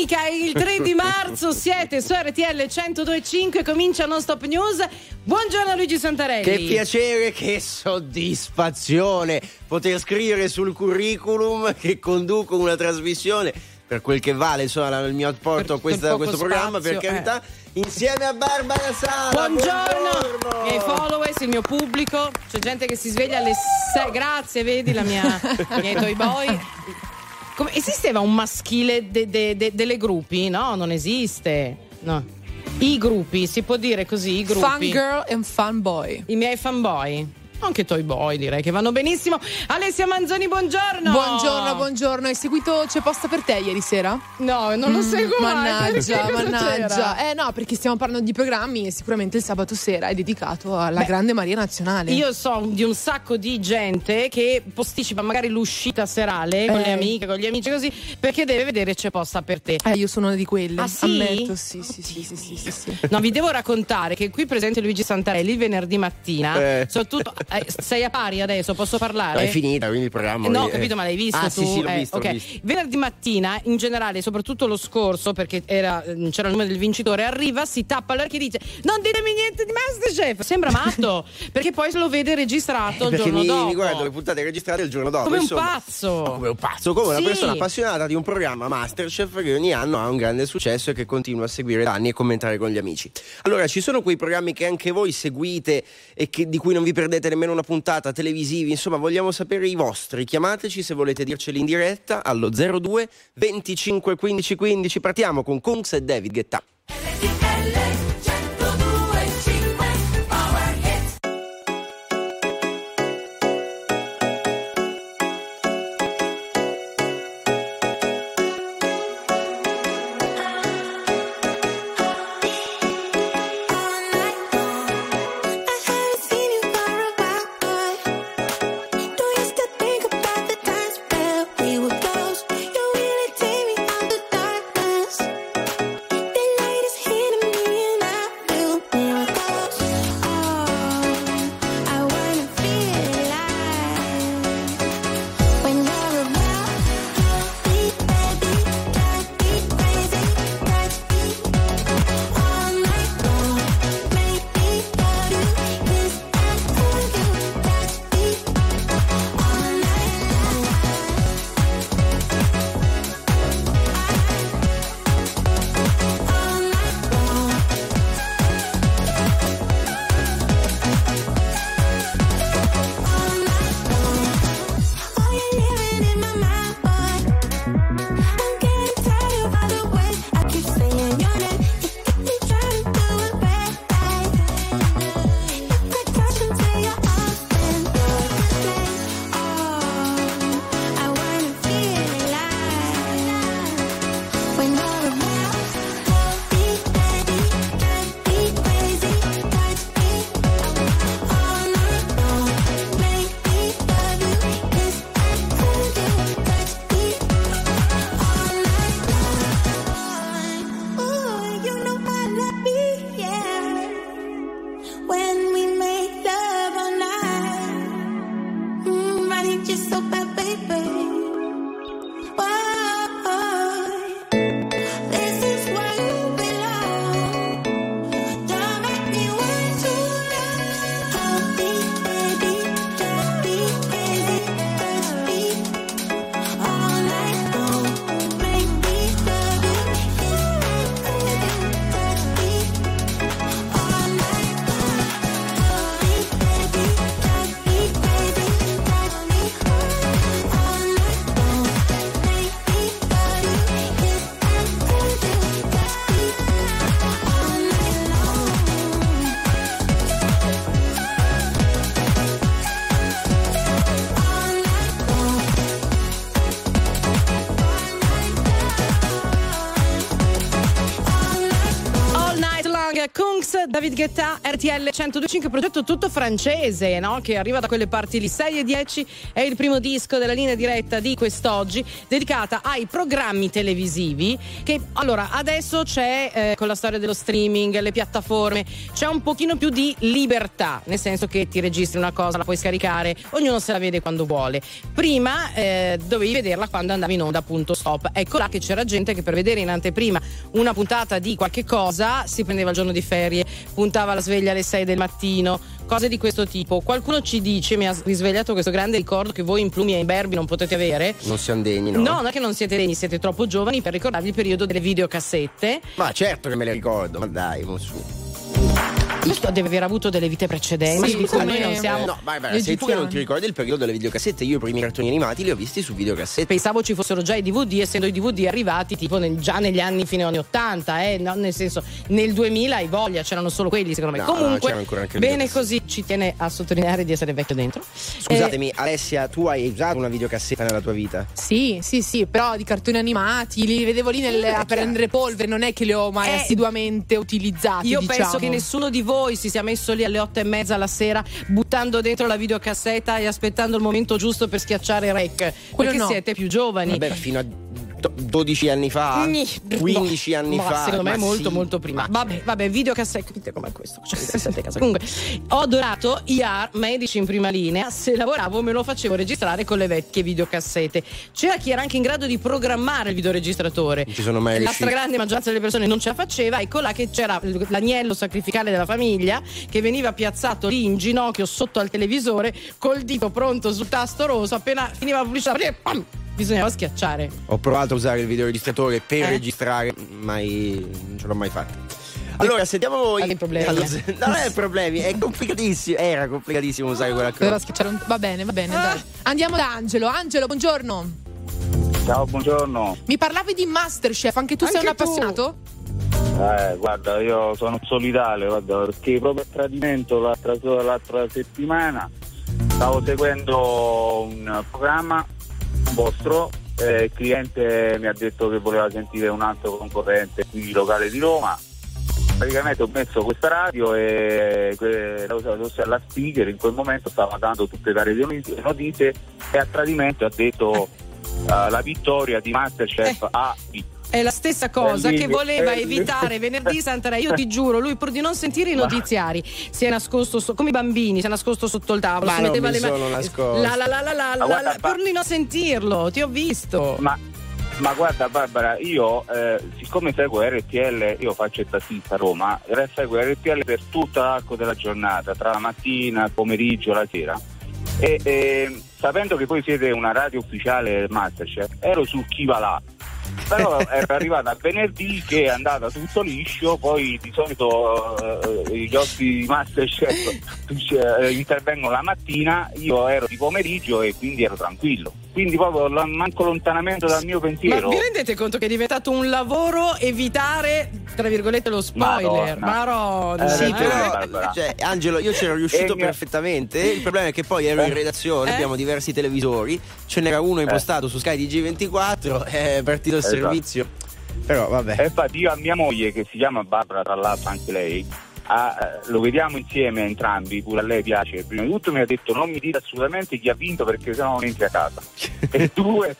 domenica, il 3 di marzo, siete su RTL 102.5, comincia Non Stop News. Buongiorno Luigi Santarelli. Che piacere, che soddisfazione poter scrivere sul curriculum che conduco una trasmissione, per quel che vale, insomma, il mio apporto a questo programma, per carità, insieme a Barbara Sala. Buongiorno. I miei followers, il mio pubblico, c'è gente che si sveglia alle 6. Grazie, vedi i miei toy boy. Esisteva un maschile delle gruppi? No, non esiste. No. I gruppi, si può dire così, i gruppi. Fun girl and fun boy. I miei fanboy. Anche toy boy direi che vanno benissimo. Alessia Manzoni, buongiorno. Buongiorno. Hai seguito C'è posta per te ieri sera? No, non lo seguo. Mannaggia. No, perché stiamo parlando di programmi e sicuramente il sabato sera è dedicato alla grande Maria Nazionale. Io so di un sacco di gente che posticipa magari l'uscita serale con le amiche, con gli amici così, perché deve vedere C'è posta per te. Io sono una di quelle. Ah, sì? Ammetto, sì. No, vi devo raccontare che qui presente Luigi Santarelli il venerdì mattina, soprattutto sei a pari adesso, posso parlare? È finita, quindi il programma. No, ho capito, ma l'hai visto tu? Sì, l'ho visto. Venerdì mattina, in generale, soprattutto lo scorso, perché c'era il nome del vincitore, arriva, si tappa l'orecchio e dice: non ditemi niente di Masterchef. Sembra matto, perché poi se lo vede registrato il giorno dopo. Mi guardo le puntate registrate il giorno dopo. Come un pazzo. Come una persona appassionata di un programma Masterchef che ogni anno ha un grande successo e che continua a seguire da anni e commentare con gli amici. Allora, ci sono quei programmi che anche voi seguite e di cui non vi perdete nemmeno una puntata, televisivi, insomma, vogliamo sapere i vostri. Chiamateci se volete dirceli in diretta allo 02 25 15 15. Partiamo con Kungs e David Guetta. Guetta, RTL 102.5, progetto tutto francese, no? Che arriva da quelle parti lì. 6:10 è il primo disco della linea diretta di quest'oggi, dedicata ai programmi televisivi che, allora, adesso c'è con la storia dello streaming, le piattaforme, c'è un pochino più di libertà, nel senso che ti registri una cosa, la puoi scaricare, ognuno se la vede quando vuole. Prima dovevi vederla quando andavi in onda, punto stop. Ecco là che c'era gente che per vedere in anteprima una puntata di qualche cosa si prendeva il giorno di ferie, puntava la sveglia alle 6 del mattino, cose di questo tipo. Qualcuno ci dice, mi ha risvegliato questo grande ricordo che voi in Plumi e in Berbi non potete avere. Non siamo degni, no? No, non è che non siete degni, siete troppo giovani per ricordarvi il periodo delle videocassette. Ma certo che me le ricordo, ma dai, mo su. Questo deve aver avuto delle vite precedenti, sì, di cui noi non siamo. No, vai, se tu non ti ricordi il periodo delle videocassette, io i primi cartoni animati li ho visti su videocassette. Pensavo ci fossero già i DVD, essendo i DVD arrivati tipo già negli anni fine anni 80, no? Nel senso, nel 2000 hai voglia, c'erano solo quelli secondo me. No, comunque, c'era ancora anche bene così, ci tiene a sottolineare di essere vecchio dentro. Scusatemi, Alessia, tu hai usato una videocassetta nella tua vita? Sì, però di cartoni animati li vedevo lì a prendere polvere, non è che li ho mai assiduamente utilizzati. Io diciamo. penso che nessuno di voi si sia messo lì alle 8:30 la sera buttando dentro la videocassetta e aspettando il momento giusto per schiacciare rec. Perché no. Siete più giovani. Vabbè, fino a 12 anni fa, 15 anni fa, secondo me molto sì, molto prima. Vabbè, videocassette, capite com'è questo? C'è videocassette a casa. Comunque, ho adorato IAR, medici in prima linea. Se lavoravo me lo facevo registrare con le vecchie videocassette. C'era chi era anche in grado di programmare il videoregistratore. Non ci sono mai riusciti. La stragrande maggioranza delle persone non ce la faceva. Ecco là che c'era l'agnello sacrificale della famiglia che veniva piazzato lì in ginocchio sotto al televisore col dito pronto sul tasto rosso. Appena finiva la pubblicità, pam! Bisognava schiacciare. Ho provato a usare il videoregistratore per registrare, mai non ce l'ho mai fatto. Allora, sentiamo voi. Hai problemi? Non è problemi, è complicatissimo. Era complicatissimo usare quella cosa. Dovrà schiacciare va bene, dai. Andiamo da Angelo. Angelo, buongiorno. Ciao, buongiorno. Mi parlavi di Masterchef, anche tu sei un appassionato? Guarda, io sono solidale, guarda, perché proprio a tradimento l'altra settimana stavo seguendo un programma vostro, il cliente mi ha detto che voleva sentire un altro concorrente qui locale di Roma. Praticamente ho messo questa radio e la speaker in quel momento stava dando tutte le varie notizie e a tradimento ha detto la vittoria di Masterchef ha vinto. È la stessa cosa che voleva evitare venerdì Santarè. Io ti giuro, lui pur di non sentire i notiziari si è nascosto come i bambini, si è nascosto sotto il tavolo, ma si metteva le mani pur di non sentirlo. Ti ho visto. Ma guarda Barbara, io siccome seguo RTL, io faccio il tassista a Roma, seguo RTL per tutto l'arco della giornata, tra la mattina, il pomeriggio, la sera. E sapendo che voi siete una radio ufficiale Masterchef, ero su Chi va là. Però era arrivata a venerdì che è andata tutto liscio, poi di solito gli ospiti di Masterchef intervengono la mattina, io ero di pomeriggio e quindi ero tranquillo. Quindi proprio manco lontanamente dal mio pensiero. Ma vi rendete conto che è diventato un lavoro evitare, tra virgolette, lo spoiler? Maronna. Sì, però, Angelo, io c'ero riuscito perfettamente. Il problema è che poi ero in redazione, abbiamo diversi televisori, ce n'era uno impostato su Sky TG24, è partito il servizio. Però vabbè. Infatti io a mia moglie, che si chiama Barbara, tra l'altro anche lei, lo vediamo insieme entrambi, pure a lei piace. Prima di tutto mi ha detto non mi dite assolutamente chi ha vinto perché sennò non entri a casa. e due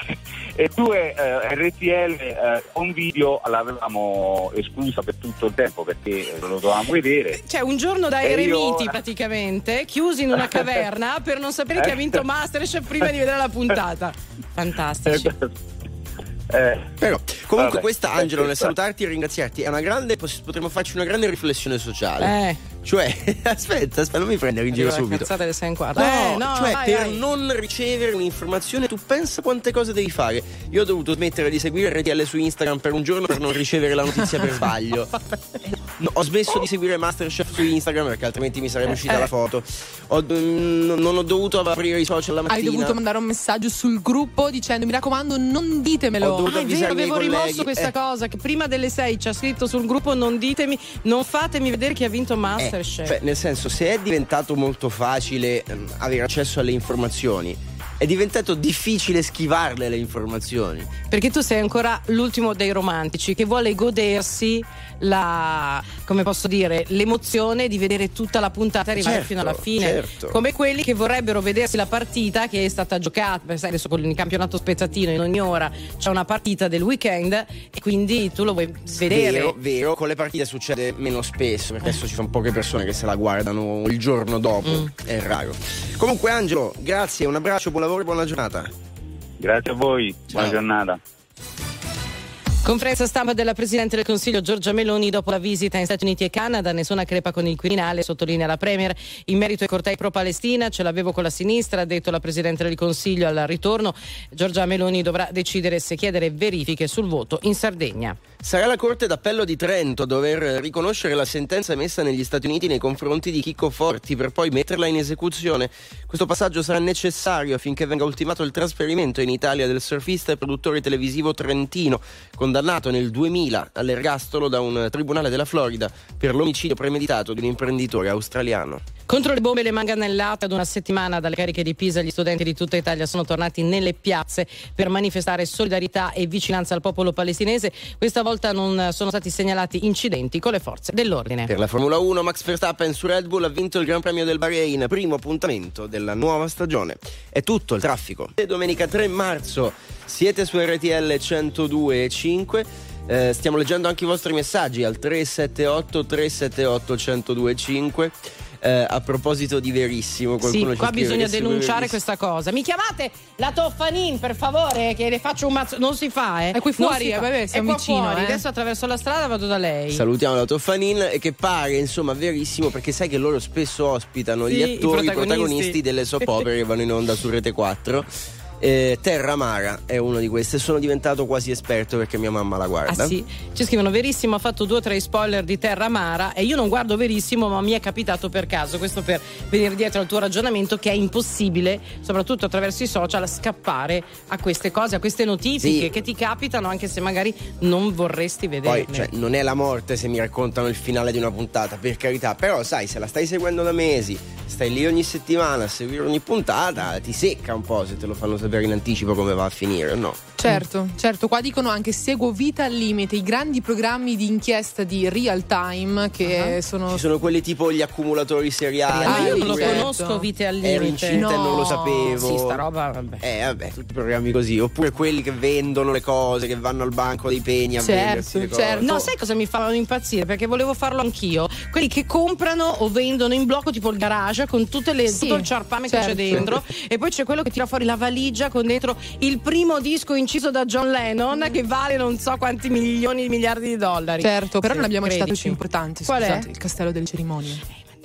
RTL un video l'avevamo esclusa per tutto il tempo perché lo dovevamo vedere. Cioè un giorno da eremiti praticamente chiusi in una caverna per non sapere chi ha vinto Masterchef prima di vedere la puntata. Fantastici. Però comunque questa, Angelo, nel salutarti e ringraziarti è una grande, potremmo farci una grande riflessione sociale. Cioè, aspetta, non mi prendere in giro subito. Del 6:15. Vai. Non ricevere un'informazione, tu pensa quante cose devi fare. Io ho dovuto smettere di seguire RTL su Instagram per un giorno per non ricevere la notizia per sbaglio. Ho smesso di seguire Masterchef su Instagram perché altrimenti mi sarebbe uscita la foto. Non ho dovuto aprire i social la mattina. Hai dovuto mandare un messaggio sul gruppo dicendo mi raccomando non ditemelo. Avevo rimosso questa cosa che prima delle 6 c'ha scritto sul gruppo non ditemi, non fatemi vedere chi ha vinto Masterchef. Nel senso, se è diventato molto facile avere accesso alle informazioni, è diventato difficile schivarle le informazioni. Perché tu sei ancora l'ultimo dei romantici che vuole godersi come posso dire, l'emozione di vedere tutta la puntata e arrivare fino alla fine. Certo. Come quelli che vorrebbero vedersi la partita che è stata giocata, perché sai, adesso con il campionato spezzatino in ogni ora c'è una partita del weekend e quindi tu lo vuoi vedere. Vero, con le partite succede meno spesso, perché adesso ci sono poche persone che se la guardano il giorno dopo, è raro. Comunque Angelo, grazie, un abbraccio, buon lavoro e buona giornata. Grazie a voi, buona giornata. Conferenza stampa della Presidente del Consiglio Giorgia Meloni dopo la visita in Stati Uniti e Canada. Nessuna crepa con il Quirinale, sottolinea la Premier. In merito ai cortei pro-Palestina, ce l'avevo con la sinistra, ha detto la Presidente del Consiglio al ritorno. Giorgia Meloni dovrà decidere se chiedere verifiche sul voto in Sardegna. Sarà la Corte d'Appello di Trento a dover riconoscere la sentenza emessa negli Stati Uniti nei confronti di Chicco Forti per poi metterla in esecuzione. Questo passaggio sarà necessario affinché venga ultimato il trasferimento in Italia del surfista e produttore televisivo trentino, condannato nel 2000 all'ergastolo da un tribunale della Florida per l'omicidio premeditato di un imprenditore australiano. Contro le bombe e le manganellate, ad una settimana dalle cariche di Pisa, gli studenti di tutta Italia sono tornati nelle piazze per manifestare solidarietà e vicinanza al popolo palestinese. Questa volta non sono stati segnalati incidenti con le forze dell'ordine. Per la Formula 1, Max Verstappen su Red Bull ha vinto il Gran Premio del Bahrain, primo appuntamento della nuova stagione. È tutto il traffico. E domenica 3 marzo siete su RTL 102.5. Stiamo leggendo anche i vostri messaggi al 378 378 1025. A proposito di Verissimo, qualcuno sì, qua bisogna denunciare Verissimo. Questa cosa. Mi chiamate la Toffanin, per favore, che le faccio un mazzo. Non si fa, È qui fuori, vabbè, siamo vicino. Fuori. Adesso attraverso la strada vado da lei. Salutiamo la Toffanin, e che pare insomma Verissimo, perché sai che loro spesso ospitano gli attori, i protagonisti delle soap opere che vanno in onda su Rete 4. Terra Amara è uno di questi. Sono diventato quasi esperto perché mia mamma la guarda. Ah sì, ci scrivono: Verissimo ha fatto 2 o 3 spoiler di Terra Amara, e io non guardo Verissimo, ma mi è capitato per caso. Questo per venire dietro al tuo ragionamento che è impossibile, soprattutto attraverso i social, scappare a queste cose, a queste notifiche che ti capitano anche se magari non vorresti vederne. Poi non è la morte se mi raccontano il finale di una puntata, per carità, però sai, se la stai seguendo da mesi, stai lì ogni settimana a seguire ogni puntata, ti secca un po' se te lo fanno sapere in anticipo come va a finire, no? Certo, qua dicono anche seguo Vita al Limite, i grandi programmi di inchiesta di real time che sono... Ci sono quelli tipo gli accumulatori seriali. Io non lo certo. conosco, Vite al Ero Limite. incinta e non lo sapevo. Sì, sta roba, vabbè. Tutti programmi così. Oppure quelli che vendono le cose, che vanno al banco dei pegni a vendersi le cose. No, sai cosa mi fa impazzire? Perché volevo farlo anch'io. Quelli che comprano o vendono in blocco, tipo il garage, con tutto il ciarpame che c'è dentro. E poi c'è quello che tira fuori la valigia con dentro il primo disco inciso da John Lennon, che vale non so quanti milioni di miliardi di dollari. Certo, però non abbiamo citato il più credici. importante. Qual è? Scusate, il castello delle cerimonie.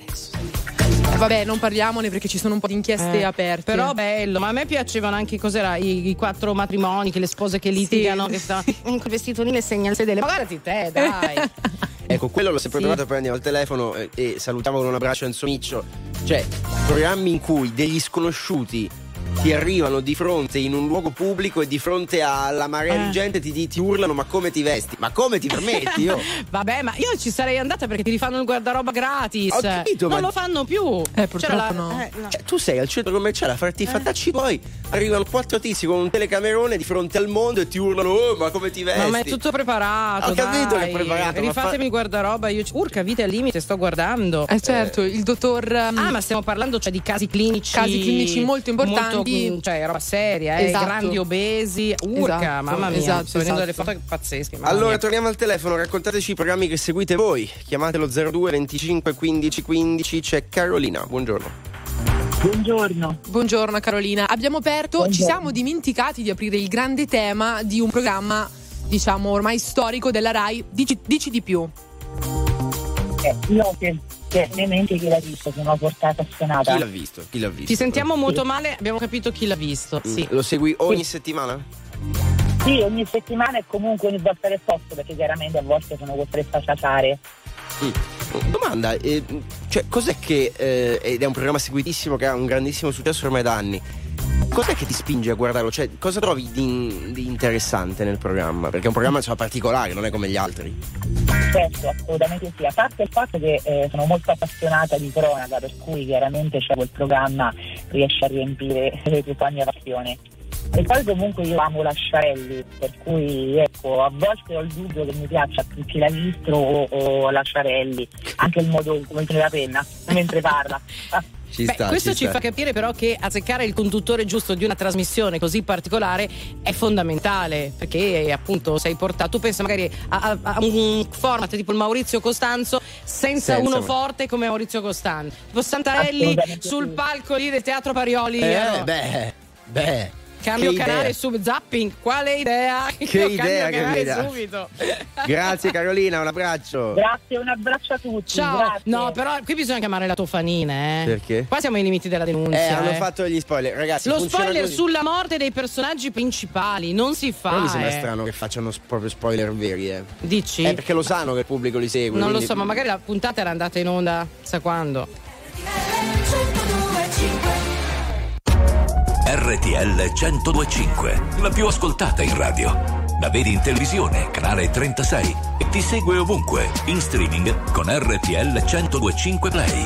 Vabbè, non parliamone perché ci sono un po' di inchieste aperte. Però bello, ma a me piacevano anche i 4 matrimoni, che le spose che litigano, che stanno in quel vestito lì le segna il sedere. Ma guardati te, dai. Ecco, quello l'ho sempre provato, poi andiamo al telefono e salutiamo con un abbraccio Enzo Miccio. Cioè, programmi in cui degli sconosciuti ti arrivano di fronte in un luogo pubblico e di fronte alla marea di gente ti urlano: ma come ti vesti? Ma come ti permetti? Vabbè, ma io ci sarei andata perché ti rifanno il guardaroba gratis. Ho capito, non ma lo fanno più. Purtroppo no. Cioè, tu sei al centro commerciale a farti i fattacci, poi arrivano 4 tizi con un telecamerone di fronte al mondo e ti urlano: oh, ma come ti vesti? Ma è tutto preparato. Ho capito dai. che è preparato. Rifatemi il guardaroba. Io urca, Vita al Limite, sto guardando. Certo, il dottor. Ma stiamo parlando di casi clinici. Casi clinici molto importanti. Cioè, roba seria, Esatto. grandi obesi. Urca, mamma mia. Sto vedendo delle foto pazzesche. Allora, torniamo al telefono, raccontateci i programmi che seguite voi. Chiamatelo 02 25 15 15. C'è Carolina, buongiorno. Buongiorno Carolina. Abbiamo aperto, ci siamo dimenticati di aprire il grande tema di un programma, diciamo, ormai storico della Rai. Dici di più. Io ovviamente chi l'ha visto, sono portata stonata. Chi l'ha visto? Ti sentiamo molto male, abbiamo capito chi l'ha visto. Sì. Lo segui ogni settimana? Sì, ogni settimana e comunque ogni volta che posso, perché chiaramente a volte sono costretta a ciacciare. Domanda, cioè cos'è che ed è un programma seguitissimo che ha un grandissimo successo ormai da anni, Cos'è che ti spinge a guardarlo? Cioè, cosa trovi di interessante nel programma? Perché è un programma particolare, non è come gli altri. Certo, assolutamente sì. A parte il fatto che sono molto appassionata di cronaca, per cui chiaramente quel programma riesce a riempire tutta la mia passione. E poi comunque io amo Lasciarelli, per cui ecco, a volte ho il dubbio che mi piaccia più Chilagistro o Lasciarelli, anche il modo come tiene la penna mentre parla. Questo ci fa capire però che azzeccare il conduttore giusto di una trasmissione così particolare è fondamentale, perché appunto sei portato, tu pensa magari a un format tipo il Maurizio Costanzo senza uno forte come Maurizio Costanzo, tipo Santarelli sul palco lì del Teatro Parioli. Cambio canale su Zapping, quale idea? Che idea che mi dà subito. Grazie Carolina, un abbraccio. Grazie, un abbraccio a tutti. Ciao. Grazie. No, però qui bisogna chiamare la Tofanina, Perché? Qua siamo ai limiti della denuncia. Hanno fatto gli spoiler, ragazzi. Lo spoiler sulla morte dei personaggi principali non si fa. Non mi sembra strano che facciano proprio spoiler veri, Dici? Perché lo sanno che il pubblico li segue. Non lo so, ma magari la puntata era andata in onda, sa quando. RTL 102.5, la più ascoltata in radio. La vedi in televisione, canale 36, e ti segue ovunque, in streaming con RTL 102.5 Play.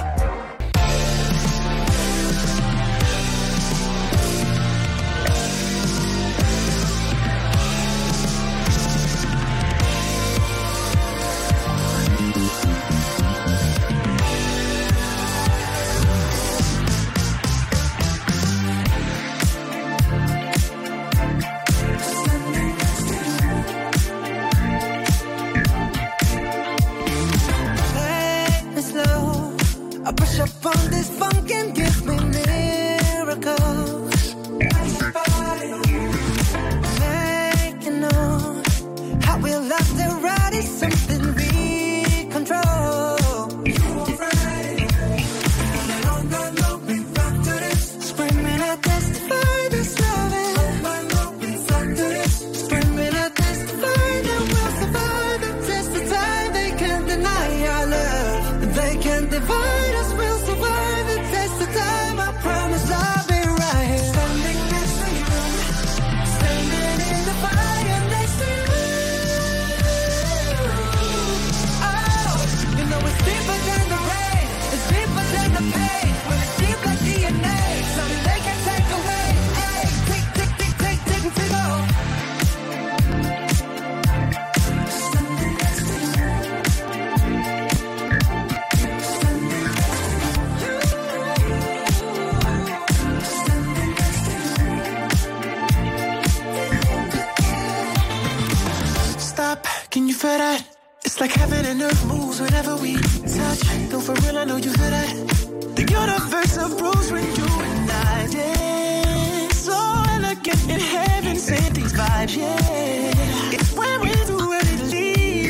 It's like heaven and earth moves whenever we touch. No, for real, I know you feel that. The universe approves when you and I dance. So elegant in heaven, send these vibes, yeah. It's when we do ready to leave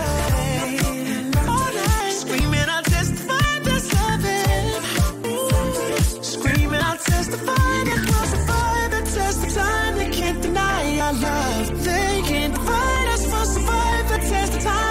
behind. All night, screaming, I'll testify that's heaven. Screaming, I'll testify that we'll survive the test of time. They can't deny our love. They can't divide us, we'll survive the test of time.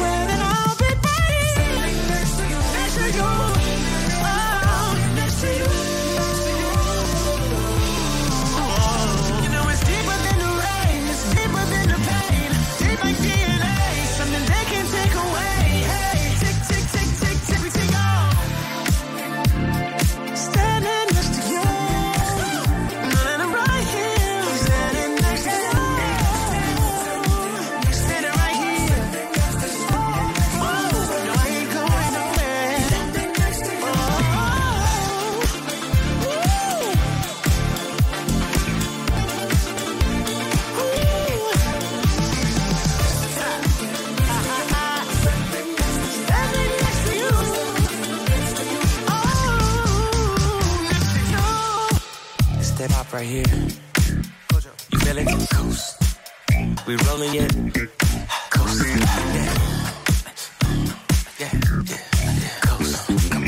Right here, you feel it? Coast. We rolling yet? Coast. Yeah. Coast.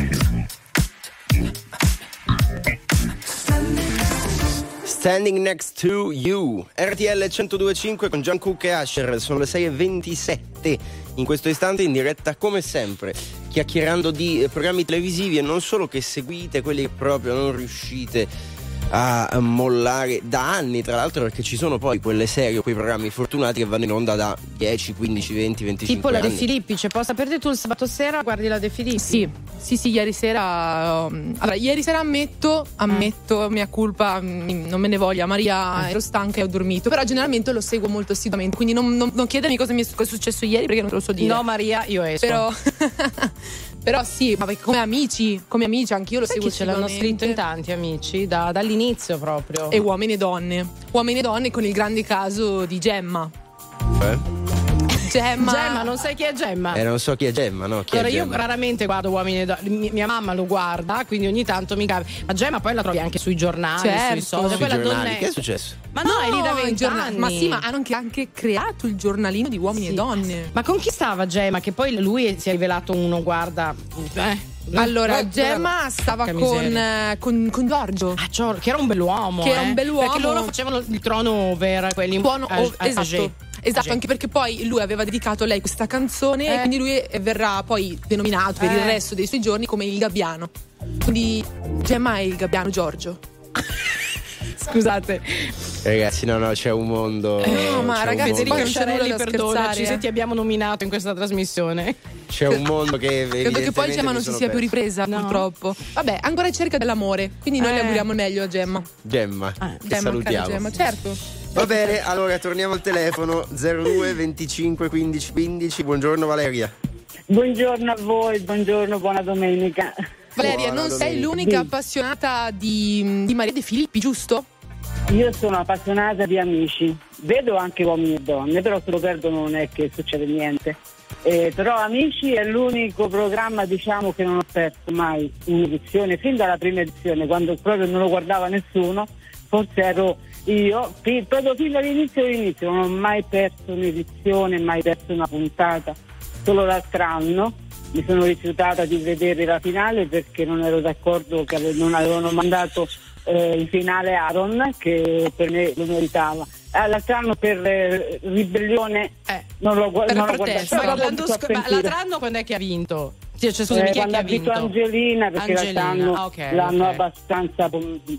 Standing Next to You, RTL 102.5 con Gian Cook e Asher. Sono le 6:27 in questo istante, in diretta come sempre, chiacchierando di programmi televisivi e non solo, che seguite, quelli che proprio non riuscite a mollare da anni, tra l'altro, perché ci sono poi quelle serie o quei programmi fortunati che vanno in onda da 10, 15, 20, 25 tipo la anni. De Filippi, cioè posso saperti tu il sabato sera guardi la De Filippi? Sì, ieri sera ammetto, mia colpa, non me ne voglia Maria, ero stanca e ho dormito, però generalmente lo seguo molto assiduamente, quindi non chiedermi cosa è successo ieri perché non te lo so dire. No Maria, io esco. Però sì, ma come amici anch'io lo seguo. Ce l'hanno scritto in tanti amici dall'inizio proprio. E uomini e donne con il grande caso di Gemma, non sai chi è Gemma? Non so chi è Gemma, no? Allora io raramente guardo Uomini e Donne, mia mamma lo guarda, quindi ogni tanto mi capita. Ma Gemma poi la trovi anche sui giornali, sui social. Sui giornali. Che è successo? Ma no, è lì da 20 anni. Ma sì, ma hanno anche creato il giornalino di Uomini e Donne. Ma con chi stava Gemma? Che poi lui si è rivelato uno, guarda. Allora, Gemma stava con Giorgio. Che era un bell'uomo. Perché loro facevano il trono over, quelli Esatto, anche perché poi lui aveva dedicato a lei questa canzone e quindi lui verrà poi denominato per il resto dei suoi giorni come il Gabbiano. Quindi Gemma è il Gabbiano Giorgio. Scusate. Ragazzi, no, c'è un mondo. No, ma ragazzi, Federica Sciarelli, perdonaci se ti abbiamo nominato in questa trasmissione. C'è un mondo che credo che poi Gemma non si sia più ripresa, purtroppo. Vabbè, ancora in cerca dell'amore, quindi noi le auguriamo meglio a Gemma. Che salutiamo. Gemma, certo. Va bene, allora torniamo al telefono 02 25 15 15. Buongiorno Valeria. Buongiorno a voi, buongiorno, buona domenica. Valeria, non sei l'unica appassionata di Maria De Filippi, giusto? Io sono appassionata di Amici, vedo anche Uomini e Donne, però se lo perdo non è che succede niente. Però Amici è l'unico programma, diciamo, che non ho perso mai un'edizione, fin dalla prima edizione, quando proprio non lo guardava nessuno, forse ero io, proprio fin dall'inizio non ho mai perso un'edizione, mai perso una puntata. Solo l'altro anno mi sono rifiutata di vedere la finale perché non ero d'accordo che non avevano mandato in finale Aaron, che per me lo meritava. L'altro anno per ribellione non l'ho guardato. L'altro anno quando è che ha vinto? Scusami, chi è che ha vinto? Angelina, perché l'altro l'hanno abbastanza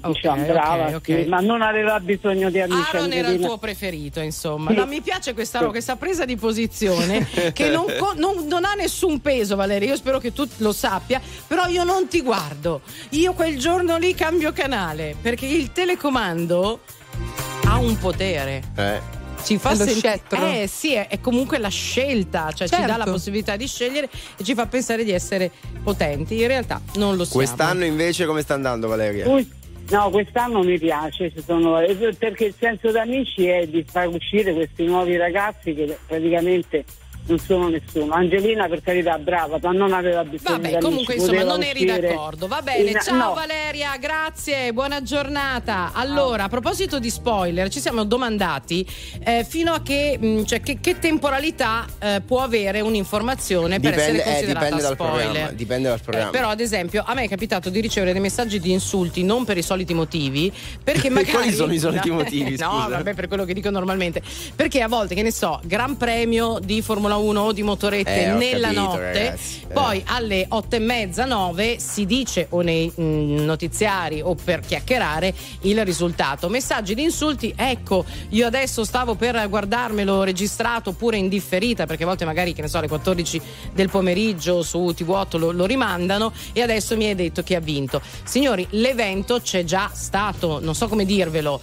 brava, ma non aveva bisogno di Amici. Aaron era il tuo preferito, insomma. No, mi piace questa presa di posizione che non ha nessun peso, Valeria. Io spero che tu lo sappia, però io non ti guardo. Io quel giorno lì cambio canale, perché il telecomando ha un potere. Ci fa scettro. Sì, è comunque la scelta, cioè ci dà la possibilità di scegliere e ci fa pensare di essere potenti. In realtà non lo siamo. Quest'anno invece come sta andando, Valeria? No, quest'anno mi piace, perché il senso d'Amici è di far uscire questi nuovi ragazzi che praticamente non sono nessuno. Angelina, per carità, brava, ma non aveva bisogno di Amici. Comunque insomma non eri d'accordo. Va bene, ciao Valeria, grazie, buona giornata. Allora, a proposito di spoiler, ci siamo domandati fino a che temporalità può avere un'informazione per essere considerata spoiler. Dipende dal programma. Però ad esempio a me è capitato di ricevere dei messaggi di insulti non per i soliti motivi, perché magari quali sono i soliti motivi? No, vabbè, per quello che dico normalmente, perché a volte, che ne so, Gran Premio di Formula 1 o di motorette nella notte, ragazzi, poi alle 8:30, 9 si dice o nei notiziari o per chiacchierare il risultato. Messaggi di insulti, ecco, io adesso stavo per guardarmelo registrato oppure in differita, perché a volte magari, che ne so, alle 14 del pomeriggio su TV8 lo rimandano, e adesso mi hai detto chi ha vinto. Signori, l'evento c'è già stato, non so come dirvelo,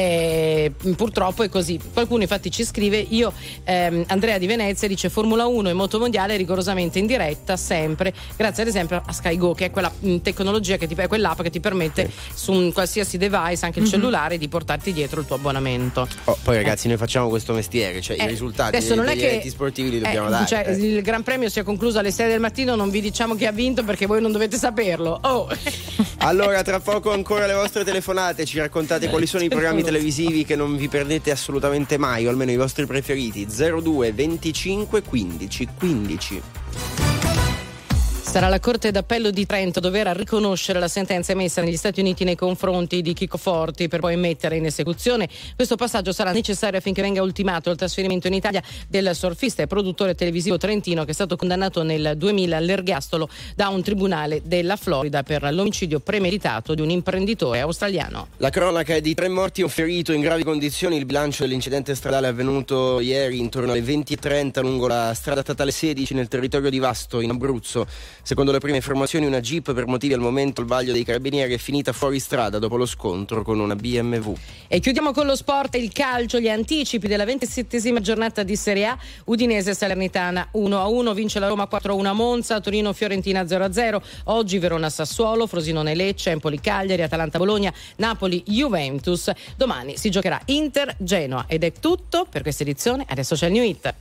purtroppo è così. Qualcuno infatti ci scrive, Andrea di Venezia dice Formula 1 e motomondiale rigorosamente in diretta sempre, grazie ad esempio a Sky Go, che è quella tecnologia che è quell'app che ti permette su un qualsiasi device, anche il cellulare, di portarti dietro il tuo abbonamento. Poi ragazzi, noi facciamo questo mestiere, cioè i risultati degli eventi sportivi li dobbiamo dare. Cioè, il Gran Premio si è concluso alle 6 del mattino, non vi diciamo chi ha vinto perché voi non dovete saperlo. Allora, tra poco ancora le vostre telefonate, ci raccontate quali sono i programmi televisivi che non vi perdete assolutamente mai, o almeno i vostri preferiti. 02 25 15 15. Sarà la Corte d'Appello di Trento a dover riconoscere la sentenza emessa negli Stati Uniti nei confronti di Chico Forti per poi mettere in esecuzione. Questo passaggio sarà necessario affinché venga ultimato il trasferimento in Italia del surfista e produttore televisivo trentino che è stato condannato nel 2000 all'ergastolo da un tribunale della Florida per l'omicidio premeditato di un imprenditore australiano. La cronaca è di 3 morti e un ferito in gravi condizioni. Il bilancio dell'incidente stradale è avvenuto ieri intorno alle 20:30 lungo la strada statale 16 nel territorio di Vasto in Abruzzo. Secondo le prime informazioni una Jeep per motivi al momento al vaglio dei carabinieri è finita fuori strada dopo lo scontro con una BMW. E chiudiamo con lo sport e il calcio, gli anticipi della 27esima giornata di Serie A. Udinese Salernitana 1-1, vince la Roma 4-1 a Monza, Torino Fiorentina 0-0, oggi Verona Sassuolo, Frosinone Lecce, Empoli Cagliari, Atalanta Bologna, Napoli Juventus. Domani si giocherà Inter Genoa ed è tutto per questa edizione. Adesso c'è il New Hit.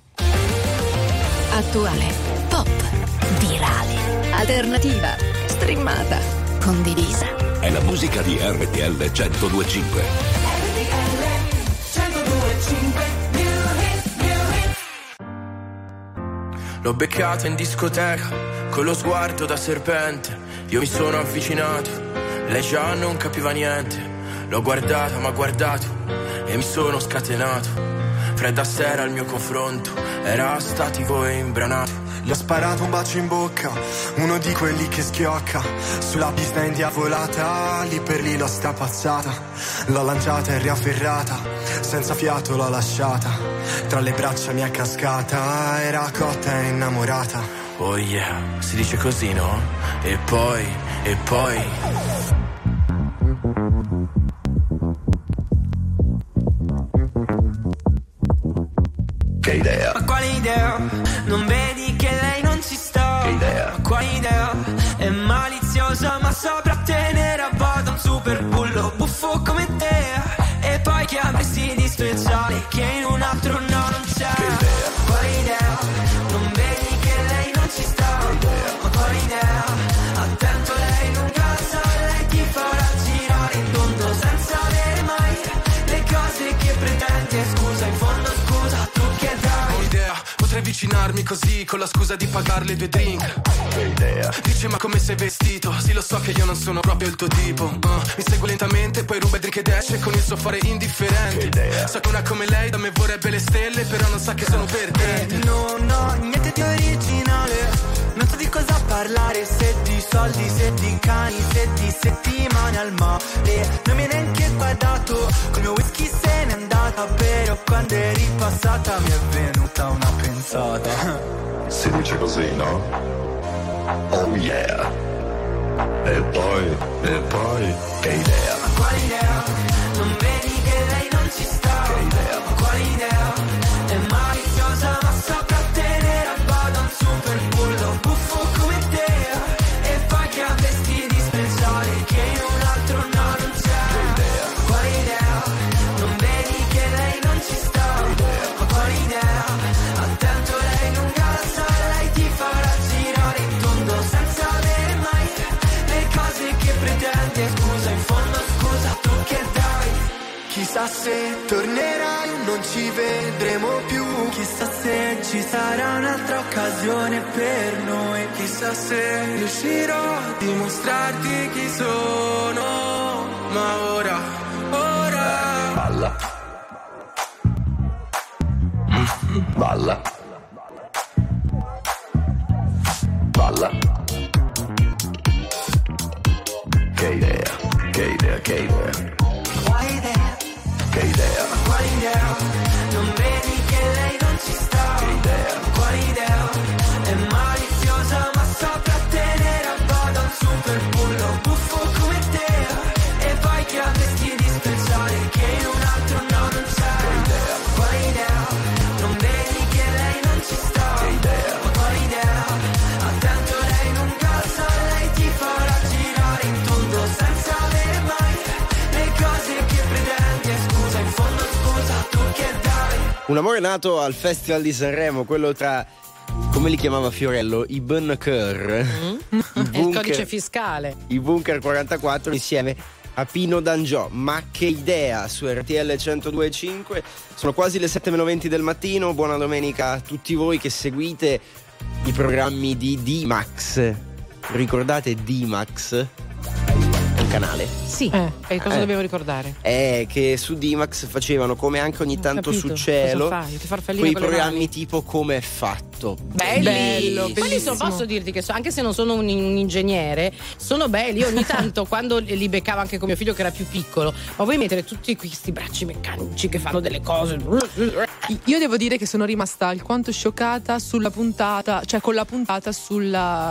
Attuale, pop, virale, alternativa, streamata, condivisa. È la musica di RTL 102.5. L'ho beccata in discoteca, con lo sguardo da serpente. Io mi sono avvicinato, lei già non capiva niente. L'ho guardata, m'ha guardato e mi sono scatenato. Fredda sera al mio confronto, era statico e imbranato. Gli ho sparato un bacio in bocca, uno di quelli che schiocca. Sulla pista indiavolata, lì per lì l'ho strapazzata. L'ho lanciata e riafferrata, senza fiato l'ho lasciata. Tra le braccia mi è cascata, era cotta e innamorata. Oh yeah, si dice così, no? E poi... Che idea? Ma quale idea? Non vedi che lei non ci sta? Che idea? Ma quale idea? È maliziosa ma saprà tenere a bada un super bullo buffo come te. E poi che avresti di speciale che in un altro no non c'è? Che idea? Ma quale idea? Non vedi che lei non ci sta? Che idea? Ma quale idea? Attento lei non casa, lei ti farà girare in tondo senza avere mai le cose che pretendi. Scusa, in fondo scusa, tu che dai? Ho idea, potrei avvicinarmi così con la scusa di pagarle 2 drink. Che idea? Dice ma come sei vestito? Sì lo so che io non sono proprio il tuo tipo. Mi segue lentamente, poi ruba il drink ed esce con il suo fare indifferente. Che idea? So che una come lei da me vorrebbe le stelle, però non sa che sono perdente. Non ho niente di originale, non so di cosa parlare, se di soldi, se di cani, se di settimane al mare. Non mi hai neanche guardato, col mio whisky se n'è andata, però quando eri passata mi è venuta una pensata. Si dice così, no? Oh yeah. E poi, che idea? Ma quale idea? Non vedi che lei non ci sta? Che idea? Ma quale idea? È maliziosa ma saprà tenere a bada un super bullo buffo come te. E poi che avresti di speciale che in un altro no non c'è? Che idea? Ma quale idea? Non vedi che lei non ci sta? Che idea? Ma quale idea? Attento lei non casa, lei ti farà girare in tondo senza avere mai le cose che pretendi. Scusa, in fondo scusa, tu che dai? Chissà se tornerai, non ci vedremo più. Chissà se ci sarà un'altra occasione per noi. Chissà se riuscirò a dimostrarti chi sono. Ma ora Balla. Balla. Balla. Che idea? Che idea? Che idea? quale idea? Che idea? Quale idea? Non vedi che lei non ci sta? Che idea? Quale idea? È maliziosa ma saprà tenere a bada un super bullo buffo come te. E poi che avresti di speciale che in un altro no non c'è? Che idea? Quale idea? Non vedi che lei non ci sta? Che idea? Ma quale idea? Attento lei non casa, lei ti farà girare in tondo senza avere mai le cose che pretendi. Scusa, in fondo scusa, tu che dai? Un amore nato al Festival di Sanremo, quello tra, come li chiamava Fiorello, i bunker, il codice fiscale, i bunker 44 insieme a Pino D'Angiò. Ma che idea, su RTL 102.5. Sono quasi le 7:20 del mattino. Buona domenica a tutti voi che seguite i programmi di D-Max. Ricordate D-Max? È un canale. Sì, e cosa dobbiamo ricordare? Che su D-Max facevano, come anche ogni tanto su Cielo, quei programmi tipo Come è fatto. Bello, bellissimo. Posso dirti che anche se non sono un ingegnere, sono belli. Io ogni tanto quando li beccavo anche con mio figlio che era più piccolo, ma vuoi mettere tutti questi bracci meccanici che fanno delle cose. Io devo dire che sono rimasta alquanto scioccata sulla puntata, cioè con la puntata sul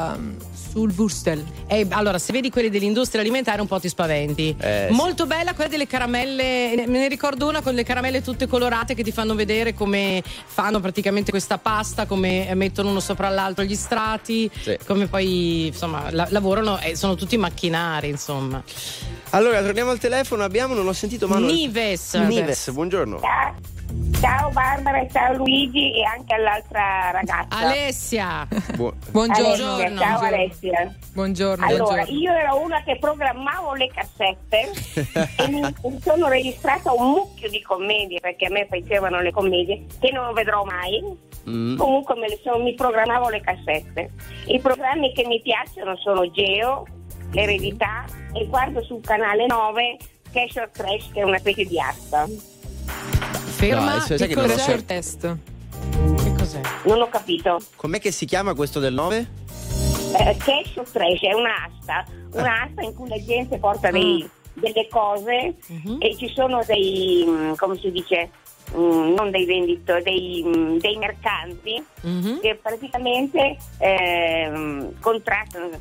Wurstel. Allora, se vedi quelli dell'industria alimentare un po' ti spaventi. Molto bella quella delle caramelle, me ne ricordo una con le caramelle tutte colorate che ti fanno vedere come fanno praticamente questa pasta, come mettono uno sopra l'altro gli strati, come poi insomma lavorano e sono tutti macchinari, insomma. Allora torniamo al telefono, non ho sentito Manuel. Nives, buongiorno. Ciao Barbara e ciao Luigi e anche all'altra ragazza Alessia. Buongiorno. Alessia, ciao Alessia. Buongiorno. Allora, io ero una che programmavo le cassette e mi sono registrata un mucchio di commedie, perché a me piacevano le commedie che non vedrò mai. Comunque mi programmavo le cassette. I programmi che mi piacciono sono Geo, Eredità, e guardo sul canale 9 Cash or Trash, che è una specie di asta. Ferma, che cos'è il test? Che cos'è? Non ho capito. Com'è che si chiama questo del 9? Cash or Trash è un'asta in cui la gente porta delle cose e ci sono dei, come si dice, non dei venditori, dei mercanti che praticamente contrattano,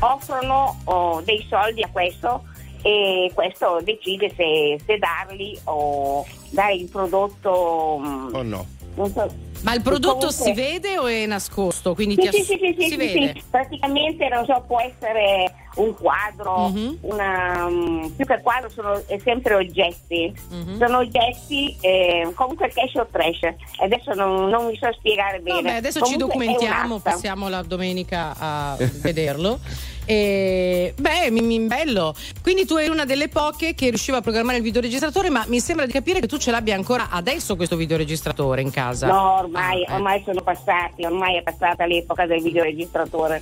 offrono dei soldi a questo, e questo decide se darli o dare il prodotto o no. Non so. Ma il prodotto si vede o è nascosto? Quindi si vede? Sì. Praticamente, non so, può essere un quadro, più che quadro sono sempre oggetti. Sono oggetti, comunque Cash or Trash. Adesso non mi so spiegare bene. Vabbè, adesso comunque ci documentiamo, passiamo la domenica a vederlo. Bello. Quindi tu eri una delle poche che riusciva a programmare il videoregistratore, ma mi sembra di capire che tu ce l'abbia ancora adesso questo videoregistratore in casa. No, ormai sono passati, ormai è passata l'epoca del videoregistratore.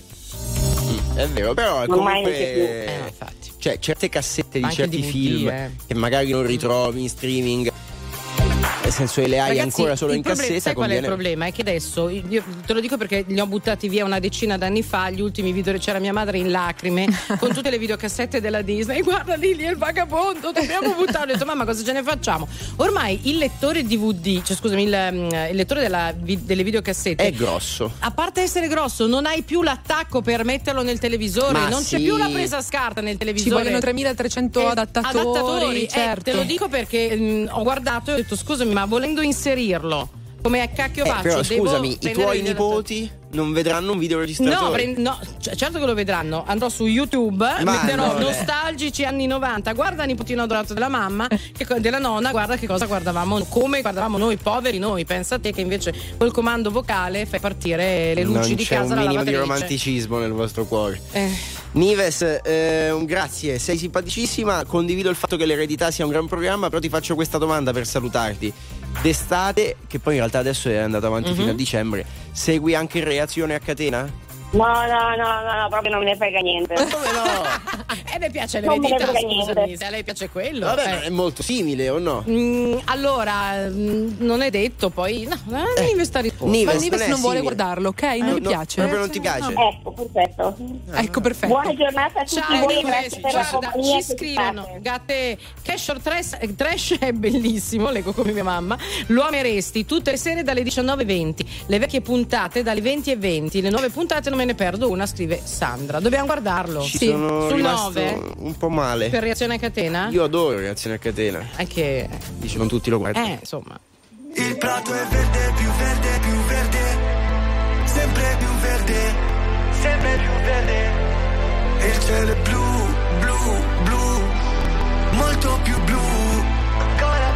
È vero, però è ormai comunque infatti. Cioè certe cassette di anche certi DVD, film che magari non ritrovi in streaming, nel senso che le hai ancora solo in cassetta. Sai qual è il problema? È che adesso, io te lo dico perché li ho buttati via una decina d'anni fa, gli ultimi video, c'era mia madre in lacrime con tutte le videocassette della Disney. Guarda lì è il vagabondo, dobbiamo buttarlo. Ho detto mamma, cosa ce ne facciamo? Ormai il lettore DVD, cioè scusami, il lettore delle videocassette è grosso. A parte essere grosso, non hai più l'attacco per metterlo nel televisore, c'è più la presa a scarta nel televisore. Ci vogliono 3300 adattatori, certo. Te lo dico perché ho guardato e ho detto scusami, ma volendo inserirlo come cacchio faccio? Però scusami, i tuoi nipoti non vedranno un videoregistratore? No, certo che lo vedranno. Andrò su YouTube, metterò nostalgici anni 90. Guarda nipotino adorato della mamma, della nonna, guarda che cosa guardavamo, come guardavamo noi, poveri noi. Pensa a te che invece col comando vocale fai partire le luci di casa, la lavatrice. Non c'è un minimo di romanticismo nel vostro cuore. Nives, un grazie, sei simpaticissima. Condivido il fatto che l'Eredità sia un gran programma, però ti faccio questa domanda per salutarti. D'estate, che poi in realtà adesso è andato avanti fino a dicembre, segui anche Reazione a catena? No, proprio non me ne frega niente. Come no? Mi piace l'Eredità, scusami, se a lei piace quello. Vabbè, è molto simile o no? Allora, non è detto, poi Nives sta rispondendo. Ma Nives non vuole guardarlo, ok? Non gli piace? Proprio non ti piace? Ecco, perfetto. Ecco, perfetto. Buona giornata a tutti voi, grazie per la compagnia. Ci scrivono, Gatte, Cash or Trash è bellissimo, leggo come mia mamma. Lo ameresti tutte le sere dalle 19:20, le vecchie puntate dalle 20:20, le nuove puntate non me ne perdo una, scrive Sandra. Dobbiamo guardarlo. Ci sono sul rimasto 9 un po' male. Per Reazione a catena? Io adoro Reazione a catena. Anche dice non tutti lo guardano. Insomma. Il prato è verde, più verde, più verde. Sempre più verde, sempre più verde. E il cielo è blu, blu, blu. Molto più blu, ancora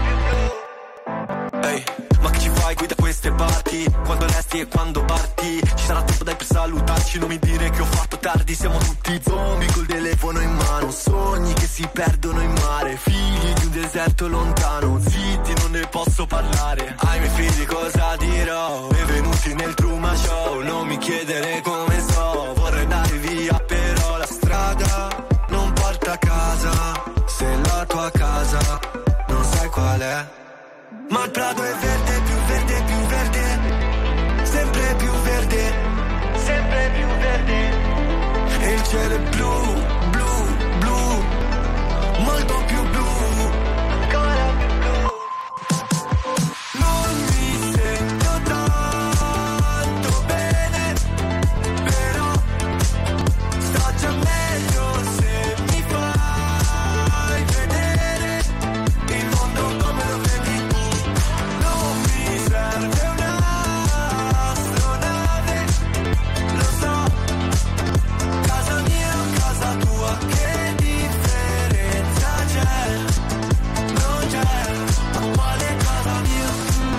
più blu. Ehi, ma che ci fai qui da queste parti? Quando resti e quando parti? Ci sarà tempo dai per salutarci. Non mi dire che ho fatto tardi. Siamo tutti zombie col telefono in mano. Sogni che si perdono in mare. Figli di un deserto lontano. Zitti, non ne posso parlare. Ai miei figli cosa dirò? Benvenuti nel Truman Show. Non mi chiedi chiedere come sto, vorrei andare via, però la strada non porta a casa. Se la tua casa non sai qual è, ma il prato è verde, più verde, più verde, sempre più verde, sempre più verde. E il cielo è blu, blu, blu, molto più blu, ancora più blu. Non mi sento tanto bene, però sto già meglio se mi fai vedere il mondo come lo vedi tu. Non mi serve un'astronave, lo so, casa mia o casa tua, che differenza c'è? Non c'è, ma quale casa mia?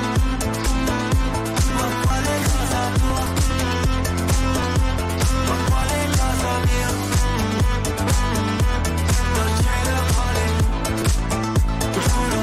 Ma quale casa tua? Ma quale casa mia? Non ce ne vale, giuro.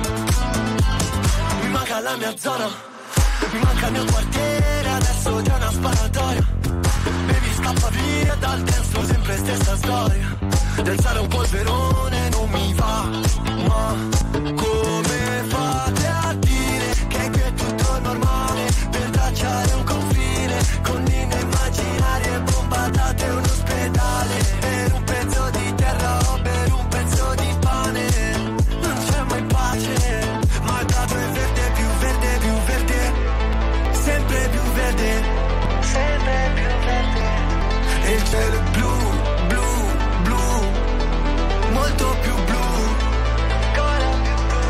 Mi manca la mia zona, mi manca il mio quartiere, adesso c'è una sparatoria. Baby scappa via dal testo, sempre stessa storia. Danzare un polverone non mi va, ma come fate a dire che qui è tutto normale? Per tracciare un confine con linee immaginarie, bombardate un ospedale. Per un pezzo di terra o per un pezzo di pane non c'è mai pace, ma il dato è verde, più verde, più verde, sempre più verde, sempre più verde. E il cielo è blu, blu, blu, molto più blu, ancora più blu.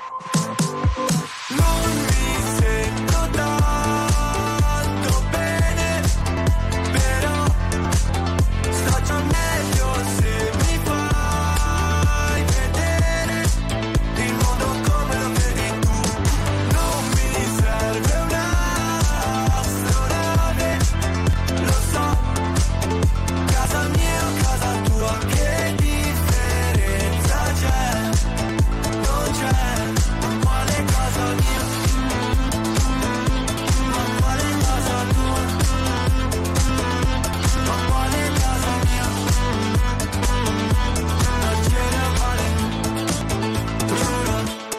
Non mi sento tanto bene, però sto già meglio se mi fai vedere il mondo come lo vedi tu. Non mi serve un'astronave, lo so, casa mia o casa tua, che differenza c'è? Non c'è, ma quale casa mia? Ma quale casa tua? Ma quale casa mia? Non ce ne vale, giuro.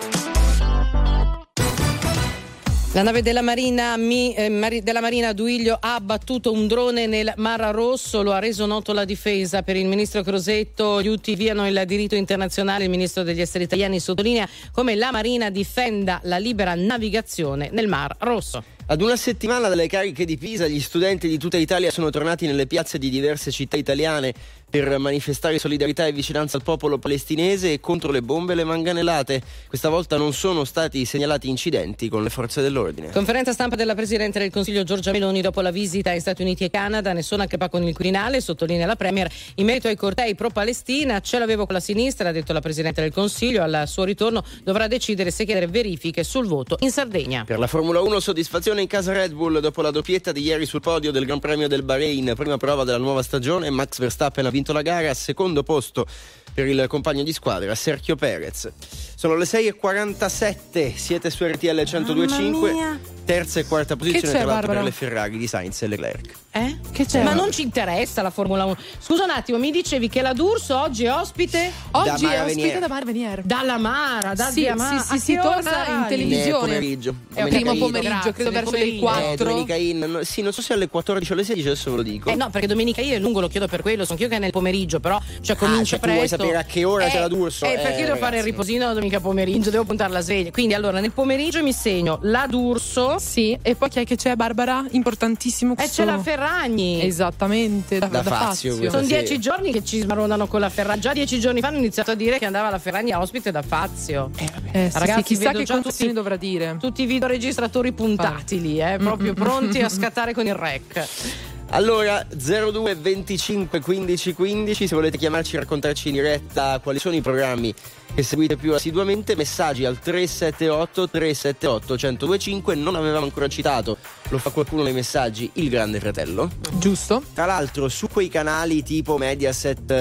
La nave della Marina della Marina Duilio ha abbattuto un drone nel Mar Rosso, lo ha reso noto la difesa. Per il ministro Crosetto gli Houthi violano il diritto internazionale. Il ministro degli esteri italiani sottolinea come la Marina difenda la libera navigazione nel Mar Rosso. Ad una settimana dalle cariche di Pisa, gli studenti di tutta Italia sono tornati nelle piazze di diverse città italiane per manifestare solidarietà e vicinanza al popolo palestinese e contro le bombe e le manganellate. Questa volta non sono stati segnalati incidenti con le forze dell'ordine. Conferenza stampa della Presidente del Consiglio Giorgia Meloni dopo la visita in Stati Uniti e Canada. Nessuna crepa con il Quirinale, sottolinea la Premier. In merito ai cortei pro-Palestina, ce l'avevo con la sinistra, ha detto la Presidente del Consiglio. Al suo ritorno dovrà decidere se chiedere verifiche sul voto in Sardegna. Per la Formula 1, soddisfazione in casa Red Bull dopo la doppietta di ieri sul podio del Gran Premio del Bahrain, prima prova della nuova stagione. Max Verstappen ha vinto la gara, secondo posto per il compagno di squadra Sergio Perez. Sono le 6:47, siete su RTL 102.5, terza e quarta posizione tra l'altro per le Ferrari di Sainz e Leclerc. Che c'è? Ma non ci interessa la Formula 1. Scusa un attimo, mi dicevi che la D'Urso oggi è ospite? Oggi è ospite da Mara Venier. Dalla Mara, sì, si torna in televisione. Pomeriggio. È primo pomeriggio, credo verso le 4. Domenica In, sì, non so se alle 14 o alle 16, adesso ve lo dico. No, perché Domenica In è lungo, lo chiedo per quello, sono anch'io che è nel pomeriggio, però cioè comincia presto. Tu vuoi sapere a che ora c'è la D'Urso? Perché io devo fare il riposino domenica pomeriggio, devo puntare la sveglia. Quindi allora nel pomeriggio mi segno la D'Urso. Sì, e poi chi è che c'è, Barbara? Importantissimo. C'è la Ferragni. Esattamente, da Fazio. Sono 10 giorni che ci smaronano con la Ferragni. Già 10 giorni fa hanno iniziato a dire che andava la Ferragni a ospite da Fazio. Ragazzi, chissà che conclusione dovrà dire. Tutti i videoregistratori puntati lì, proprio pronti a scattare con il rec. Allora 02 25 15 15, se volete chiamarci e raccontarci in diretta quali sono i programmi che seguite più assiduamente, messaggi al 378 378 1025. Non avevamo ancora citato, lo fa qualcuno nei messaggi, Il Grande Fratello, giusto? Tra l'altro su quei canali tipo Mediaset,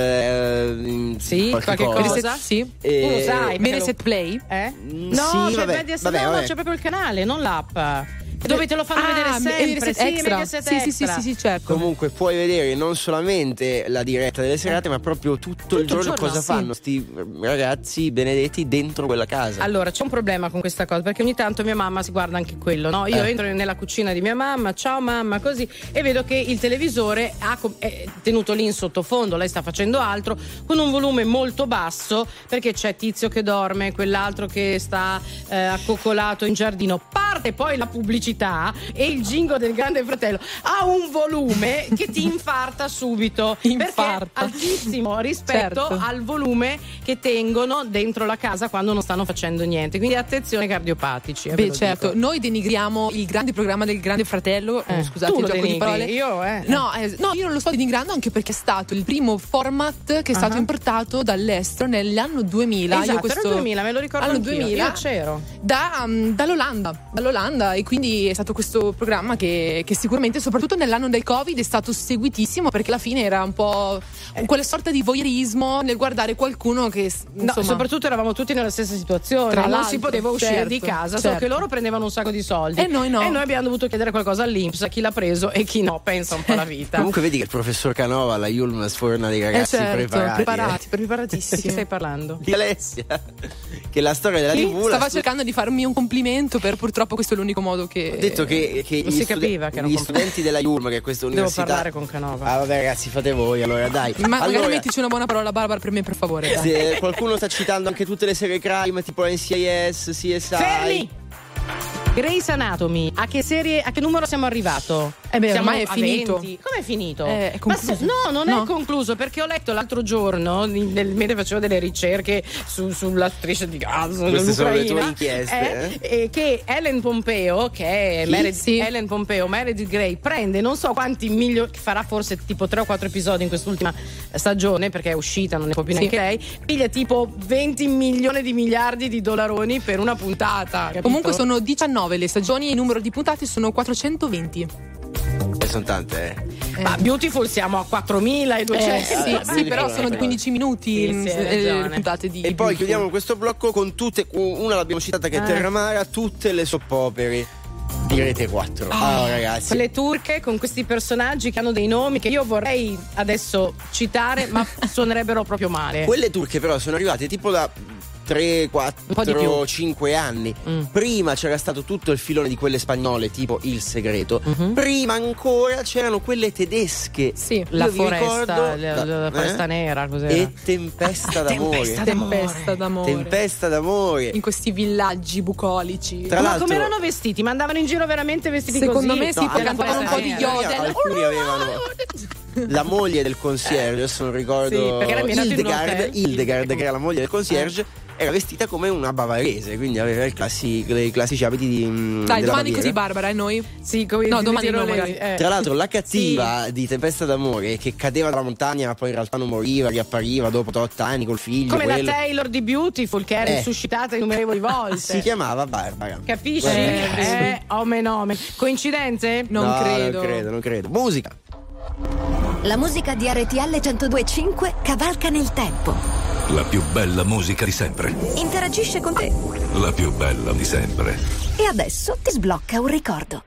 sì, qualche cosa. Sì. Tu lo sai, Mediaset Play? No, sì, c'è Mediaset, no, c'è proprio il canale, non l'app. Dove te lo fanno vedere sempre? Sì, Extra. Mediaset Extra. Sì, certo. Comunque puoi vedere non solamente la diretta delle serate, ma proprio tutto il giorno cosa fanno sti ragazzi benedetti dentro quella casa. Allora, c'è un problema con questa cosa, perché ogni tanto mia mamma si guarda anche quello, no? Io entro nella cucina di mia mamma, ciao mamma, così, e vedo che il televisore è tenuto lì in sottofondo, lei sta facendo altro, con un volume molto basso, perché c'è Tizio che dorme, quell'altro che sta accoccolato in giardino. Parte poi la pubblicità e il jingle del Grande Fratello ha un volume che ti infarta subito, perché è altissimo rispetto al volume che tengono dentro la casa quando non stanno facendo niente, quindi attenzione cardiopatici. Beh, certo, noi denigriamo il grande programma del Grande Fratello, scusate tu il lo gioco di parole. Io No, io non lo sto denigrando, anche perché è stato il primo format che è stato importato dall'estero nell'anno 2000. Esatto, io era il 2000, me lo ricordo anno anch'io. 2000, io c'ero dall'Olanda, e quindi è stato questo programma che sicuramente, soprattutto nell'anno del Covid, è stato seguitissimo, perché alla fine era un po' quella sorta di voyeurismo nel guardare qualcuno che insomma, soprattutto eravamo tutti nella stessa situazione, tra non l'altro, si poteva uscire di casa, solo che loro prendevano un sacco di soldi e noi no, e noi abbiamo dovuto chiedere qualcosa all'Inps a chi l'ha preso e chi no, pensa un po' alla vita. Comunque vedi che il professor Canova alla Yulm sforna dei ragazzi preparatissimi. Chi stai parlando? Di Alessia, che la storia della TV stava cercando di farmi un complimento, per purtroppo questo è l'unico modo che ho detto che non si capiva che gli studenti della Yulm, che è questa università. Devo parlare con Canova. Ah vabbè ragazzi, fate voi allora, dai. Ma magari mettici una buona parola, Barbara, per me, per favore. Se qualcuno sta citando anche tutte le serie crime, tipo NCIS, CSI. Fermi! Grey's Anatomy, a che numero siamo arrivato? Ormai è a finito. 20. Come è finito? È concluso. Non è concluso, perché ho letto l'altro giorno, mentre facevo delle ricerche sulla striscia di Gaza, queste sono le tue dell'Ucraina, inchieste, che Ellen Pompeo, che è Ellen Pompeo, Meredith Grey, prende non so quanti milioni, farà forse tipo 3 o 4 episodi in quest'ultima stagione, perché è uscita, non ne può più neanche lei, piglia tipo 20 milioni di miliardi di dollaroni per una puntata, capito? Comunque sono 19 le stagioni e il numero di puntate sono 420. Sono tante, Ma Beautiful siamo a 4.200. Sì, però sono di 15 minuti le puntate di E poi chiudiamo questo blocco con tutte, una l'abbiamo citata che è Terramara, tutte le soap opere di Rete 4. Ragazzi, le turche con questi personaggi che hanno dei nomi che io vorrei adesso citare, ma suonerebbero proprio male. Quelle turche però sono arrivate tipo da 3, 4, 5 anni. Prima c'era stato tutto il filone di quelle spagnole, tipo Il Segreto. Prima ancora c'erano quelle tedesche. Sì, La Foresta, la Foresta Nera, cos'era? E Tempesta d'amore. Tempesta d'amore. In questi villaggi bucolici. Tra l'altro, come erano vestiti? Ma andavano in giro veramente vestiti secondo così? Secondo me sì, cantavano un po' di Yodel. Alcuni avevano la moglie del concierge, adesso non ricordo, Hildegard, che era la moglie del concierge, era vestita come una bavarese, quindi aveva i classici abiti di dai, domani Baviera. Così Barbara e noi? Sì, come no, domani no, magari. Tra l'altro la cattiva di Tempesta d'amore, che cadeva dalla montagna ma poi in realtà non moriva, riappariva dopo 8 anni col figlio, come la Taylor di Beautiful, che era risuscitata innumerevoli volte. Si chiamava Barbara. Capisci? Omen. Coincidenze? Non credo. Musica. La musica di RTL 102.5 cavalca nel tempo. La più bella musica di sempre. Interagisce con te. La più bella di sempre. E adesso ti sblocca un ricordo.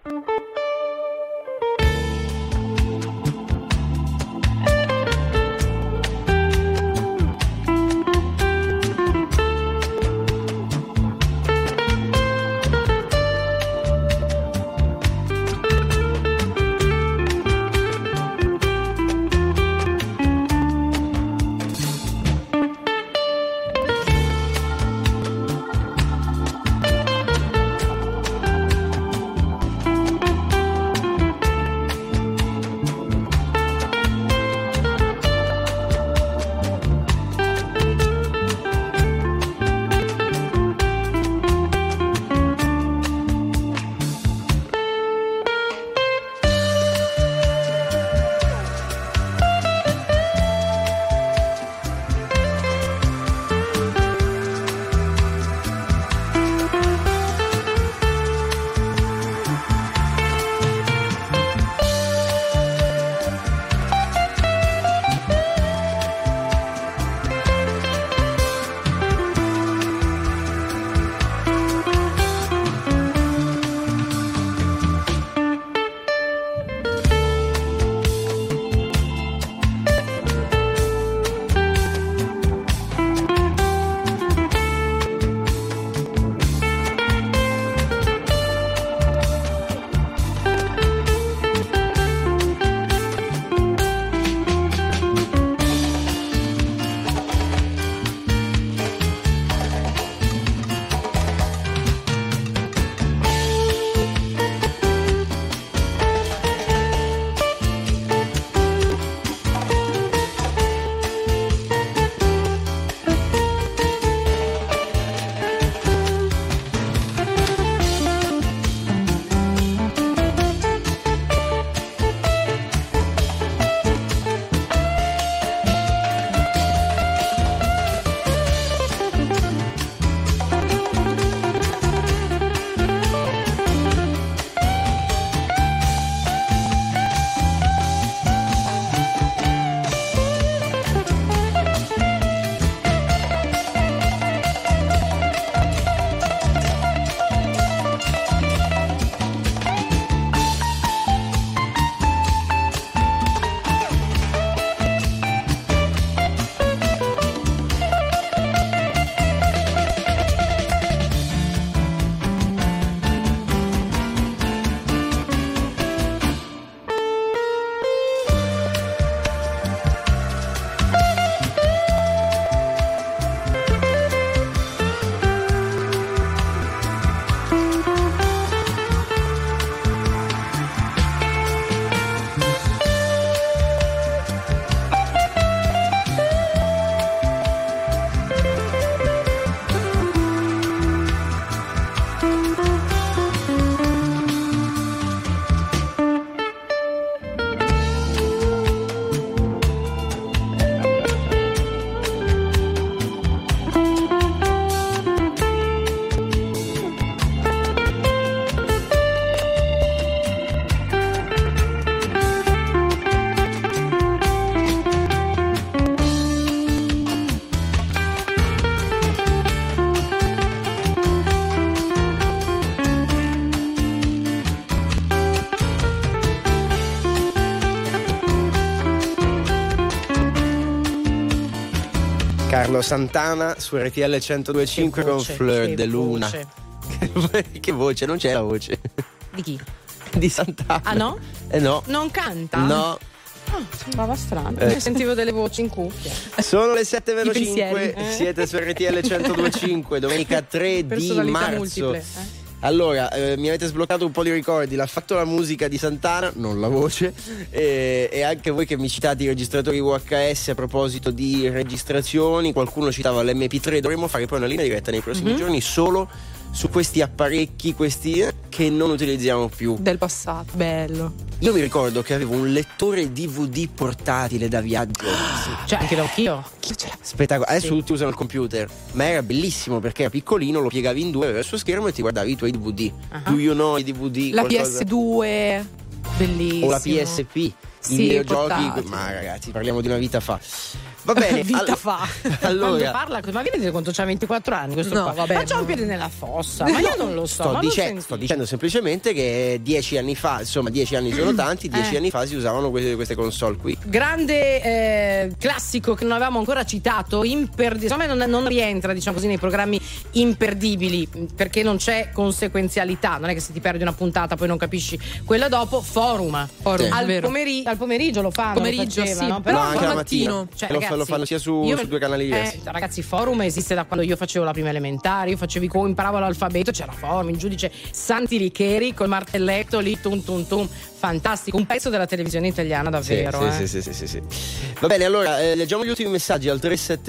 Carlo Santana su RTL 102.5 con Fleur de Luna. Che voce, non c'è la voce. Di chi? Di Santana. Ah no? No. Non canta? No. Sembrava strano. Sentivo delle voci in cuffia. Sono le 7:05. Siete su RTL 102.5, domenica 3 di marzo. Multiple. Allora, mi avete sbloccato un po' di ricordi. L'ha fatto la musica di Santana, non la voce, e anche voi che mi citate i registratori VHS a proposito di registrazioni. Qualcuno citava l'MP3. Dovremmo fare poi una linea diretta nei prossimi giorni solo su questi apparecchi, questi che non utilizziamo più. Del passato, bello. Io mi ricordo che avevo un lettore DVD portatile da viaggio. Cioè, anche anch'io. Spettacolo. Adesso tutti usano il computer, ma era bellissimo perché era piccolino, lo piegavi in due, aveva il suo schermo e ti guardavi i tuoi DVD. Do you know i DVD? La qualcosa? PS2, bellissimo. O la PSP, i videogiochi. Ma ragazzi, parliamo di una vita fa. Va bene, vita fa. Allora, quando parla, ma vedete quanto c'ha 24 anni questo no, qua? Vabbè, Faccia un piede nella fossa. Ma io non lo so. Sto dicendo semplicemente che 10 anni fa, insomma 10 anni sono tanti, 10 anni fa si usavano queste console qui. Grande classico che non avevamo ancora citato, insomma non rientra, diciamo così, nei programmi imperdibili perché non c'è conseguenzialità, non è che se ti perdi una puntata poi non capisci quella dopo. Forum. Sì. Al pomeriggio lo fanno. Pomeriggio, sì, no? Però anche al mattino. Cioè, ragazzi, lo fanno sia su due canali diversi. Ragazzi, Forum esiste da quando io facevo la prima elementare, imparavo l'alfabeto, c'era Forum, il giudice Santi Licheri col martelletto lì, tum tum tum. Fantastico, un pezzo della televisione italiana davvero. Sì. Va bene, allora leggiamo gli ultimi messaggi al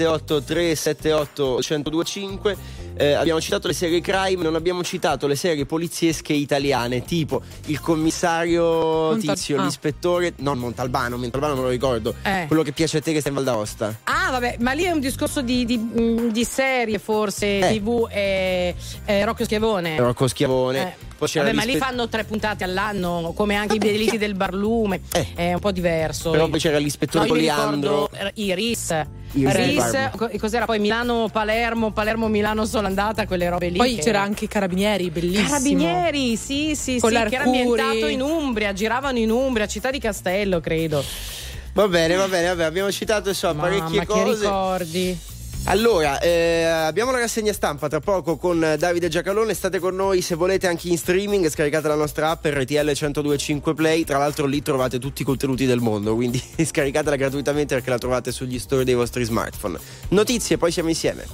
378 1025. Abbiamo citato le serie crime, non abbiamo citato le serie poliziesche italiane, tipo Il commissario Tizio, l'ispettore, no, Montalbano me lo ricordo, quello che piace a te che sta in Val d'Aosta. Ah, vabbè, ma lì è un discorso di serie forse, TV e Rocco Schiavone. Vabbè, ma lì fanno 3 puntate all'anno, come anche i delitti del barlume, è un po' diverso. Però poi c'era l'ispettore Poliandro. Iris, cos'era poi Milano-Palermo, Milano sono andata, quelle robe lì. Poi c'era anche Carabinieri, bellissimo. Carabinieri, sì, che era ambientato in Umbria, giravano in Umbria, Città di Castello, credo. Va bene, abbiamo citato parecchie cose. Che ricordi. Allora, abbiamo la rassegna stampa tra poco con Davide Giacalone. State con noi se volete anche in streaming, scaricate la nostra app RTL 102.5 Play. Tra l'altro lì trovate tutti i contenuti del mondo, quindi scaricatela gratuitamente perché la trovate sugli store dei vostri smartphone. Notizie, poi siamo insieme.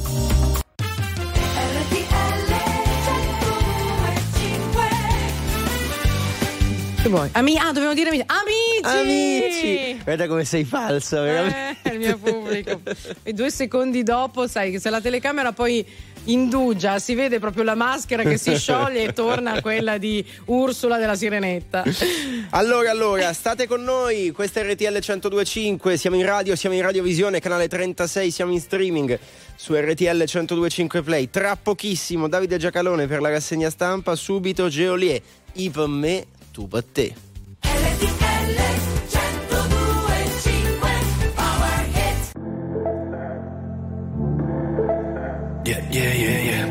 Che vuoi? Dobbiamo dire amici! Guarda come sei falso, veramente. Il mio pubblico. E 2 secondi dopo, sai, che se la telecamera poi indugia, si vede proprio la maschera che si scioglie e torna quella di Ursula della Sirenetta. Allora, state con noi, questa è RTL 102.5, siamo in radiovisione, canale 36, siamo in streaming su RTL 102.5 Play. Tra pochissimo Davide Giacalone per la rassegna stampa, subito Geolier, I per me, tu per te. Yeah.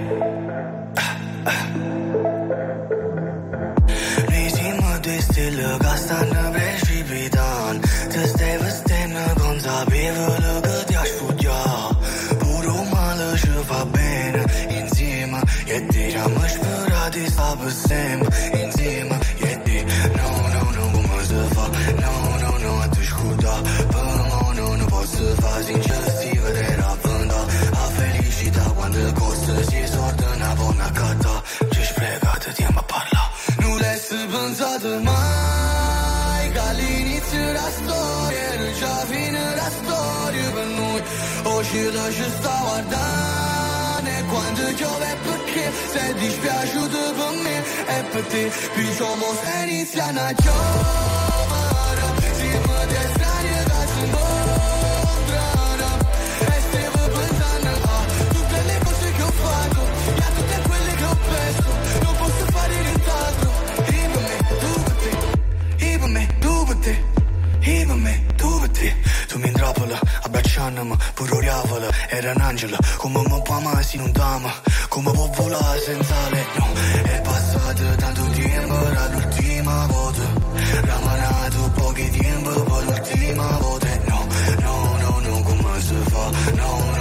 Nisima de stille gastană precipitan. Te stai vestendo consapevole che ti aș fugia. Puro male și va bene insieme. E diciamo spera di sta per sempre insieme. E di no, come se fa. No, te scuda. Però no, posso fa sincer si vedrà vânda. A felicità quando costă si sortă una buona cata. Ce-și pregată timp a parla. Nu le-ai pensato mai che all'inizio della storia era già fine la storia per noi. Uscita ci sta guardando e quando piove perché sei dispiaciuto per me e per te. Diciamo se inizia una giovane siamo dei strani che si incontrano e stiamo pensando a tutte le cose che ho fatto e a tutte quelle che ho perso. Non posso fare rientro. I per me, tu per te. I per me, tu per te. I per me, tu per te. Tu mi intrappola, abbracciandomi, pure oriavola. Era un angelo, come mi può amare se non t'ama. Come può volare senza lei, no. È passato tanto tempo, era l'ultima volta. Ramanato pochi tempo, poi l'ultima volta. No, come si fa, no.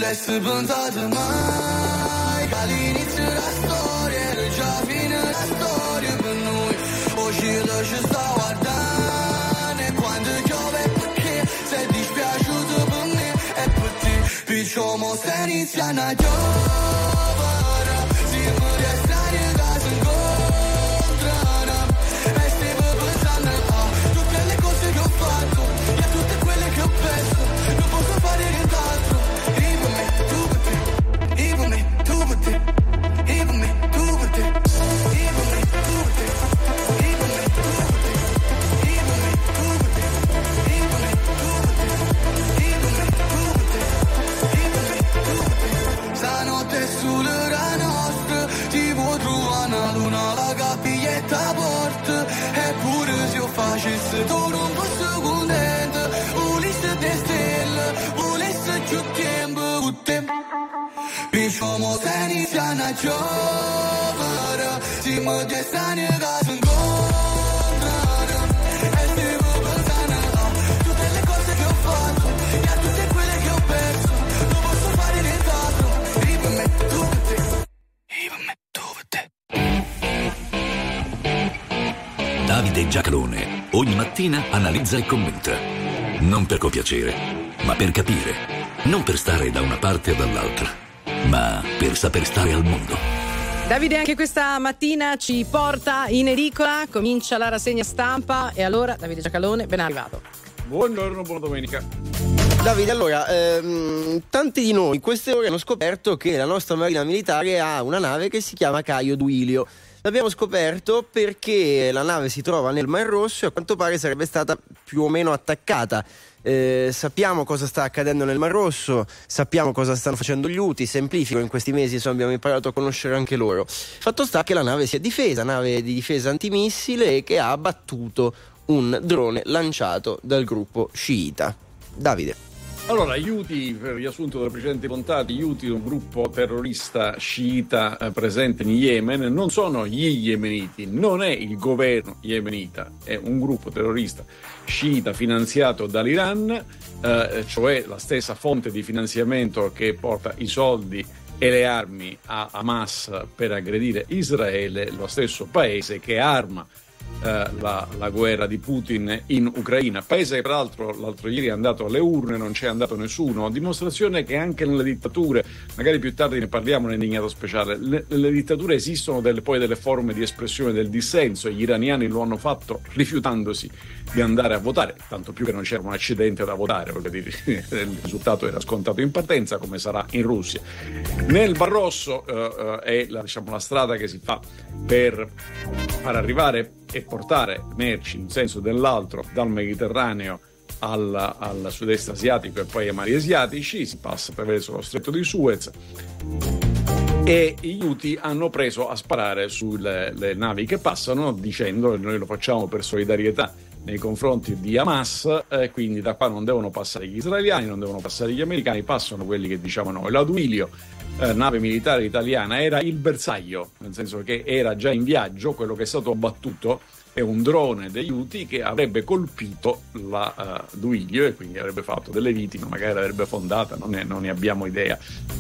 l'hai pensato mai che all'inizio della storia era già fine la storia per noi. Oggi ci sta guardando e quando piove perché sei dispiaciuto per me e per te. Perciò mo se iniziano a giovere, siamo gli estranei che si incontrano e stiamo pensando a tutte le cose che ho fatto e a tutte quelle che ho perso. Non posso fare nient'altro. Io per me, tu per te. Io per me, tu per te. Io per me, tu per te. Io per me, tu per te. Io per me, tu per te. Io per me, tu per te. Io per me, tu per te. Io per me, tu per te. Io per me, tu per te. Stanotte sulla nostra ti può trovare una luna la capiglietta a porta. Eppure se io facessi tu non fossi contento. Volessi te stelle, volessi più tempo con te. Perciò mo se iniziano a giovere, siamo gli estranei che si incontrano e stiamo pensando a tutte le cose che ho fatto e a tutte quelle che ho perso. Non posso fare nient'altro. Io per me, tu per te. Io per me, tu per te. Davide Giacalone ogni mattina analizza e commenta. Non per compiacere, ma per capire. Non per stare da una parte o dall'altra, ma per saper stare al mondo. Davide anche questa mattina ci porta in edicola, comincia la rassegna stampa e allora Davide Giacalone, ben arrivato. Buongiorno, buona domenica. Davide, allora, tanti di noi in queste ore hanno scoperto che la nostra Marina Militare ha una nave che si chiama Caio Duilio. L'abbiamo scoperto perché la nave si trova nel Mar Rosso e a quanto pare sarebbe stata più o meno attaccata. Sappiamo cosa sta accadendo nel Mar Rosso, sappiamo cosa stanno facendo gli Houthi, semplifico, in questi mesi insomma, abbiamo imparato a conoscere anche loro. Fatto sta che la nave si è difesa, nave di difesa antimissile, e che ha abbattuto un drone lanciato dal gruppo sciita. Davide. Allora, gli Houthi, per riassunto delle precedenti puntate, gli Houthi, un gruppo terrorista sciita presente in Yemen, non sono gli yemeniti, non è il governo yemenita, è un gruppo terrorista sciita finanziato dall'Iran, cioè la stessa fonte di finanziamento che porta i soldi e le armi a Hamas per aggredire Israele, lo stesso paese che arma la guerra di Putin in Ucraina, paese che peraltro l'altro ieri è andato alle urne, non c'è andato nessuno, dimostrazione che anche nelle dittature, magari più tardi ne parliamo nell'indignato speciale, le dittature esistono poi delle forme di espressione del dissenso, e gli iraniani lo hanno fatto rifiutandosi di andare a votare, tanto più che non c'era un accidente da votare, voglio dire, il risultato era scontato in partenza, come sarà in Russia. Nel Mar Rosso è la strada che si fa per far arrivare e portare merci in un senso o dell'altro dal Mediterraneo al sud-est asiatico e poi ai mari asiatici, si passa attraverso lo stretto di Suez, e gli Houthi hanno preso a sparare sulle navi che passano, dicendo noi lo facciamo per solidarietà nei confronti di Hamas, quindi da qua non devono passare gli israeliani, non devono passare gli americani, passano quelli che diciamo noi. La Duilio, nave militare italiana, era il bersaglio, nel senso che era già in viaggio. Quello che è stato abbattuto è un drone degli Houthi che avrebbe colpito la Duilio e quindi avrebbe fatto delle vittime, magari l'avrebbe fondata, non ne abbiamo idea.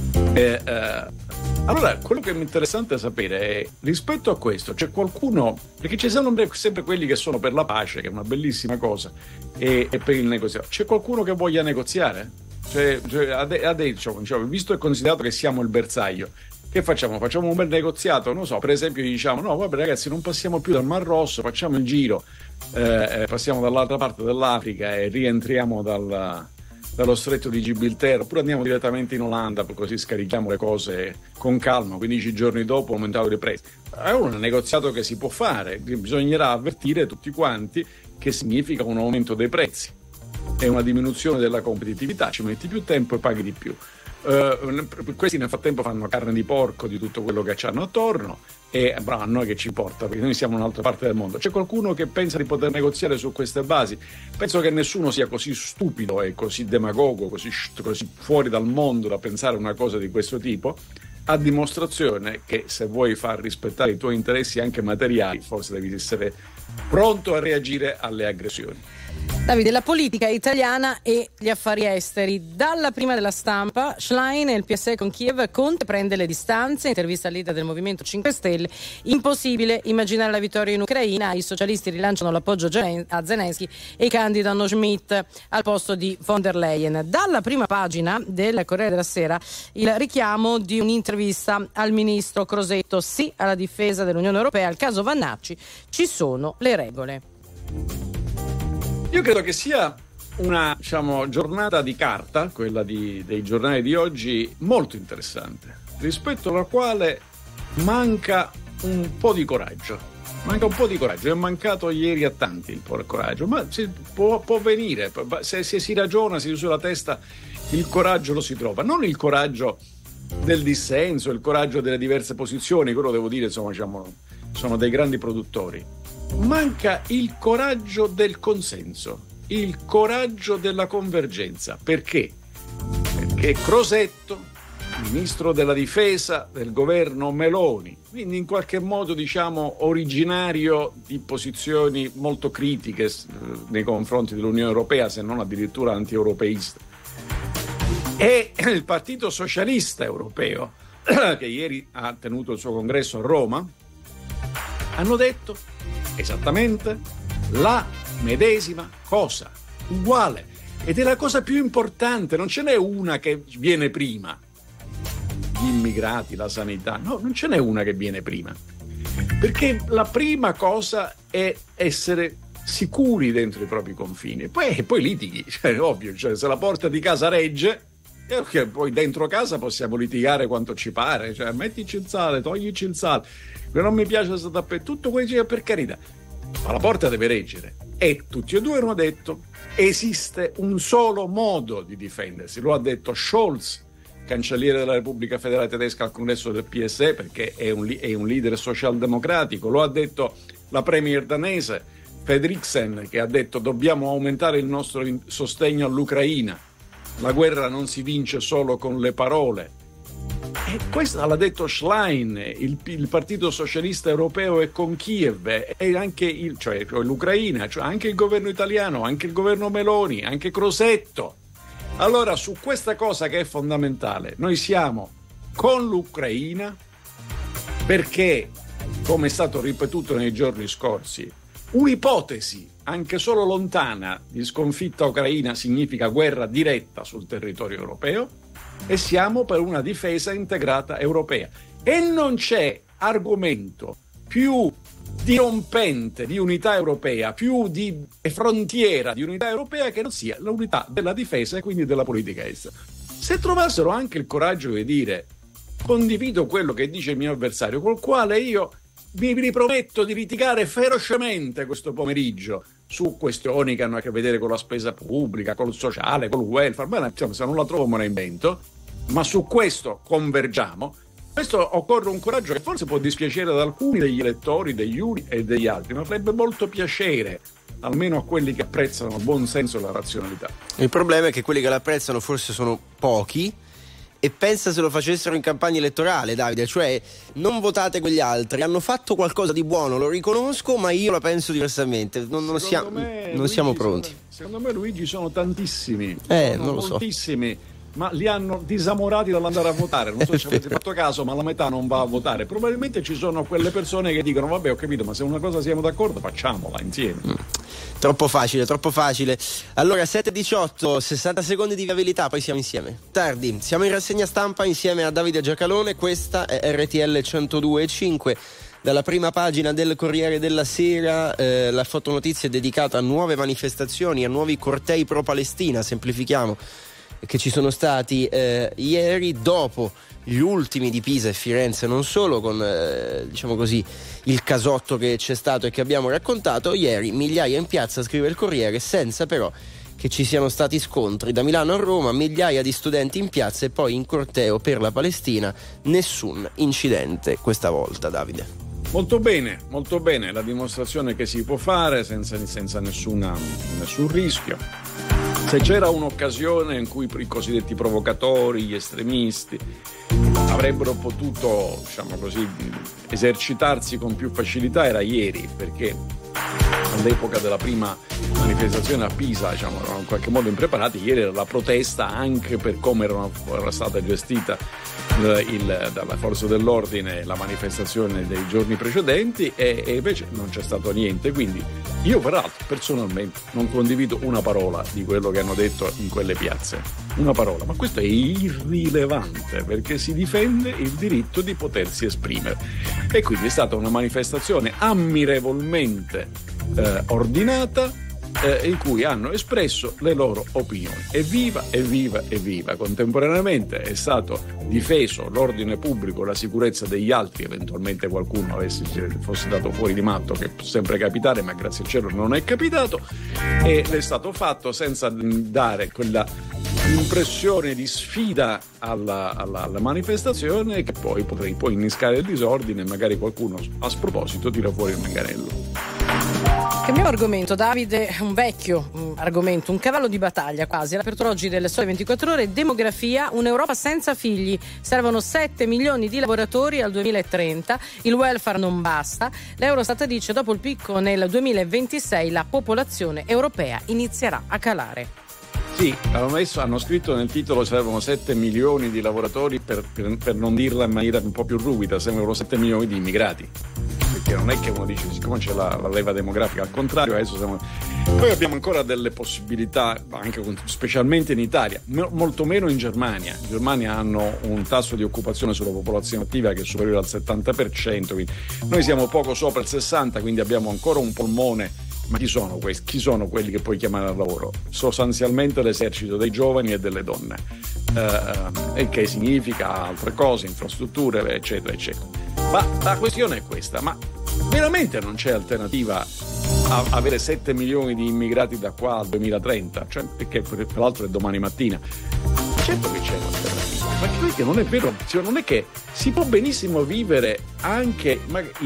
Allora, quello che è interessante sapere è, rispetto a questo, c'è qualcuno, perché ci sono sempre quelli che sono per la pace, che è una bellissima cosa, e per il negoziato, c'è qualcuno che voglia negoziare? Adesso, visto e considerato che siamo il bersaglio, che facciamo? Facciamo un bel negoziato? Non so, per esempio diciamo no, vabbè ragazzi, non passiamo più dal Mar Rosso, facciamo il giro, passiamo dall'altra parte dell'Africa e rientriamo dallo stretto di Gibilterra, oppure andiamo direttamente in Olanda, così scarichiamo le cose con calma, 15 giorni dopo aumentiamo i prezzi. È un negoziato che si può fare, bisognerà avvertire tutti quanti che significa un aumento dei prezzi, è una diminuzione della competitività, ci metti più tempo e paghi di più. Questi nel frattempo fanno carne di porco di tutto quello che c'hanno attorno, e a noi che ci importa, perché noi siamo in un'altra parte del mondo. C'è qualcuno che pensa di poter negoziare su queste basi? Penso che nessuno sia così stupido e così demagogo, così fuori dal mondo da pensare una cosa di questo tipo, a dimostrazione che se vuoi far rispettare i tuoi interessi anche materiali, forse devi essere pronto a reagire alle aggressioni. Davide, la politica italiana e gli affari esteri. Dalla prima della Stampa, Schlein e il PSE con Kiev, Conte prende le distanze, intervista al leader del Movimento 5 Stelle, impossibile immaginare la vittoria in Ucraina, i socialisti rilanciano l'appoggio a Zelensky e candidano Schmidt al posto di von der Leyen. Dalla prima pagina del Corriere della Sera il richiamo di un'intervista al ministro Crosetto, sì alla difesa dell'Unione Europea, al caso Vannacci ci sono le regole. Io credo che sia una, giornata di carta, quella dei giornali di oggi, molto interessante, rispetto alla quale manca un po' di coraggio. È mancato ieri a tanti il coraggio, ma può venire, se si ragiona, si usa la testa, il coraggio lo si trova. Non il coraggio del dissenso, il coraggio delle diverse posizioni, quello devo dire, sono dei grandi produttori. Manca il coraggio del consenso, il coraggio della convergenza. Perché? Perché Crosetto, ministro della difesa del governo Meloni, quindi in qualche modo originario di posizioni molto critiche nei confronti dell'Unione Europea, se non addirittura anti-europeista, e il Partito Socialista Europeo, che ieri ha tenuto il suo congresso a Roma, hanno detto esattamente la medesima cosa, uguale, ed è la cosa più importante. Non ce n'è una che viene prima, gli immigrati, la sanità, no, non ce n'è una che viene prima, perché la prima cosa è essere sicuri dentro i propri confini, poi litighi, ovvio, se la porta di casa regge, perché poi dentro casa possiamo litigare quanto ci pare, mettici il sale, toglici il sale, non mi piace questo tappeto, tutto quello, per carità, ma la porta deve reggere. E tutti e due hanno detto esiste un solo modo di difendersi, lo ha detto Scholz, cancelliere della Repubblica Federale Tedesca al congresso del PSE, perché è un leader socialdemocratico, lo ha detto la premier danese Fredriksen, che ha detto dobbiamo aumentare il nostro sostegno all'Ucraina, la guerra non si vince solo con le parole. E questo l'ha detto Schlein, il Partito Socialista Europeo è con Kiev, e anche l'Ucraina, anche il governo italiano, anche il governo Meloni, anche Crosetto. Allora, su questa cosa che è fondamentale, noi siamo con l'Ucraina perché, come è stato ripetuto nei giorni scorsi, un'ipotesi anche solo lontana di sconfitta ucraina significa guerra diretta sul territorio europeo, e siamo per una difesa integrata europea. E non c'è argomento più dirompente di unità europea, più di frontiera di unità europea che non sia l'unità della difesa e quindi della politica estera. Se trovassero anche il coraggio di dire condivido quello che dice il mio avversario, col quale io mi riprometto di litigare ferocemente questo pomeriggio su questioni che hanno a che vedere con la spesa pubblica, col sociale, col welfare, se non la trovo me la invento, ma su questo convergiamo. Questo occorre un coraggio che forse può dispiacere ad alcuni degli elettori, degli uni e degli altri, ma farebbe molto piacere almeno a quelli che apprezzano il buon senso e la razionalità. Il problema è che quelli che l'apprezzano forse sono pochi, e pensa se lo facessero in campagna elettorale, Davide, cioè non votate quegli altri, hanno fatto qualcosa di buono, lo riconosco, ma io la penso diversamente, non siamo pronti. Secondo me, Luigi, sono tantissimi, non lo so, moltissimi, ma li hanno disamorati dall'andare a votare. Non so se avete fatto caso, ma la metà non va a votare. Probabilmente ci sono quelle persone che dicono vabbè, ho capito, ma se una cosa siamo d'accordo facciamola insieme. Troppo facile. Allora 7:18, 60 secondi di viabilità, poi siamo insieme. Tardi, siamo in rassegna stampa insieme a Davide Giacalone, questa è RTL 102.5. Dalla prima pagina del Corriere della Sera la fotonotizia è dedicata a nuove manifestazioni, a nuovi cortei pro-Palestina, semplifichiamo, che ci sono stati ieri, dopo gli ultimi di Pisa e Firenze, non solo, con il casotto che c'è stato e che abbiamo raccontato. Ieri migliaia in piazza, scrive il Corriere, senza però che ci siano stati scontri. Da Milano a Roma, migliaia di studenti in piazza e poi in corteo per la Palestina, nessun incidente questa volta, Davide. Molto bene, la dimostrazione che si può fare senza nessun rischio. Se c'era un'occasione in cui i cosiddetti provocatori, gli estremisti avrebbero potuto, esercitarsi con più facilità, era ieri, perché all'epoca della prima manifestazione a Pisa, diciamo, erano in qualche modo impreparati. Ieri era la protesta anche per come era stata gestita dalla forza dell'ordine la manifestazione dei giorni precedenti, e invece non c'è stato niente. Quindi io peraltro personalmente non condivido una parola di quello che hanno detto in quelle piazze, una parola, ma questo è irrilevante perché si difende il diritto di potersi esprimere, e quindi è stata una manifestazione ammirevolmente ordinata, in cui hanno espresso le loro opinioni. Evviva, evviva, evviva! Contemporaneamente è stato difeso l'ordine pubblico, la sicurezza degli altri, eventualmente qualcuno fosse dato fuori di matto, che può sempre capitare, ma grazie al cielo non è capitato, ed è stato fatto senza dare quella impressione di sfida alla manifestazione, che poi può innescare il disordine e magari qualcuno a sproposito tira fuori il manganello. Cambiamo argomento, Davide, un vecchio argomento, un cavallo di battaglia quasi. L'apertura oggi delle Sole 24 Ore, demografia, un'Europa senza figli. Servono 7 milioni di lavoratori al 2030, il welfare non basta. L'Eurostat dice dopo il picco nel 2026 la popolazione europea inizierà a calare. Sì, hanno scritto nel titolo servono 7 milioni di lavoratori, per non dirla in maniera un po' più ruvida, servono 7 milioni di immigrati. Perché non è che uno dice siccome c'è la leva demografica, al contrario, adesso poi abbiamo ancora delle possibilità, anche specialmente in Italia, molto meno in Germania. In Germania hanno un tasso di occupazione sulla popolazione attiva che è superiore al 70%, quindi noi siamo poco sopra il 60%, quindi abbiamo ancora un polmone. Ma chi sono questi? Chi sono quelli che puoi chiamare al lavoro? Sostanzialmente l'esercito dei giovani e delle donne, e che significa altre cose, infrastrutture, eccetera, eccetera. Ma la questione è questa: ma veramente non c'è alternativa a avere 7 milioni di immigrati da qua al 2030? Cioè, perché peraltro è domani mattina. Certo che c'è un'alternativa, perché non è vero, non è che si può benissimo vivere anche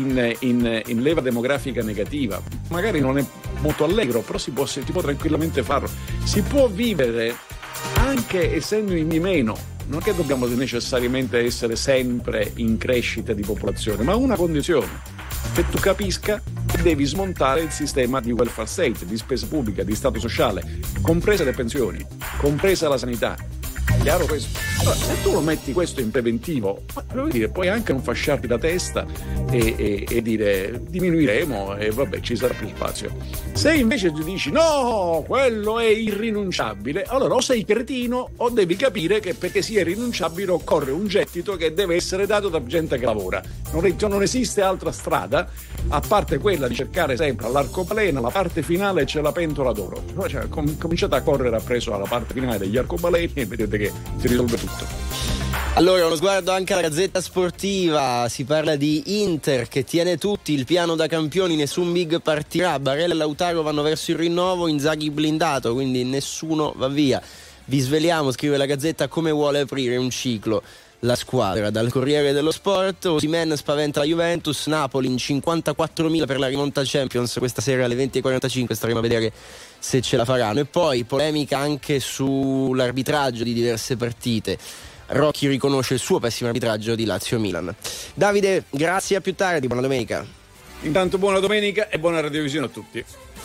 in leva demografica negativa, magari non è molto allegro, però si può tranquillamente farlo. Si può vivere anche essendo in di meno, non è che dobbiamo necessariamente essere sempre in crescita di popolazione, ma una condizione: che tu capisca che devi smontare il sistema di welfare state, di spesa pubblica, di stato sociale, comprese le pensioni, compresa la sanità. Chiaro questo? Allora, se tu lo metti questo in preventivo, puoi anche non fasciarti la testa e dire diminuiremo e vabbè, ci sarà più spazio. Se invece tu dici no, quello è irrinunciabile, allora o sei cretino o devi capire che perché sia irrinunciabile occorre un gettito che deve essere dato da gente che lavora. Non esiste altra strada a parte quella di cercare sempre all'arcobaleno la parte finale, c'è la pentola d'oro. Cioè, cominciate a correre appresso alla parte finale degli arcobaleni e vedete che si risolve tutto. Allora, uno sguardo anche alla Gazzetta Sportiva, si parla di Inter che tiene tutti, il piano da campioni, nessun big partirà, Barella e Lautaro vanno verso il rinnovo, Inzaghi blindato, quindi nessuno va via. Vi sveliamo, scrive la Gazzetta, come vuole aprire un ciclo la squadra. Dal Corriere dello Sport, Osimhen spaventa la Juventus, Napoli in 54.000 per la rimonta Champions questa sera alle 20.45, staremo a vedere se ce la faranno. E poi polemica anche sull'arbitraggio di diverse partite. Rocchi riconosce il suo pessimo arbitraggio di Lazio-Milan. Davide, grazie, a più tardi, buona domenica. Intanto buona domenica e buona radiovisione a tutti.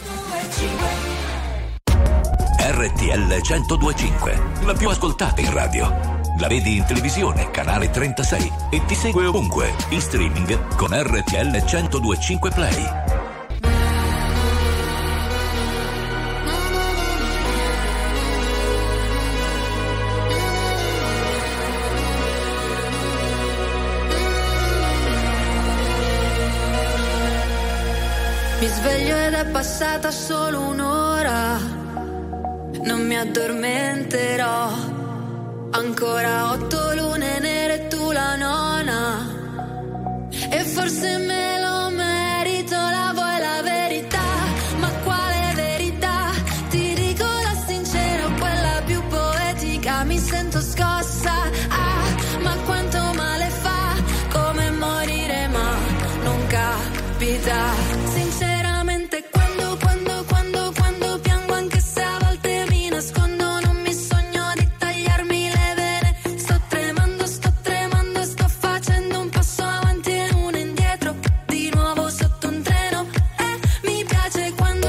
RTL 102.5, la più ascoltata in radio. La vedi in televisione, canale 36, e ti segue ovunque, in streaming con RTL 102.5 Play. Mi sveglio ed è passata solo un'ora, non mi addormenterò. Ancora 8 lune nere e tu la nona, e forse me lo merito, la vuoi la verità? Ma quale verità? Ti dico la sincera, quella più poetica, mi sento scossa, ma quanto male fa, come morire ma non capita. Sinceramente quando piango, anche se a volte mi nascondo, non mi sogno di tagliarmi le vene. Sto tremando, sto facendo un passo avanti e uno indietro, di nuovo sotto un treno. E mi piace quando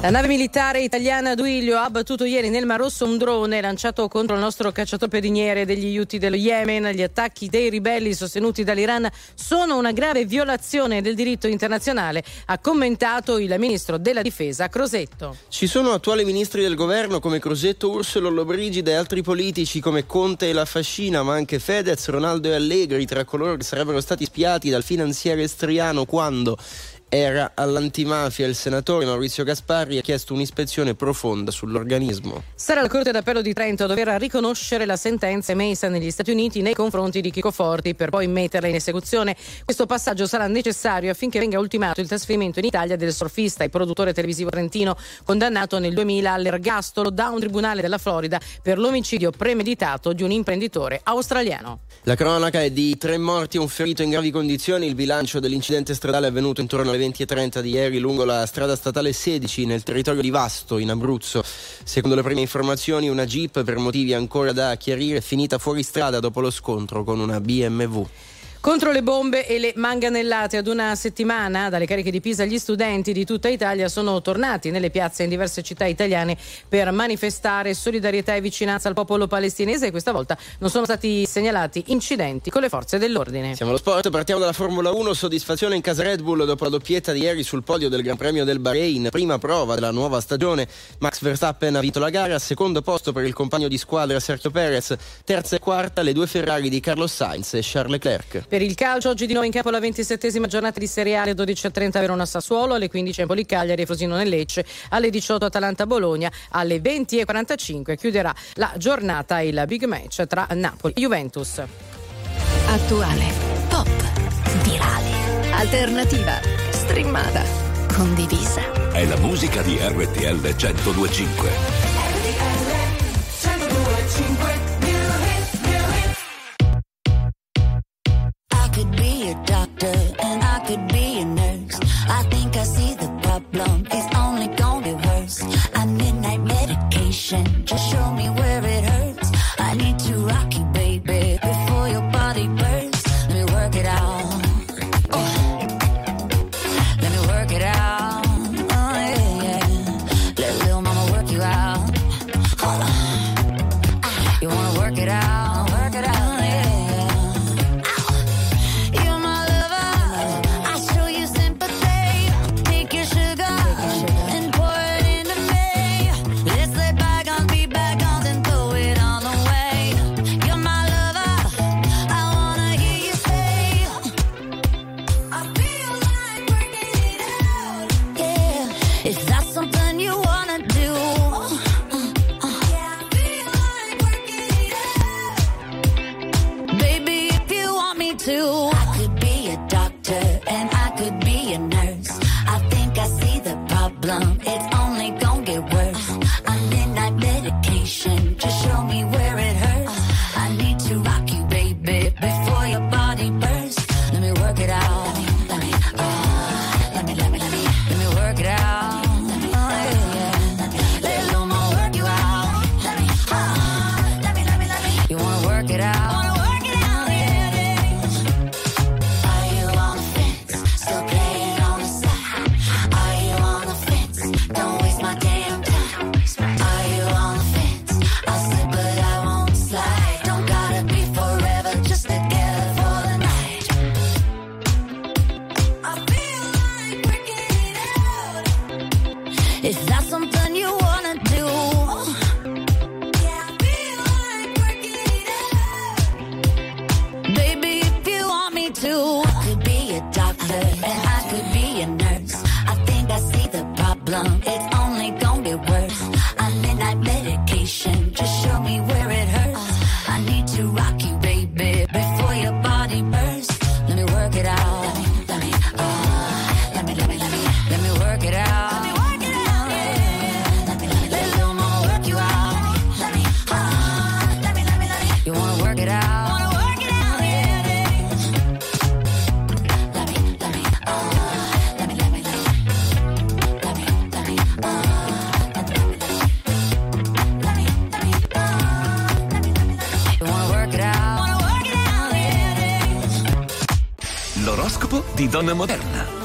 La nave militare italiana Duilio ha abbattuto ieri nel Mar Rosso un drone lanciato contro il nostro cacciatore pediniere degli Houthi dello Yemen. Gli attacchi dei ribelli sostenuti dall'Iran sono una grave violazione del diritto internazionale, ha commentato il ministro della difesa Crosetto. Ci sono attuali ministri del governo come Crosetto, Ursula Lollobrigida e altri politici come Conte e La Fascina, ma anche Fedez, Ronaldo e Allegri tra coloro che sarebbero stati spiati dal finanziere Striano quando era all'antimafia. Il senatore Maurizio Gasparri ha chiesto un'ispezione profonda sull'organismo. Sarà la Corte d'Appello di Trento a dover riconoscere la sentenza emessa negli Stati Uniti nei confronti di Chico Forti per poi metterla in esecuzione. Questo passaggio sarà necessario affinché venga ultimato il trasferimento in Italia del surfista e produttore televisivo trentino condannato nel 2000 all'ergastolo da un tribunale della Florida per l'omicidio premeditato di un imprenditore australiano. La cronaca è di 3 morti e un ferito in gravi condizioni. Il bilancio dell'incidente stradale è avvenuto intorno alle 20:30 di ieri lungo la strada statale 16 nel territorio di Vasto in Abruzzo. Secondo le prime informazioni una Jeep, per motivi ancora da chiarire, è finita fuori strada dopo lo scontro con una BMW. Contro le bombe e le manganellate, ad una settimana dalle cariche di Pisa, gli studenti di tutta Italia sono tornati nelle piazze in diverse città italiane per manifestare solidarietà e vicinanza al popolo palestinese, e questa volta non sono stati segnalati incidenti con le forze dell'ordine. Siamo allo sport, partiamo dalla Formula 1, soddisfazione in casa Red Bull dopo la doppietta di ieri sul podio del Gran Premio del Bahrain, prima prova della nuova stagione. Max Verstappen ha vinto la gara, secondo posto per il compagno di squadra Sergio Perez, terza e quarta le due Ferrari di Carlos Sainz e Charles Leclerc. Per il calcio, oggi di nuovo in campo la 27esima giornata di Serie A, alle 12:30 Verona Sassuolo, alle 15 Empoli Cagliari e Frosinone Lecce, alle 18 Atalanta Bologna, alle 20:45 chiuderà la giornata il big match tra Napoli e Juventus. Attuale, pop, virale, alternativa, streamata, condivisa. È la musica di RTL 102.5. Could be a doctor and I could be a nurse. I think I see the problem, it's only gonna get worse. I midnight medication, just show me where it hurts. I need to rock you, baby, before your body bursts. Let me work it out. Let me work it out. Oh yeah, yeah. Let little mama work you out. You wanna work it out? Work it out. It's only gonna get worse. I'm midnight medication, just show me where it hurts. I need to rock you, baby, before your body bursts. Let me work it out. Let me work it out. Oh yeah. Let little more work you out. You wanna work it out? Is that something you wanna do? Yeah, I feel like working it out. Baby, if you want me to. I could be a doctor and I could be a nurse. I think I see the problem, it's only gonna get worse. I'm midnight medication, just show me where it hurts. I need to rock you, baby, before your body bursts. Let me work it out. Let me work it out. You wanna work it out? Wanna work it out, yeah. Let me You wanna work it out? Wanna work it out, yeah. L'oroscopo di Donna Moderna, a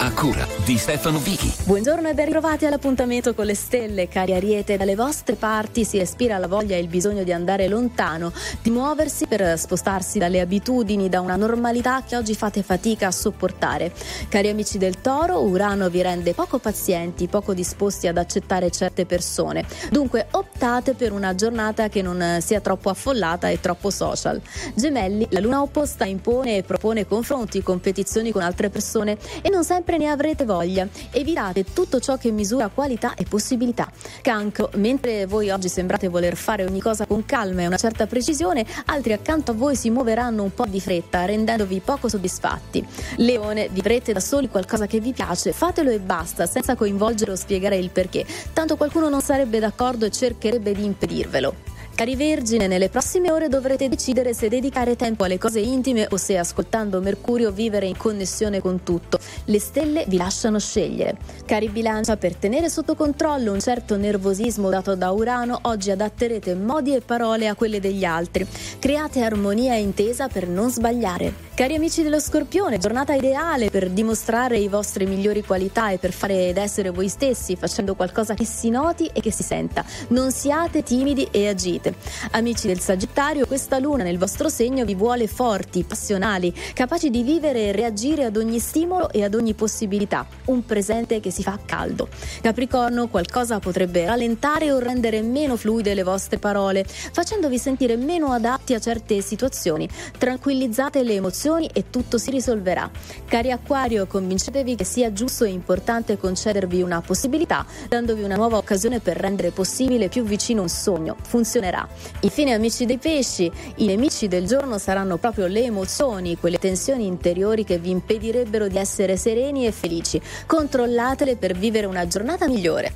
a cura di Stefano Vichi. Buongiorno e ben ritrovati all'appuntamento con le stelle, cari Ariete. Dalle vostre parti si respira la voglia e il bisogno di andare lontano, di muoversi per spostarsi dalle abitudini, da una normalità che oggi fate fatica a sopportare. Cari amici del Toro, Urano vi rende poco pazienti, poco disposti ad accettare certe persone. Dunque optate per una giornata che non sia troppo affollata e troppo social. Gemelli, la luna opposta impone e propone confronti, competizioni con altre persone e non sempre ne avrete voglia. Evitate tutto ciò che misura qualità e possibilità. Cancro, mentre voi oggi sembrate voler fare ogni cosa con calma e una certa precisione, altri accanto a voi si muoveranno un po' di fretta, rendendovi poco soddisfatti. Leone, vivrete da soli qualcosa che vi piace, fatelo e basta, senza coinvolgere o spiegare il perché, tanto qualcuno non sarebbe d'accordo e cercherebbe di impedirvelo. Cari Vergine, nelle prossime ore dovrete decidere se dedicare tempo alle cose intime o se, ascoltando Mercurio, vivere in connessione con tutto. Le stelle vi lasciano scegliere. Cari Bilancia, per tenere sotto controllo un certo nervosismo dato da Urano, oggi adatterete modi e parole a quelle degli altri. Create armonia e intesa per non sbagliare. Cari amici dello Scorpione, giornata ideale per dimostrare i vostri migliori qualità e per fare ed essere voi stessi, facendo qualcosa che si noti e che si senta. Non siate timidi e agite. Amici del Sagittario, questa luna nel vostro segno vi vuole forti, passionali, capaci di vivere e reagire ad ogni stimolo e ad ogni possibilità, un presente che si fa caldo. Capricorno, qualcosa potrebbe rallentare o rendere meno fluide le vostre parole, facendovi sentire meno adatti a certe situazioni. Tranquillizzate le emozioni e tutto si risolverà. Cari Acquario, convincetevi che sia giusto e importante concedervi una possibilità, dandovi una nuova occasione per rendere possibile più vicino un sogno. Funzionerà. Infine, amici dei Pesci, i nemici del giorno saranno proprio le emozioni, quelle tensioni interiori che vi impedirebbero di essere sereni e felici. Controllatele per vivere una giornata migliore.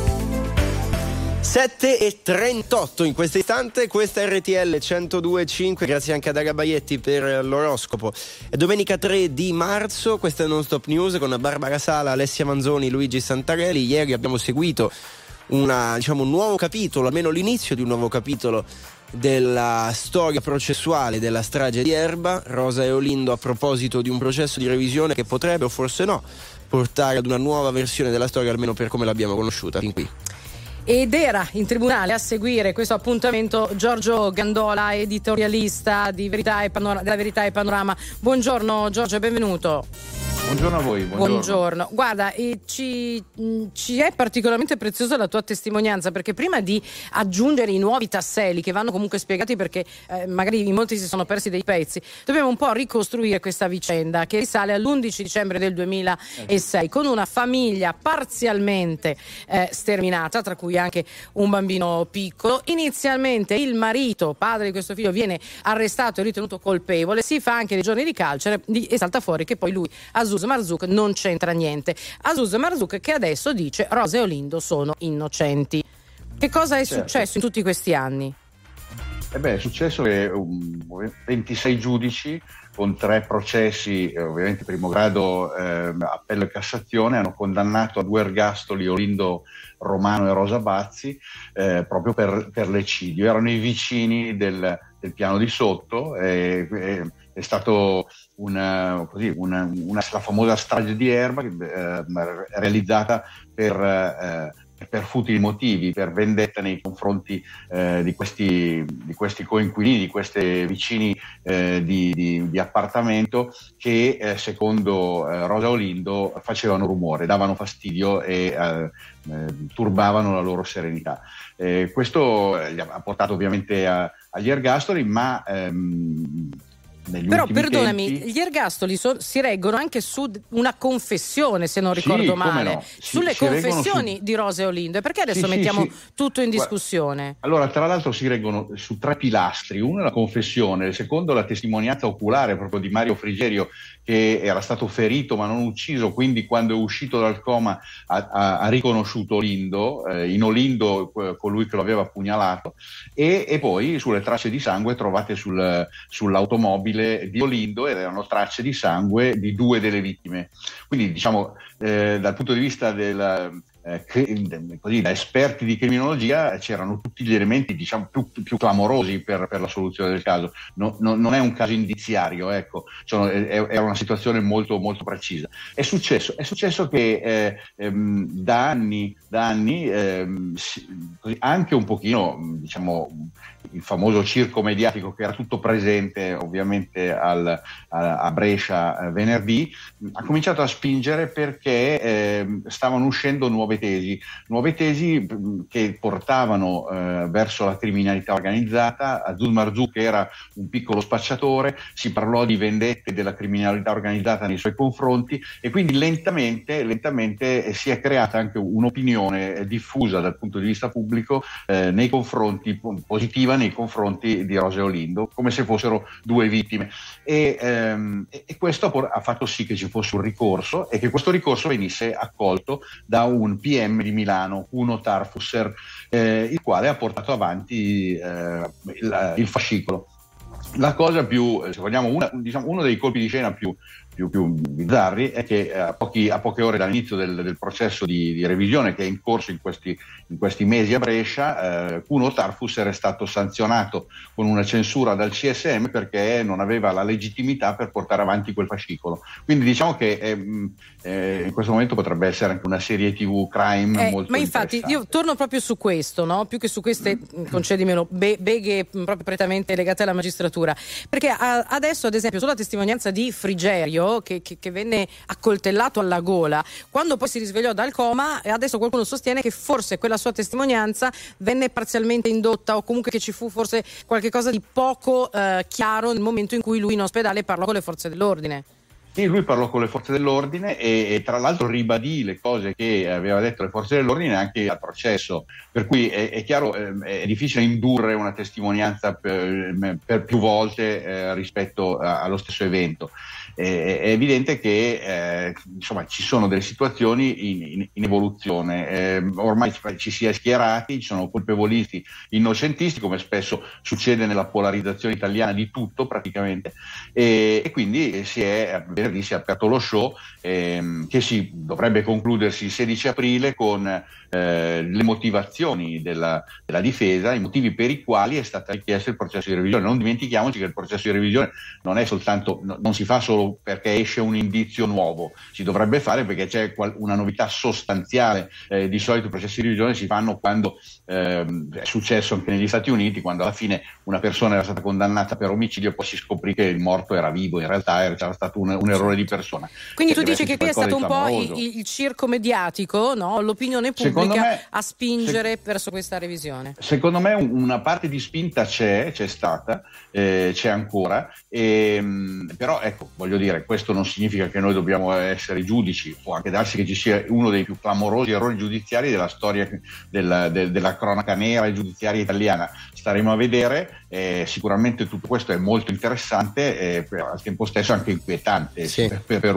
7:38 in questo istante, questa è RTL 102.5, grazie anche ad Aga Baietti per l'oroscopo. È domenica 3 di marzo, questa è Non Stop News con Barbara Sala, Alessia Manzoni, Luigi Santarelli. Ieri abbiamo seguito un nuovo capitolo, almeno l'inizio di un nuovo capitolo della storia processuale della strage di Erba. Rosa e Olindo, a proposito di un processo di revisione che potrebbe o forse no portare ad una nuova versione della storia, almeno per come l'abbiamo conosciuta fin qui. Ed era in tribunale a seguire questo appuntamento Giorgio Gandola, editorialista di Verità e della Verità e Panorama. Buongiorno Giorgio, benvenuto. Buongiorno a voi. Buongiorno. Guarda, ci è particolarmente preziosa la tua testimonianza, perché prima di aggiungere i nuovi tasselli che vanno comunque spiegati, perché magari in molti si sono persi dei pezzi, dobbiamo un po' ricostruire questa vicenda che risale all'11 dicembre del 2006 con una famiglia parzialmente sterminata, tra cui anche un bambino piccolo. Inizialmente il marito, padre di questo figlio, viene arrestato e ritenuto colpevole, si fa anche dei giorni di carcere e salta fuori che poi lui, Azouz Marzouk, non c'entra niente. Azouz Marzouk che adesso dice Rosa e Olindo sono innocenti. Che cosa è successo in tutti questi anni? È successo che 26 giudici con 3 processi, ovviamente primo grado, appello e Cassazione, hanno condannato a 2 ergastoli Olindo Romano e Rosa Bazzi proprio per l'eccidio. Erano i vicini del piano di sotto. È stato la famosa strage di Erba realizzata per futili motivi, per vendetta nei confronti di questi coinquilini, di questi vicini di appartamento che secondo Rosa Olindo facevano rumore, davano fastidio e turbavano la loro serenità. Questo ha portato ovviamente agli ergastoli, ma però perdonami, gli ergastoli si reggono anche su una confessione, se non ricordo male, no. Sulle confessioni di Rosa e Olindo, e perché adesso mettiamo tutto in discussione? Allora, tra l'altro si reggono su 3 pilastri: uno è la confessione, il secondo la testimonianza oculare proprio di Mario Frigerio, che era stato ferito ma non ucciso, quindi quando è uscito dal coma ha riconosciuto Olindo, in Olindo colui che lo aveva pugnalato, e poi sulle tracce di sangue trovate sull'automobile di Olindo, ed erano tracce di sangue di 2 delle vittime. Quindi diciamo dal punto di vista così, da esperti di criminologia, c'erano tutti gli elementi, diciamo, più clamorosi per la soluzione del caso. Non è un caso indiziario, ecco, era una situazione molto, molto precisa. È successo che da anni anche un pochino, diciamo, il famoso circo mediatico che era tutto presente ovviamente a Brescia venerdì, ha cominciato a spingere perché stavano uscendo nuove tesi che portavano verso la criminalità organizzata. Azul Marzouq era un piccolo spacciatore, si parlò di vendette della criminalità organizzata nei suoi confronti, e quindi lentamente si è creata anche un'opinione diffusa dal punto di vista pubblico nei confronti positiva nei confronti di Rose Olindo, come se fossero due vittime, e questo ha fatto sì che ci fosse un ricorso e che questo ricorso venisse accolto da un PM di Milano, Uno Tarfusser, il quale ha portato avanti il fascicolo. La cosa più, se vogliamo, uno dei colpi di scena più bizzarri è che a poche ore dall'inizio del processo di revisione che è in corso in questi mesi a Brescia, Uno Tarfusser è stato sanzionato con una censura dal CSM perché non aveva la legittimità per portare avanti quel fascicolo. Quindi diciamo che in questo momento potrebbe essere anche una serie TV crime molto ma infatti io torno proprio su questo, no? Più che su queste, concedimelo, beghe proprio prettamente legate alla magistratura, perché adesso ad esempio sulla testimonianza di Frigerio che venne accoltellato alla gola, quando poi si risvegliò dal coma, e adesso qualcuno sostiene che forse quella sua testimonianza venne parzialmente indotta, o comunque che ci fu forse qualche cosa di poco chiaro nel momento in cui lui in ospedale parlò con le forze dell'ordine. Sì, lui parlò con le forze dell'ordine e tra l'altro ribadì le cose che aveva detto le forze dell'ordine anche al processo, per cui è chiaro, è difficile indurre una testimonianza per più volte rispetto allo stesso evento. È evidente che insomma ci sono delle situazioni in evoluzione, ormai ci si è schierati, ci sono colpevolisti, innocentisti, come spesso succede nella polarizzazione italiana di tutto praticamente, e quindi venerdì si è aperto lo show che si dovrebbe concludersi il 16 aprile con le motivazioni della difesa, i motivi per i quali è stata richiesta il processo di revisione. Non dimentichiamoci che il processo di revisione non è soltanto, non si fa solo perché esce un indizio nuovo, si dovrebbe fare perché c'è una novità sostanziale. Di solito i processi di revisione si fanno quando è successo anche negli Stati Uniti, quando alla fine una persona era stata condannata per omicidio e poi si scoprì che il morto era vivo, in realtà era stato un errore di persona. Quindi tu dici che qui è stato un po' il circo mediatico, no? L'opinione pubblica a spingere verso questa revisione. Secondo me una parte di spinta c'è stata, c'è ancora, però ecco, voglio dire, questo non significa che noi dobbiamo essere giudici. Può anche darsi che ci sia uno dei più clamorosi errori giudiziari della storia della cronaca nera e giudiziaria italiana. Staremo a vedere, sicuramente tutto questo è molto interessante, al tempo stesso anche inquietante, sì, per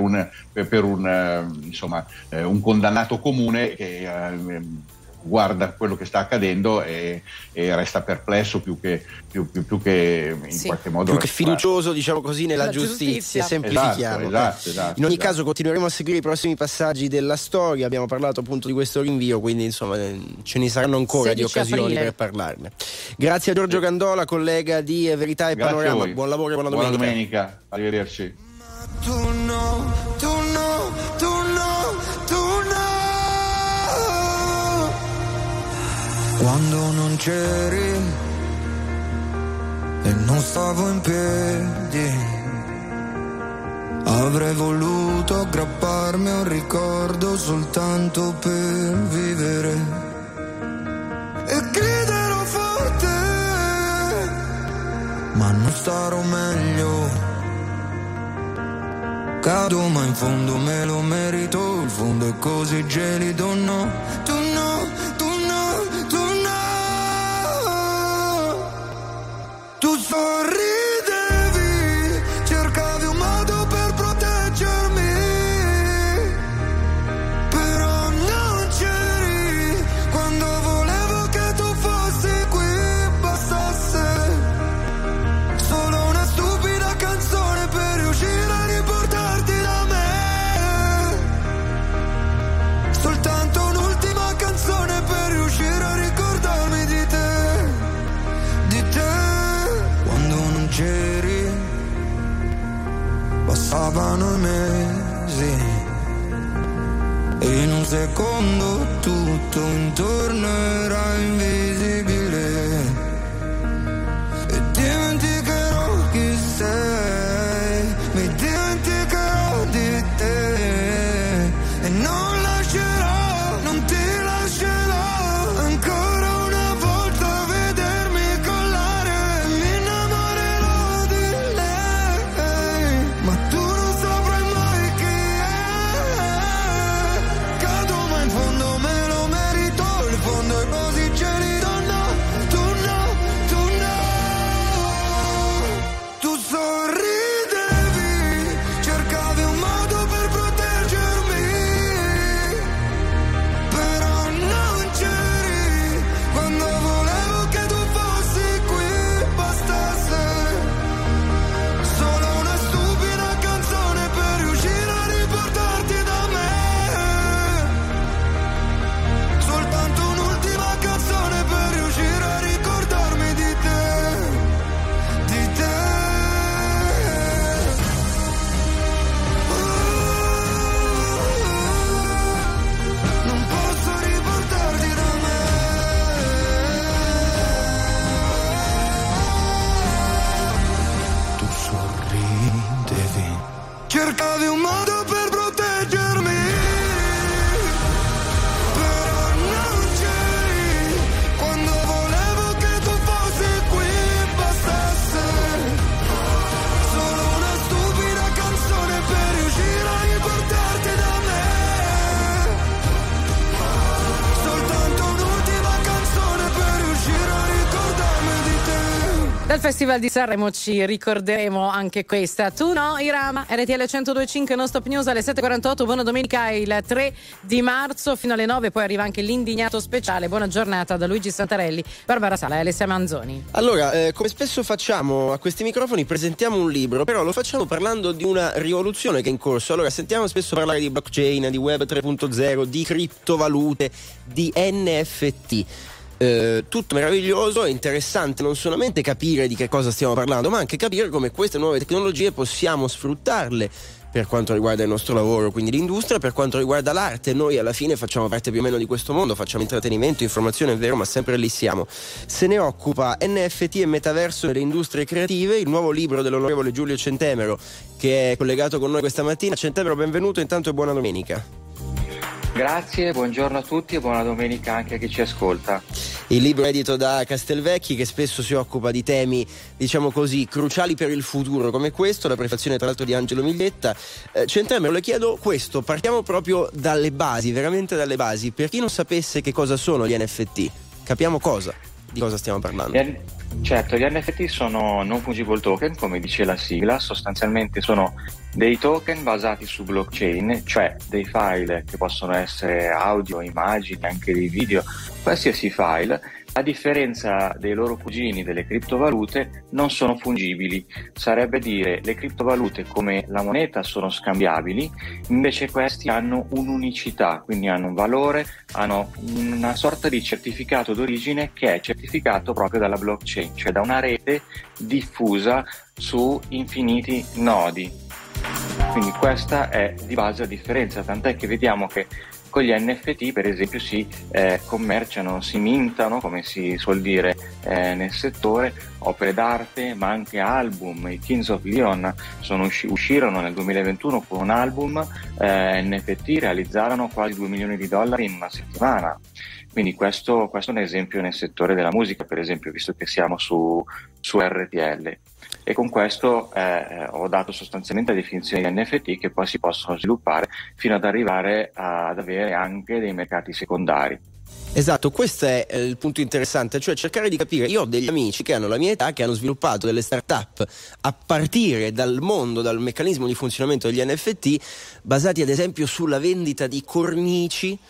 un condannato comune che guarda quello che sta accadendo e resta perplesso più che in qualche modo più che fiducioso, diciamo così, nella giustizia. Semplifichiamo. Esatto, in ogni caso continueremo a seguire i prossimi passaggi della storia. Abbiamo parlato appunto di questo rinvio, quindi insomma ce ne saranno ancora di occasioni per parlarne. Grazie a Giorgio Gandola, collega di Verità e Panorama. Buon lavoro e buona domenica. Arrivederci. Quando non c'eri e non stavo in piedi, avrei voluto aggrapparmi a un ricordo soltanto per vivere e griderò forte, ma non starò meglio. Cado ma in fondo me lo merito, il fondo è così gelido, no, tu no, tu no, tu no. Tu sorridevi, cercavi un modo per proteggermi, però non c'eri quando volevo che tu fossi qui. Bastasse solo una stupida canzone per riuscire a riportarti da me, soltanto un'ultima Passavano i mesi e in un secondo tutto intorno era invisibile e dimenticherò chi sei, mi dimenticherò di te e non lascerò, non ti lascerò ancora una volta vedermi collare, mi innamorerò di lei, ma tu non saprai mai chi è, cado ma in fondo me lo merito, il fondo è così gelido, no, tu no, tu no, tu sorridevi, cercavi un modo per proteggermi, però non c'eri, quando volevo che tu fossi qui, bastasse solo una stupida canzone per riuscire a riportarti da me, soltanto un'ultima canzone per riuscire a ricordarmi di te, di te. Non posso riportarti da me. Tu sorridevi, cercavi un modo per proteggermi, però non c'eri, quando volevo che tu fossi qui, bastasse solo una stupida canzone per riuscire a riportarti da me, soltanto un'ultima canzone per riuscire a ricordarmi di te. Dal Festival di Sanremo ci ricorderemo anche questa. Tu no, Irama, RTL 102.5 Non Stop News alle 7.48. Buona domenica, il 3 di marzo fino alle 9. Poi arriva anche l'indignato speciale. Buona giornata da Luigi Santarelli, Barbara Sala e Alessia Manzoni. Allora, come spesso facciamo a questi microfoni, presentiamo un libro, però lo facciamo parlando di una rivoluzione che è in corso. Allora, sentiamo spesso parlare di blockchain, di web 3.0, di criptovalute, di NFT. Tutto meraviglioso e interessante non solamente capire di che cosa stiamo parlando, ma anche capire come queste nuove tecnologie possiamo sfruttarle per quanto riguarda il nostro lavoro, quindi l'industria, per quanto riguarda l'arte. Noi alla fine facciamo parte più o meno di questo mondo, facciamo intrattenimento, informazione, è vero, ma sempre lì siamo. Se ne occupa NFT e metaverso delle industrie creative, il nuovo libro dell'onorevole Giulio Centemero, che è collegato con noi questa mattina. Centemero, benvenuto intanto e buona domenica. Grazie, buongiorno a tutti e buona domenica anche a chi ci ascolta. Il libro è edito da Castelvecchi, che spesso si occupa di temi, diciamo così, cruciali per il futuro come questo, la prefazione tra l'altro di Angelo Miglietta. Centemero, le chiedo questo, partiamo proprio dalle basi, veramente dalle basi. Per chi non sapesse che cosa sono gli NFT, capiamo di cosa stiamo parlando. Certo, gli NFT sono non fungible token, come dice la sigla, sostanzialmente sono dei token basati su blockchain, cioè dei file che possono essere audio, immagini, anche dei video, qualsiasi file. A differenza dei loro cugini delle criptovalute, non sono fungibili. Sarebbe dire, le criptovalute come la moneta sono scambiabili, invece questi hanno un'unicità, quindi hanno un valore, hanno una sorta di certificato d'origine che è certificato proprio dalla blockchain, cioè da una rete diffusa su infiniti nodi. Quindi questa è di base la differenza, tant'è che vediamo che con gli NFT per esempio si commerciano, si mintano, come si suol dire nel settore, opere d'arte ma anche album. I Kings of Leon uscirono nel 2021 con un album NFT, realizzarono quasi $2 milioni in una settimana. Quindi questo è un esempio nel settore della musica, per esempio, visto che siamo su RTL. E con questo ho dato sostanzialmente la definizione di NFT, che poi si possono sviluppare fino ad arrivare ad avere anche dei mercati secondari. Esatto, questo è il punto interessante, cioè cercare di capire. Io ho degli amici che hanno la mia età, che hanno sviluppato delle start-up a partire dal mondo, dal meccanismo di funzionamento degli NFT, basati ad esempio sulla vendita di cornici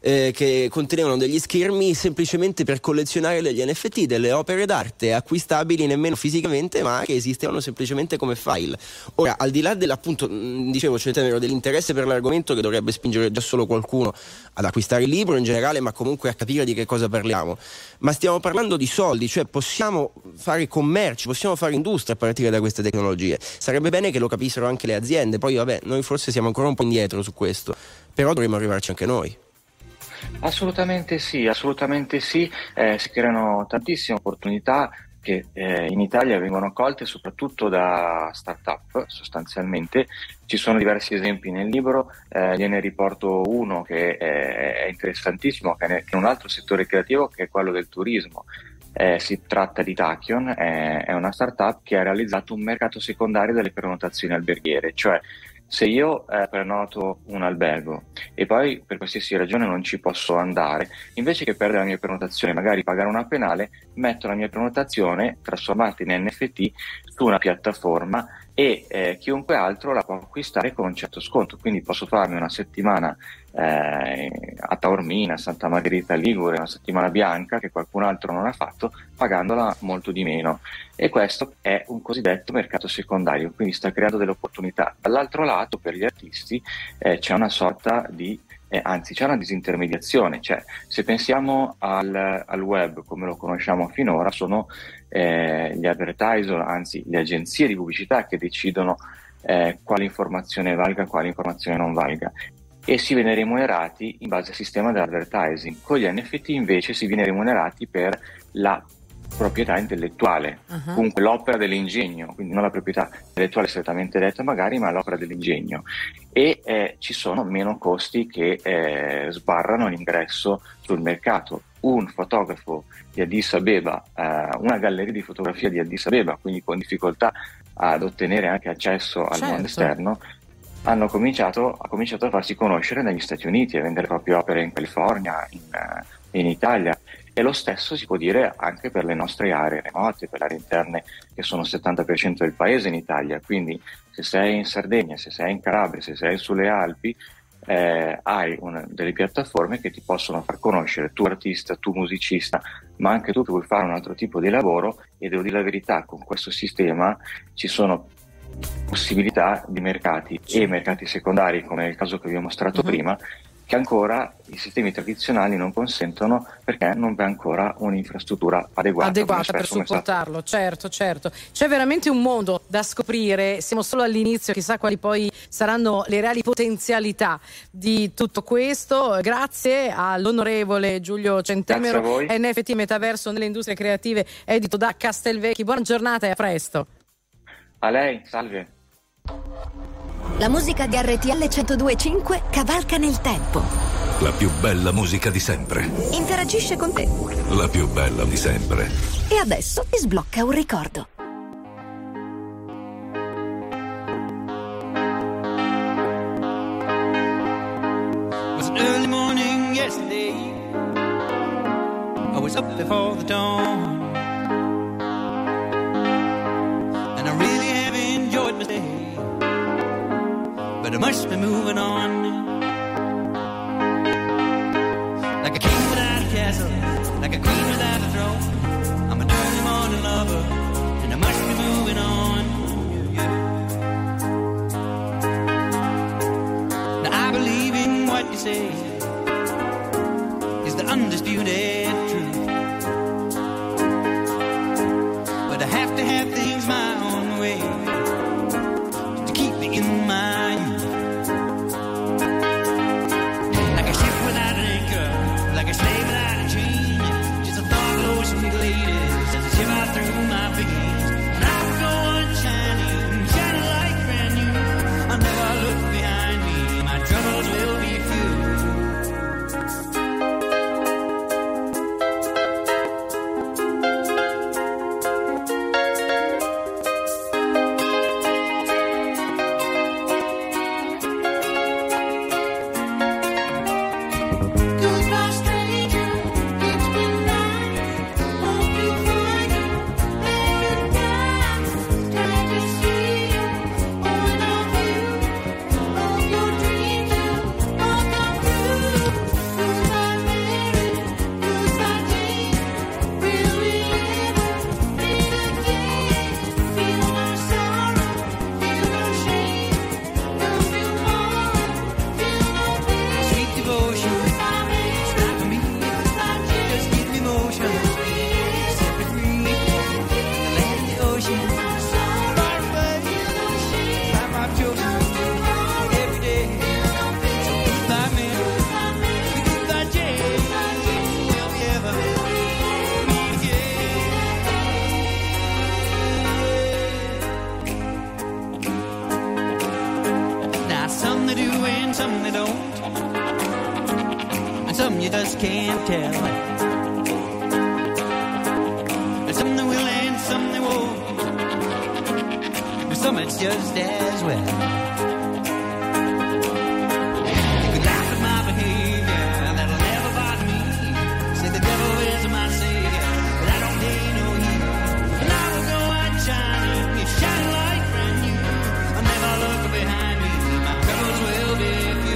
che contenevano degli schermi semplicemente per collezionare degli NFT, delle opere d'arte acquistabili nemmeno fisicamente, ma che esistevano semplicemente come file. Ora, al di là dell'appunto, dicevo, c'è il tema dell'interesse per l'argomento che dovrebbe spingere già solo qualcuno ad acquistare il libro in generale, ma comunque a capire di che cosa parliamo. Ma stiamo parlando di soldi, cioè possiamo fare commercio, possiamo fare industria a partire da queste tecnologie. Sarebbe bene che lo capissero anche le aziende. Poi vabbè, noi forse siamo ancora un po' indietro su questo, però dovremmo arrivarci anche noi. Assolutamente sì, si creano tantissime opportunità che in Italia vengono colte soprattutto da start-up. Sostanzialmente ci sono diversi esempi nel libro, gliene riporto uno che è interessantissimo, che è in un altro settore creativo, che è quello del turismo. Si tratta di Tachyon, è una start-up che ha realizzato un mercato secondario delle prenotazioni alberghiere, cioè se io prenoto un albergo e poi per qualsiasi ragione non ci posso andare, invece che perdere la mia prenotazione, magari pagare una penale, metto la mia prenotazione trasformata in NFT su una piattaforma e chiunque altro la può acquistare con un certo sconto. Quindi posso farmi una settimana a Taormina, Santa Margherita Ligure, una settimana bianca che qualcun altro non ha fatto, pagandola molto di meno. E questo è un cosiddetto mercato secondario, quindi sta creando delle opportunità. Dall'altro lato, per gli artisti c'è una sorta di anzi c'è una disintermediazione, cioè se pensiamo al web come lo conosciamo finora, sono gli advertiser, anzi le agenzie di pubblicità che decidono quale informazione valga, quale informazione non valga, e si viene remunerati in base al sistema dell'advertising. Con gli NFT invece si viene remunerati per la proprietà intellettuale, comunque l'opera dell'ingegno, quindi non la proprietà intellettuale strettamente detta magari, ma l'opera dell'ingegno, e ci sono meno costi che sbarrano l'ingresso sul mercato. Un fotografo di Addis Abeba, una galleria di fotografia di Addis Abeba, quindi con difficoltà ad ottenere anche accesso al mondo esterno, ha cominciato a farsi conoscere negli Stati Uniti, a vendere le proprie opere in California, in Italia. E lo stesso si può dire anche per le nostre aree remote, per le aree interne, che sono il 70% del paese in Italia. Quindi se sei in Sardegna, se sei in Calabria, se sei sulle Alpi, hai delle piattaforme che ti possono far conoscere, tu artista, tu musicista, ma anche tu che vuoi fare un altro tipo di lavoro. E devo dire la verità, con questo sistema ci sono possibilità di mercati e mercati secondari, come nel caso che vi ho mostrato prima, che ancora i sistemi tradizionali non consentono, perché non c'è ancora un'infrastruttura adeguata per supportarlo. Certo, c'è veramente un mondo da scoprire, siamo solo all'inizio, chissà quali poi saranno le reali potenzialità di tutto questo. Grazie all'onorevole Giulio Centemero, NFT Metaverso nelle industrie creative, edito da Castelvecchi. Buona giornata e a presto. A lei, salve. La musica di RTL 102.5 cavalca nel tempo. La più bella musica di sempre. Interagisce con te. La più bella di sempre. E adesso ti sblocca un ricordo. It was an early morning yesterday. I was up before the dawn. And I really have enjoyed my stay. But I must be moving on. Like a king without a castle, like a queen without a throne. I'm an early morning lover, and I must be moving on. Now I believe in what you say is the undisputed truth. But I have to have things my own way to keep me in my youth. Like a ship without an anchor, like a slave without a chain. Just a thought flows sweet ladies as a shiver through my veins. And I will go on shining, shining like brand new. I'll never look behind me, my troubles will be few. and some they don't, and some you just can't tell. And some they will and some they won't, and some it's just as well. You could laugh at my behavior, that'll never bother me. Say the devil is my savior, but I don't need no heat. And I will go and shine, you shine like brand new. I'll never look behind me, my troubles will be few.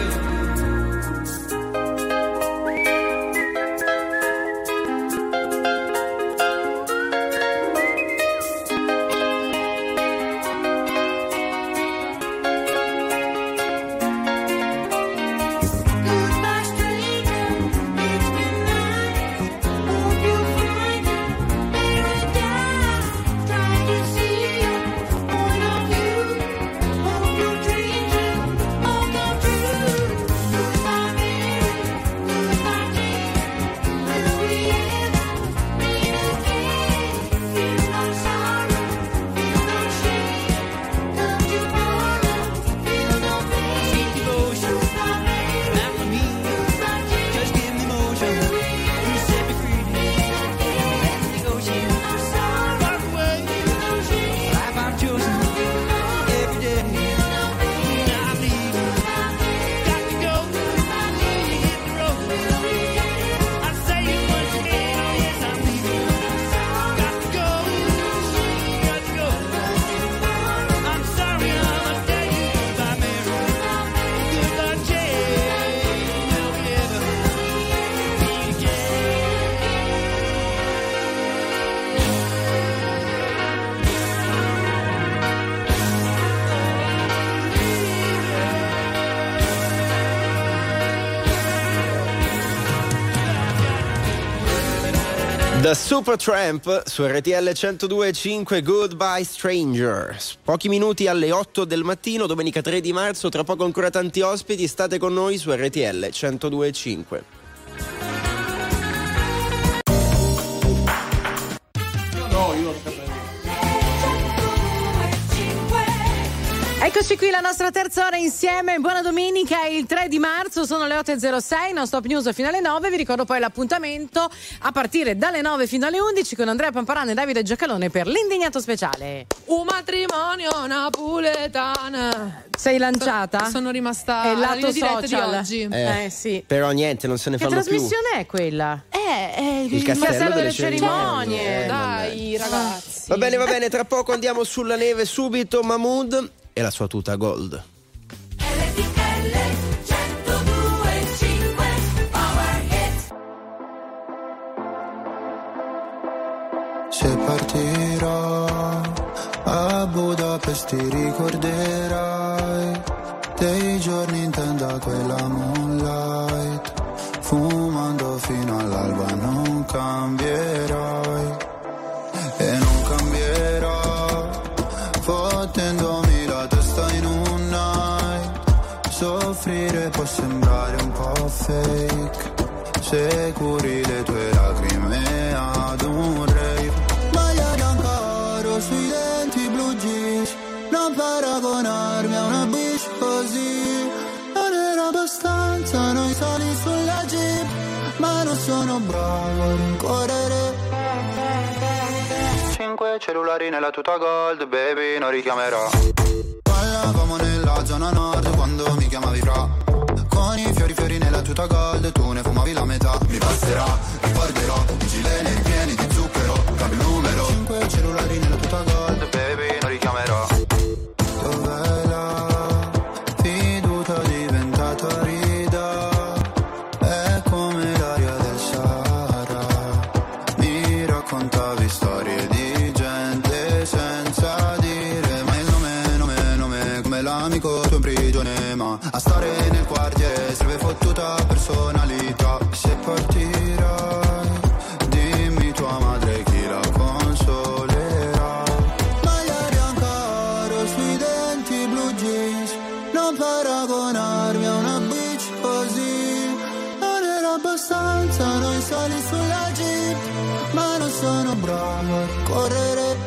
The Supertramp su RTL 102.5 Goodbye Stranger. Pochi minuti alle 8 del mattino, domenica 3 di marzo, tra poco ancora tanti ospiti, state con noi su RTL 102.5. No, io lo sapevo. Eccoci qui, la nostra terza ora insieme. Buona domenica, è il 3 di marzo, sono le 8.06, non stop news fino alle 9. Vi ricordo poi l'appuntamento a partire dalle 9 fino alle 11 con Andrea Pamparano e Davide Giacalone per l'indignato speciale. Un matrimonio napoletana. Sei lanciata? Sono rimasta è alla lato diretta social di oggi. Sì. Però niente, non se ne Che fanno più. Che trasmissione è quella? Il castello delle cerimonie. Dai ragazzi. Va bene, tra poco andiamo sulla neve, subito Mahmood e la sua tuta gold. Se partirò a Budapest ti ricorderai dei giorni in tenda quella moonlight, fumando fino all'alba non cambierai e non cambierò, fottendomi la testa in un night. Soffrire può sembrare un po' fake se curi le tue lacrime ad un rave. Maglia bianca oro sui denti blu jeans, non paragonarmi a una bitch così. Non era abbastanza noi sali sulla jeep, ma non sono bravo a rincorrere. 5 cellulari nella tuta gold, baby, non richiamerò. Parlavamo nella zona nord quando mi chiamavi fra. Con i fiori nella tuta gold, tu ne fumavi la metà. Mi basterà, ricorderò, i gileni pieni di zucchero, cambio il numero. 5 cellulari nella tuta gold, baby, non richiamerò. Dov'è la fiducia diventata rida? È come l'aria del Sahara. Mi raccontavi storie di gente senza dire mai il nome, come l'amico tuo in prigione. Ma a stare nel quartiere serve fottuta personalità. Se partirai, dimmi tua madre chi la consolerà. Maglia bianca oro sui denti blu jeans, non paragonarmi a una bitch così. Non era abbastanza noi sali sulla jeep, ma non sono bravo a correre.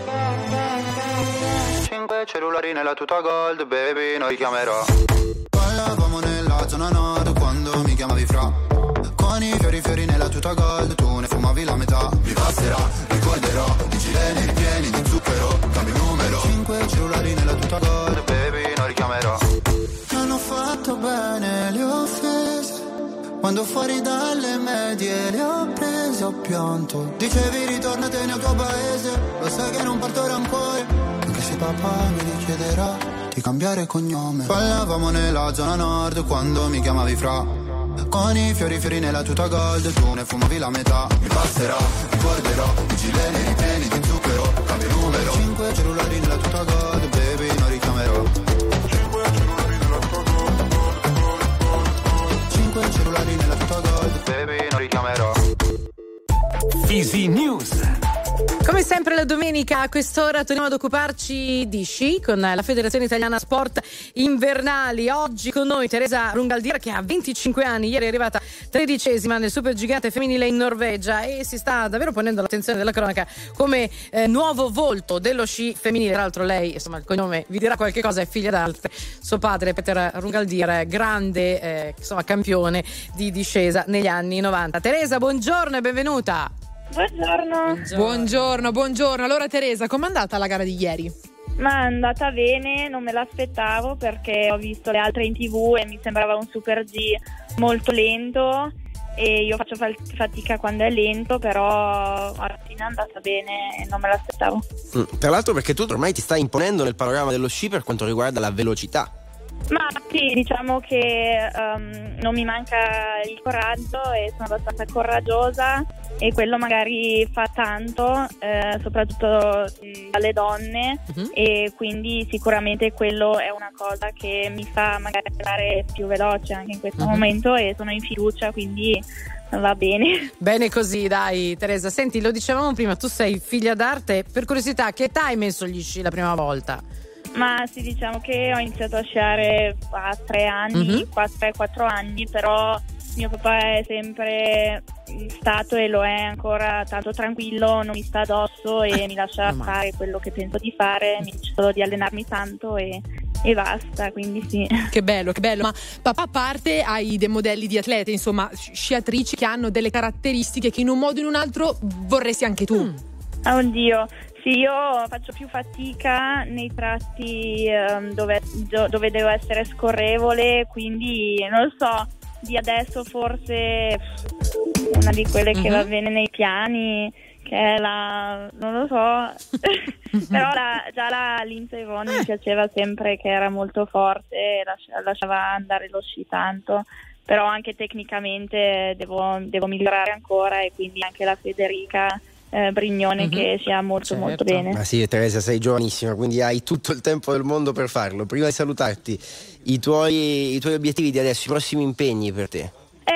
5 cellulari nella tuta gold, baby, non richiamerò. Parlavamo nella zona nord quando mi chiamavi fra. Con i fiori nella tuta gold, tu ne fumavi la metà. Mi passerà, ricorderò, di gileni ripieni di zucchero, cambio numero. 5 cellulari nella tuta gold, baby, non richiamerò. Mi hanno fatto bene le offese, quando fuori dalle medie le ho prese, ho pianto. Dicevi ritornate nel tuo paese, lo sai che non porto rancore, anche se papà mi richiederà di cambiare cognome. Ballavamo nella zona nord quando mi chiamavi fra. Con i fiori nella tuta gold, tu ne fumavi la metà. Mi passerà, ricorderò, i gileni ripieni di zucchero, cambio numero. 5 cellulari nella tuta gold, baby, non richiamerò. 5 cellulari nella tuta gold, baby, non richiamerò. Fisi News. Come sempre la domenica a quest'ora torniamo ad occuparci di sci con la Federazione Italiana Sport Invernali. Oggi con noi Teresa Rungaldier, che ha 25 anni, ieri è arrivata 13ª nel supergigante femminile in Norvegia e si sta davvero ponendo l'attenzione della cronaca come nuovo volto dello sci femminile. Tra l'altro lei, insomma, il cognome vi dirà qualche cosa, è figlia d'arte. Suo padre Peter Rungaldier, grande campione di discesa negli anni 90. Teresa, buongiorno e benvenuta. Buongiorno. Allora Teresa, com'è andata la gara di ieri? Ma è andata bene, non me l'aspettavo perché ho visto le altre in TV e mi sembrava un Super G molto lento e io faccio fatica quando è lento, però alla fine è andata bene e non me l'aspettavo. Tra l'altro perché tu ormai ti stai imponendo nel panorama dello sci per quanto riguarda la velocità. Ma sì, diciamo che non mi manca il coraggio e sono abbastanza coraggiosa e quello magari fa tanto, soprattutto alle donne, e quindi sicuramente quello è una cosa che mi fa magari andare più veloce anche in questo momento e sono in fiducia, quindi va bene. Bene così, dai Teresa. Senti, lo dicevamo prima, tu sei figlia d'arte, per curiosità, che età hai messo gli sci la prima volta? Ma sì, diciamo che ho iniziato a sciare a 3 anni, 3-4 anni, però mio papà è sempre stato e lo è ancora tanto tranquillo, non mi sta addosso e mi lascia fare quello che penso di fare, mi dice solo di allenarmi tanto e basta, quindi sì. Che bello. Ma papà, a parte hai dei modelli di atlete, insomma, sciatrici che hanno delle caratteristiche che in un modo o in un altro vorresti anche tu. Oddio, sì, io faccio più fatica nei tratti dove devo essere scorrevole, quindi non lo so, di adesso forse una di quelle che va bene nei piani, che è non lo so, però già la Lindsey Vonn mi piaceva sempre, che era molto forte, lasciava andare lo sci tanto, però anche tecnicamente devo migliorare ancora e quindi anche la Federica Brignone che sia molto molto bene. Ma sì, Teresa, sei giovanissima, quindi hai tutto il tempo del mondo per farlo. Prima di salutarti, i tuoi obiettivi di adesso, i prossimi impegni per te?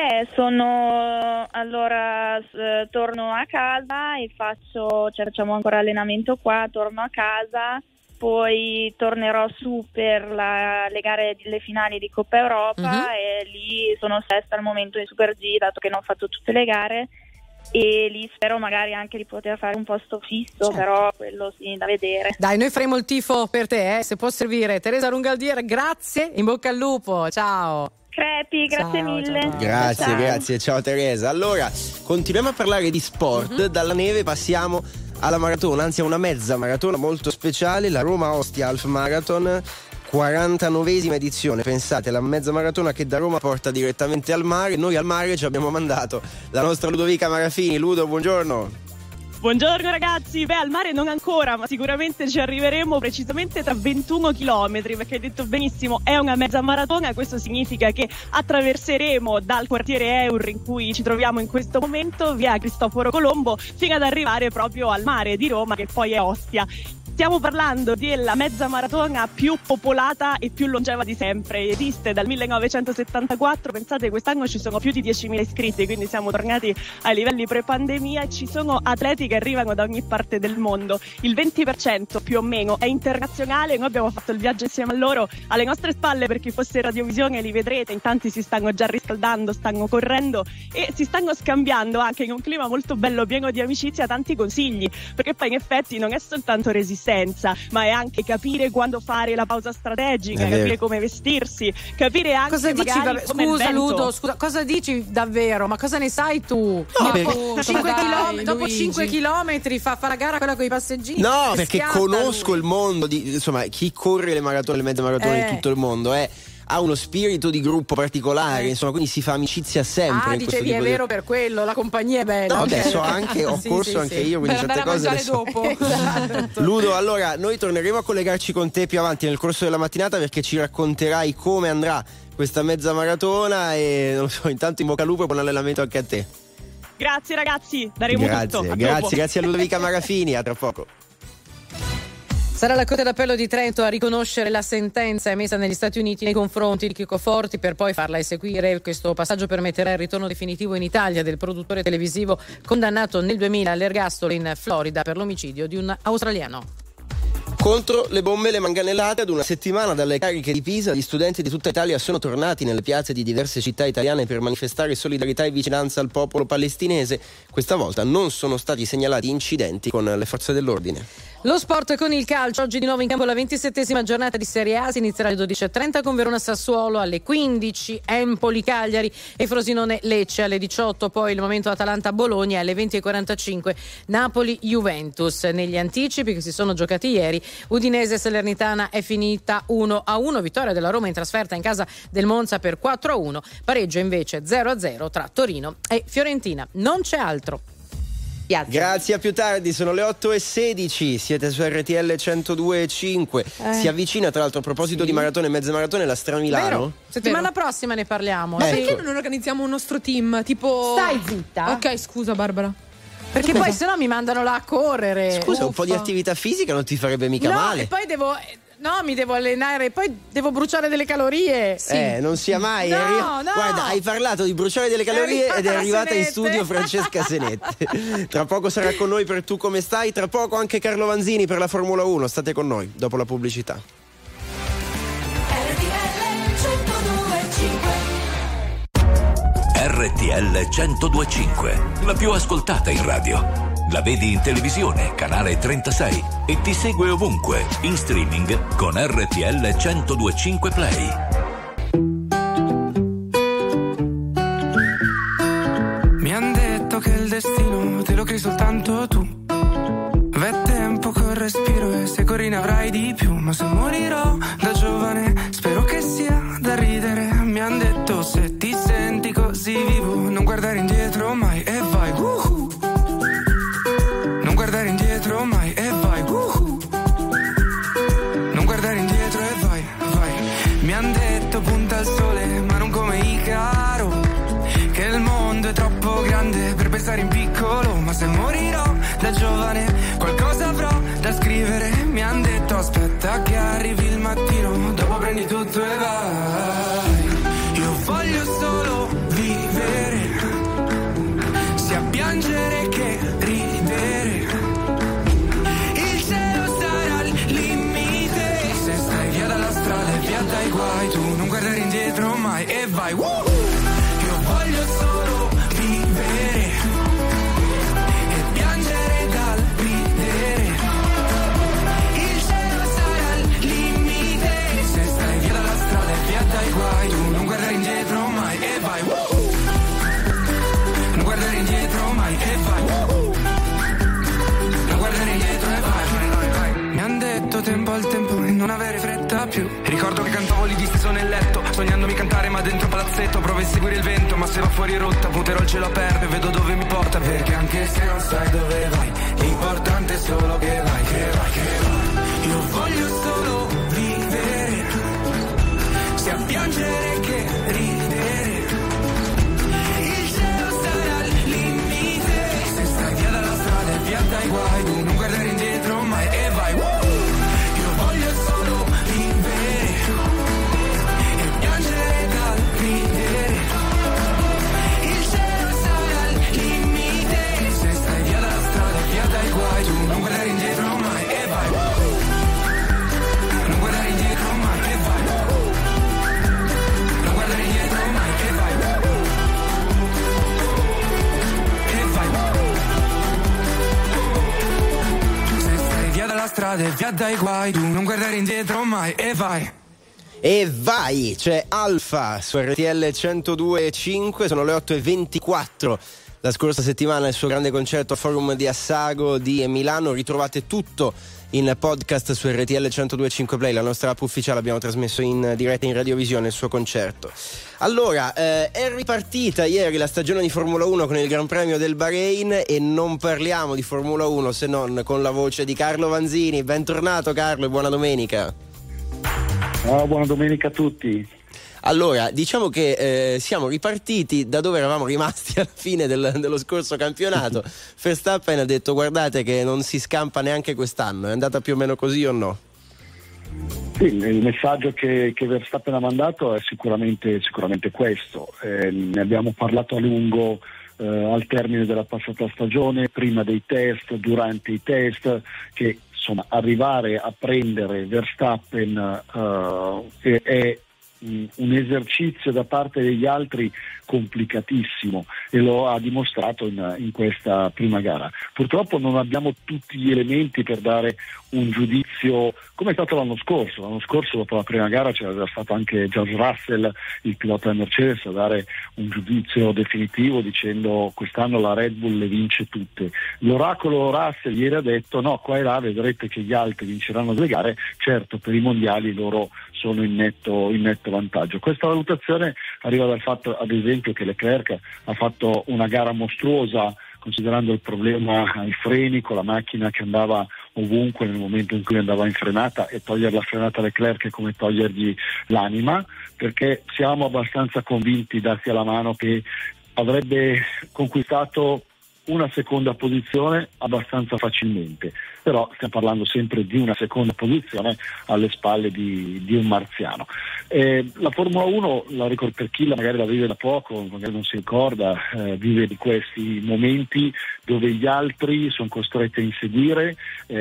Torno a casa e facciamo ancora allenamento qua, torno a casa, poi tornerò su per le gare, le finali di Coppa Europa e lì sono sesta al momento in Super G, dato che non ho fatto tutte le gare, e lì spero magari anche di poter fare un posto fisso, però quello sì, da vedere. Dai, noi faremo il tifo per te, se può servire. Teresa Rungaldier, grazie, in bocca al lupo, ciao. Crepi, grazie mille. Ciao. Grazie, ciao Teresa. Allora, continuiamo a parlare di sport, dalla neve passiamo alla maratona, anzi a una mezza maratona molto speciale, la Roma Ostia Half Marathon, 49esima edizione. Pensate, la mezza maratona che da Roma porta direttamente al mare. Noi al mare ci abbiamo mandato la nostra Ludovica Marafini. Ludo, buongiorno. Buongiorno ragazzi, al mare non ancora, ma sicuramente ci arriveremo precisamente tra 21 chilometri, perché hai detto benissimo, è una mezza maratona. Questo significa che attraverseremo dal quartiere Eur, in cui ci troviamo in questo momento, via Cristoforo Colombo, fino ad arrivare proprio al mare di Roma, che poi è Ostia. Stiamo parlando della mezza maratona più popolata e più longeva di sempre. Esiste dal 1974, pensate, quest'anno ci sono più di 10.000 iscritti, quindi siamo tornati ai livelli pre-pandemia e ci sono atleti che arrivano da ogni parte del mondo. Il 20% più o meno è internazionale, noi abbiamo fatto il viaggio insieme a loro. Alle nostre spalle, per chi fosse in radiovisione, li vedrete, in tanti si stanno già riscaldando, stanno correndo e si stanno scambiando anche in un clima molto bello, pieno di amicizia, tanti consigli, perché poi in effetti non è soltanto resistere senza, ma è anche capire quando fare la pausa strategica, capire come vestirsi, capire anche cosa dici? Scusa Ludo, scusa, cosa dici davvero? Ma cosa ne sai tu? No, 5 chilometri fa la gara quella con i passeggini. No, perché conosco il mondo di, insomma, chi corre le maratone, le mezze maratone in tutto il mondo ha uno spirito di gruppo particolare, insomma, quindi si fa amicizia sempre. Dicevi è vero per quello, la compagnia è bella. No, adesso anche ho corso anche io, quindi per certe cose le dopo. Esatto. Ludo, allora noi torneremo a collegarci con te più avanti nel corso della mattinata, perché ci racconterai come andrà questa mezza maratona e non so, intanto in bocca al lupo e buon allenamento anche a te. Grazie ragazzi, daremo tutto. Grazie a Ludovica Marafini, a tra poco. Sarà la Corte d'Appello di Trento a riconoscere la sentenza emessa negli Stati Uniti nei confronti di Chico Forti per poi farla eseguire. Questo passaggio permetterà il ritorno definitivo in Italia del produttore televisivo condannato nel 2000 all'ergastolo in Florida per l'omicidio di un australiano. Contro le bombe e le manganellate, ad una settimana dalle cariche di Pisa, gli studenti di tutta Italia sono tornati nelle piazze di diverse città italiane per manifestare solidarietà e vicinanza al popolo palestinese. Questa volta non sono stati segnalati incidenti con le forze dell'ordine. Lo sport con il calcio, oggi di nuovo in campo la 27esima giornata di Serie A, si inizierà alle 12.30 con Verona Sassuolo, alle 15 Empoli Cagliari e Frosinone Lecce, alle 18 poi il momento Atalanta Bologna, alle 20.45 Napoli Juventus. Negli anticipi che si sono giocati ieri, Udinese Salernitana è finita 1-1, vittoria della Roma in trasferta in casa del Monza per 4-1, pareggio invece 0-0 tra Torino e Fiorentina. Non c'è altro. Grazie, a più tardi, sono le 8.16, siete su RTL 102.5. Si avvicina, tra l'altro, a proposito di maratone e mezze maratone, la Stramilano. Vero? Settimana prossima ne parliamo. Ma perché non organizziamo un nostro team? Tipo. Stai zitta. Ok, scusa Barbara. Perché poi se no mi mandano là a correre. Scusa, un po' di attività fisica non ti farebbe mica male. E poi mi devo allenare, poi devo bruciare delle calorie. Sì. Non sia mai. No. Guarda, hai parlato di bruciare delle calorie ed è arrivata in studio Francesca Senette. Tra poco sarà con noi per Tu come stai, tra poco anche Carlo Vanzini per la Formula 1. State con noi dopo la pubblicità. RTL 102.5, la più ascoltata in radio. La vedi in televisione, canale 36 e ti segue ovunque, in streaming con RTL 102.5 Play. Mi han detto che il destino te lo crei soltanto tu. V'è tempo col respiro e se corri ne avrai di più. Ma se morirò da giovane spero che sia da ridere. Mi han detto se ti senti così vivo non guardare indietro mai e vai non guardare indietro mai e vai non guardare indietro e vai. Mi han detto punta al sole ma non come Icaro, che il mondo è troppo grande per pensare in piccolo. Ma se morirò da giovane qualcosa avrò da scrivere. Mi han detto aspetta che arrivi il mattino, dopo prendi tutto e vai. Io voglio solo vivere, sia piangere che ridere. Il cielo sarà il limite, se stai via dalla strada e via dai guai. Tu non guardare indietro mai e vai. Io voglio solo vivere e piangere dal ridere. Il cielo sarà il limite, se stai via dalla strada e via dai guai. Tu non guardare indietro mai e vai. Non guardare indietro mai e vai. Non guardare indietro e vai. Mi han detto tempo al tempo e non avere fretta più. Ricordo che cantavo lì disteso nel letto, sognandomi cantare ma dentro palazzetto. Provo a seguire il vento ma se va fuori rotta punterò il cielo aperto e vedo dove mi porta. Perché anche se non sai dove vai, l'importante è solo che vai, che vai, che vai. Io voglio solo vivere, sia piangere che ridere. Il cielo sarà il limite, se stai via dalla strada e via dai guai. Tu non guardare indietro mai e vai. Io voglio solo vivere e piangere dal ridere. Il cielo sarà il limite, se stai via dalla strada e via dai guai. Tu non guardare indietro mai e vai. Non guardare indietro mai e vai. Non guardare indietro mai. strada e via dai guai, tu non guardare indietro mai e vai. E vai, c'è Alfa su RTL 102.5, sono le 8:24. La scorsa settimana il suo grande concerto a Forum di Assago di Milano. Ritrovate tutto in podcast su RTL 102.5 Play, la nostra app ufficiale. Abbiamo trasmesso in diretta in radiovisione il suo concerto. Allora, è ripartita ieri la stagione di Formula 1 con il Gran Premio del Bahrain e non parliamo di Formula 1 se non con la voce di Carlo Vanzini. Bentornato Carlo e buona domenica. Buona domenica a tutti. Allora, diciamo che siamo ripartiti da dove eravamo rimasti alla fine dello scorso campionato. Verstappen ha detto: guardate che non si scampa neanche quest'anno. È andata più o meno così o no? Sì, il messaggio che Verstappen ha mandato è sicuramente questo. Ne abbiamo parlato a lungo al termine della passata stagione, prima dei test, durante i test, che insomma arrivare a prendere Verstappen è un esercizio da parte degli altri complicatissimo e lo ha dimostrato in questa prima gara. Purtroppo non abbiamo tutti gli elementi per dare un giudizio come è stato l'anno scorso. L'anno scorso dopo la prima gara c'era stato anche George Russell, il pilota del Mercedes, a dare un giudizio definitivo dicendo quest'anno la Red Bull le vince tutte. L'oracolo Russell ieri ha detto no, qua e là vedrete che gli altri vinceranno le gare, certo per i mondiali loro sono in netto vantaggio. Questa valutazione arriva dal fatto ad esempio che Leclerc ha fatto una gara mostruosa considerando il problema ai freni, con la macchina che andava ovunque nel momento in cui andava in frenata, e togliere la frenata a Leclerc è come togliergli l'anima, perché siamo abbastanza convinti, dati alla mano, che avrebbe conquistato una seconda posizione abbastanza facilmente, però stiamo parlando sempre di una seconda posizione alle spalle di un marziano. La Formula 1, per chi magari la vive da poco, magari non si ricorda, vive di questi momenti dove gli altri sono costretti a inseguire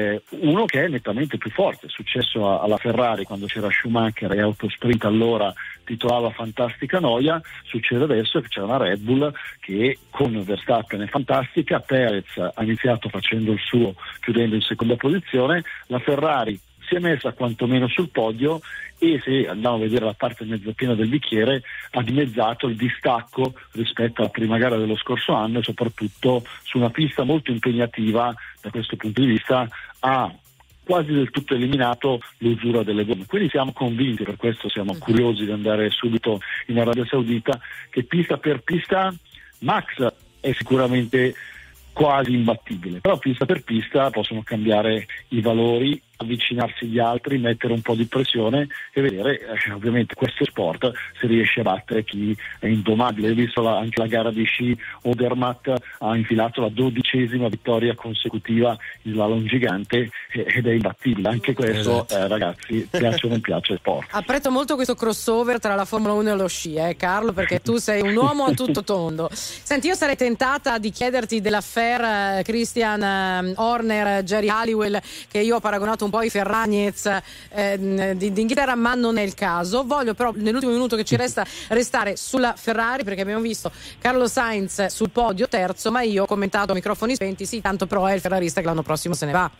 uno che è nettamente più forte. È successo alla Ferrari quando c'era Schumacher e Autosprint allora titolava Fantastica Noia, succede adesso che c'è una Red Bull che con Verstappen è fantastica, Perez ha iniziato facendo il suo chiudendo in seconda posizione, la Ferrari si è messa quantomeno sul podio e, se andiamo a vedere la parte mezza piena del bicchiere, ha dimezzato il distacco rispetto alla prima gara dello scorso anno e soprattutto su una pista molto impegnativa da questo punto di vista ha quasi del tutto eliminato l'usura delle gomme. Quindi siamo convinti, per questo siamo curiosi di andare subito in Arabia Saudita, che pista per pista Max è sicuramente quasi imbattibile, però pista per pista possono cambiare i valori, avvicinarsi agli altri, mettere un po' di pressione e vedere ovviamente questo sport se riesce a battere chi è indomabile. Hai visto anche la gara di sci, Odermatt ha infilato la 12ª vittoria consecutiva in slalom gigante ed è imbattibile. Anche questo, ragazzi, piace o non piace il sport. Apprezzo molto questo crossover tra la Formula 1 e lo sci, Carlo, perché tu sei un uomo a tutto tondo. Senti, io sarei tentata di chiederti dell'affair Christian Horner, Jerry Halliwell, che io ho paragonato un po' i Ferragnez d'Inghilterra, ma non è il caso. Voglio però nell'ultimo minuto che ci resta restare sulla Ferrari, perché abbiamo visto Carlos Sainz sul podio terzo, ma io ho commentato a microfoni spenti, sì, tanto però è il ferrarista che l'anno prossimo se ne va.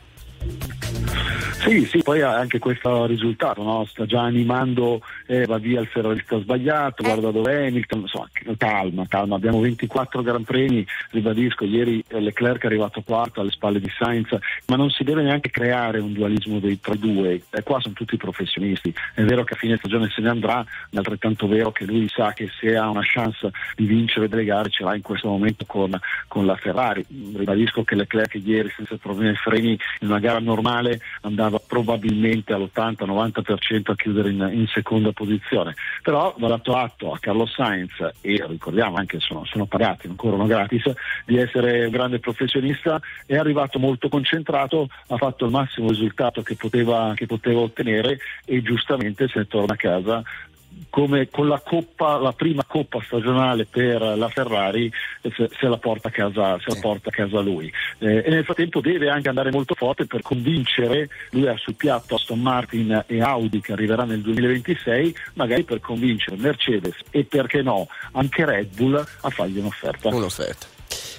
Sì, poi ha anche questo risultato, no? Sta già animando, va via il ferrarista sbagliato, guarda dove è Hamilton, insomma, calma, abbiamo 24 Gran Premi, ribadisco, ieri Leclerc è arrivato quarto alle spalle di Sainz, ma non si deve neanche creare un dualismo tra i due, qua sono tutti professionisti, è vero che a fine stagione se ne andrà, ma è altrettanto vero che lui sa che se ha una chance di vincere delle gare ce l'ha in questo momento con la Ferrari. Ribadisco che Leclerc ieri senza problemi ai freni in una gara normale andava probabilmente all'80-90% a chiudere in seconda posizione, però va dato atto a Carlos Sainz, e ricordiamo anche sono pagati, non corrono gratis, di essere un grande professionista, è arrivato molto concentrato, ha fatto il massimo risultato che poteva ottenere e giustamente se ne torna a casa come con la prima coppa stagionale per la Ferrari, se la porta a casa lui, e nel frattempo deve anche andare molto forte per convincere, lui ha sul piatto Aston Martin e Audi che arriverà nel 2026, magari per convincere Mercedes e perché no anche Red Bull a fargli un'offerta.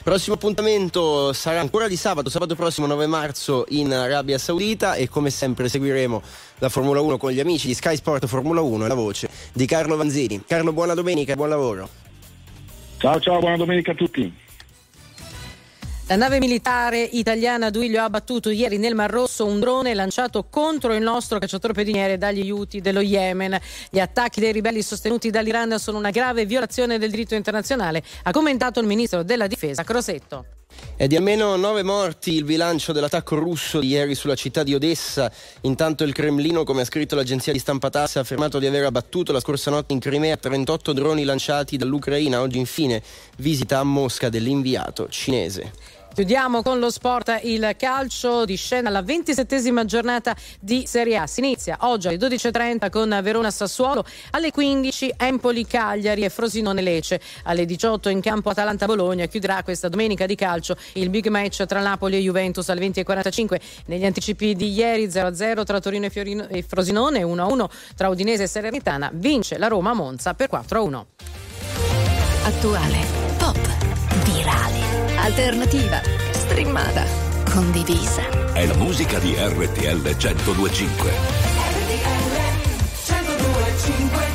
Prossimo appuntamento sarà ancora di sabato prossimo 9 marzo in Arabia Saudita, e come sempre seguiremo la Formula 1 con gli amici di Sky Sport Formula 1 e la voce di Carlo Vanzini. Carlo, buona domenica e buon lavoro. Ciao, buona domenica a tutti. La nave militare italiana Duilio ha abbattuto ieri nel Mar Rosso un drone lanciato contro il nostro cacciatore pediniere dagli Houthi dello Yemen. Gli attacchi dei ribelli sostenuti dall'Iran sono una grave violazione del diritto internazionale, ha commentato il ministro della difesa Crosetto. È di almeno 9 morti il bilancio dell'attacco russo di ieri sulla città di Odessa. Intanto il Cremlino, come ha scritto l'agenzia di stampa TASS, ha affermato di aver abbattuto la scorsa notte in Crimea 38 droni lanciati dall'Ucraina. Oggi infine visita a Mosca dell'inviato cinese. Chiudiamo con lo sport, il calcio di scena alla 27esima giornata di Serie A. Si inizia oggi alle 12.30 con Verona-Sassuolo, alle 15 Empoli-Cagliari e Frosinone-Lecce, alle 18 in campo Atalanta-Bologna. Chiuderà questa domenica di calcio il big match tra Napoli e Juventus alle 20.45. Negli anticipi di ieri 0-0 tra Torino e Frosinone, 1-1 tra Udinese e Salernitana, vince la Roma a Monza per 4-1. Attuale, pop, virale, alternativa, streamata, condivisa. È la musica di RTL 102.5. RTL 102.5.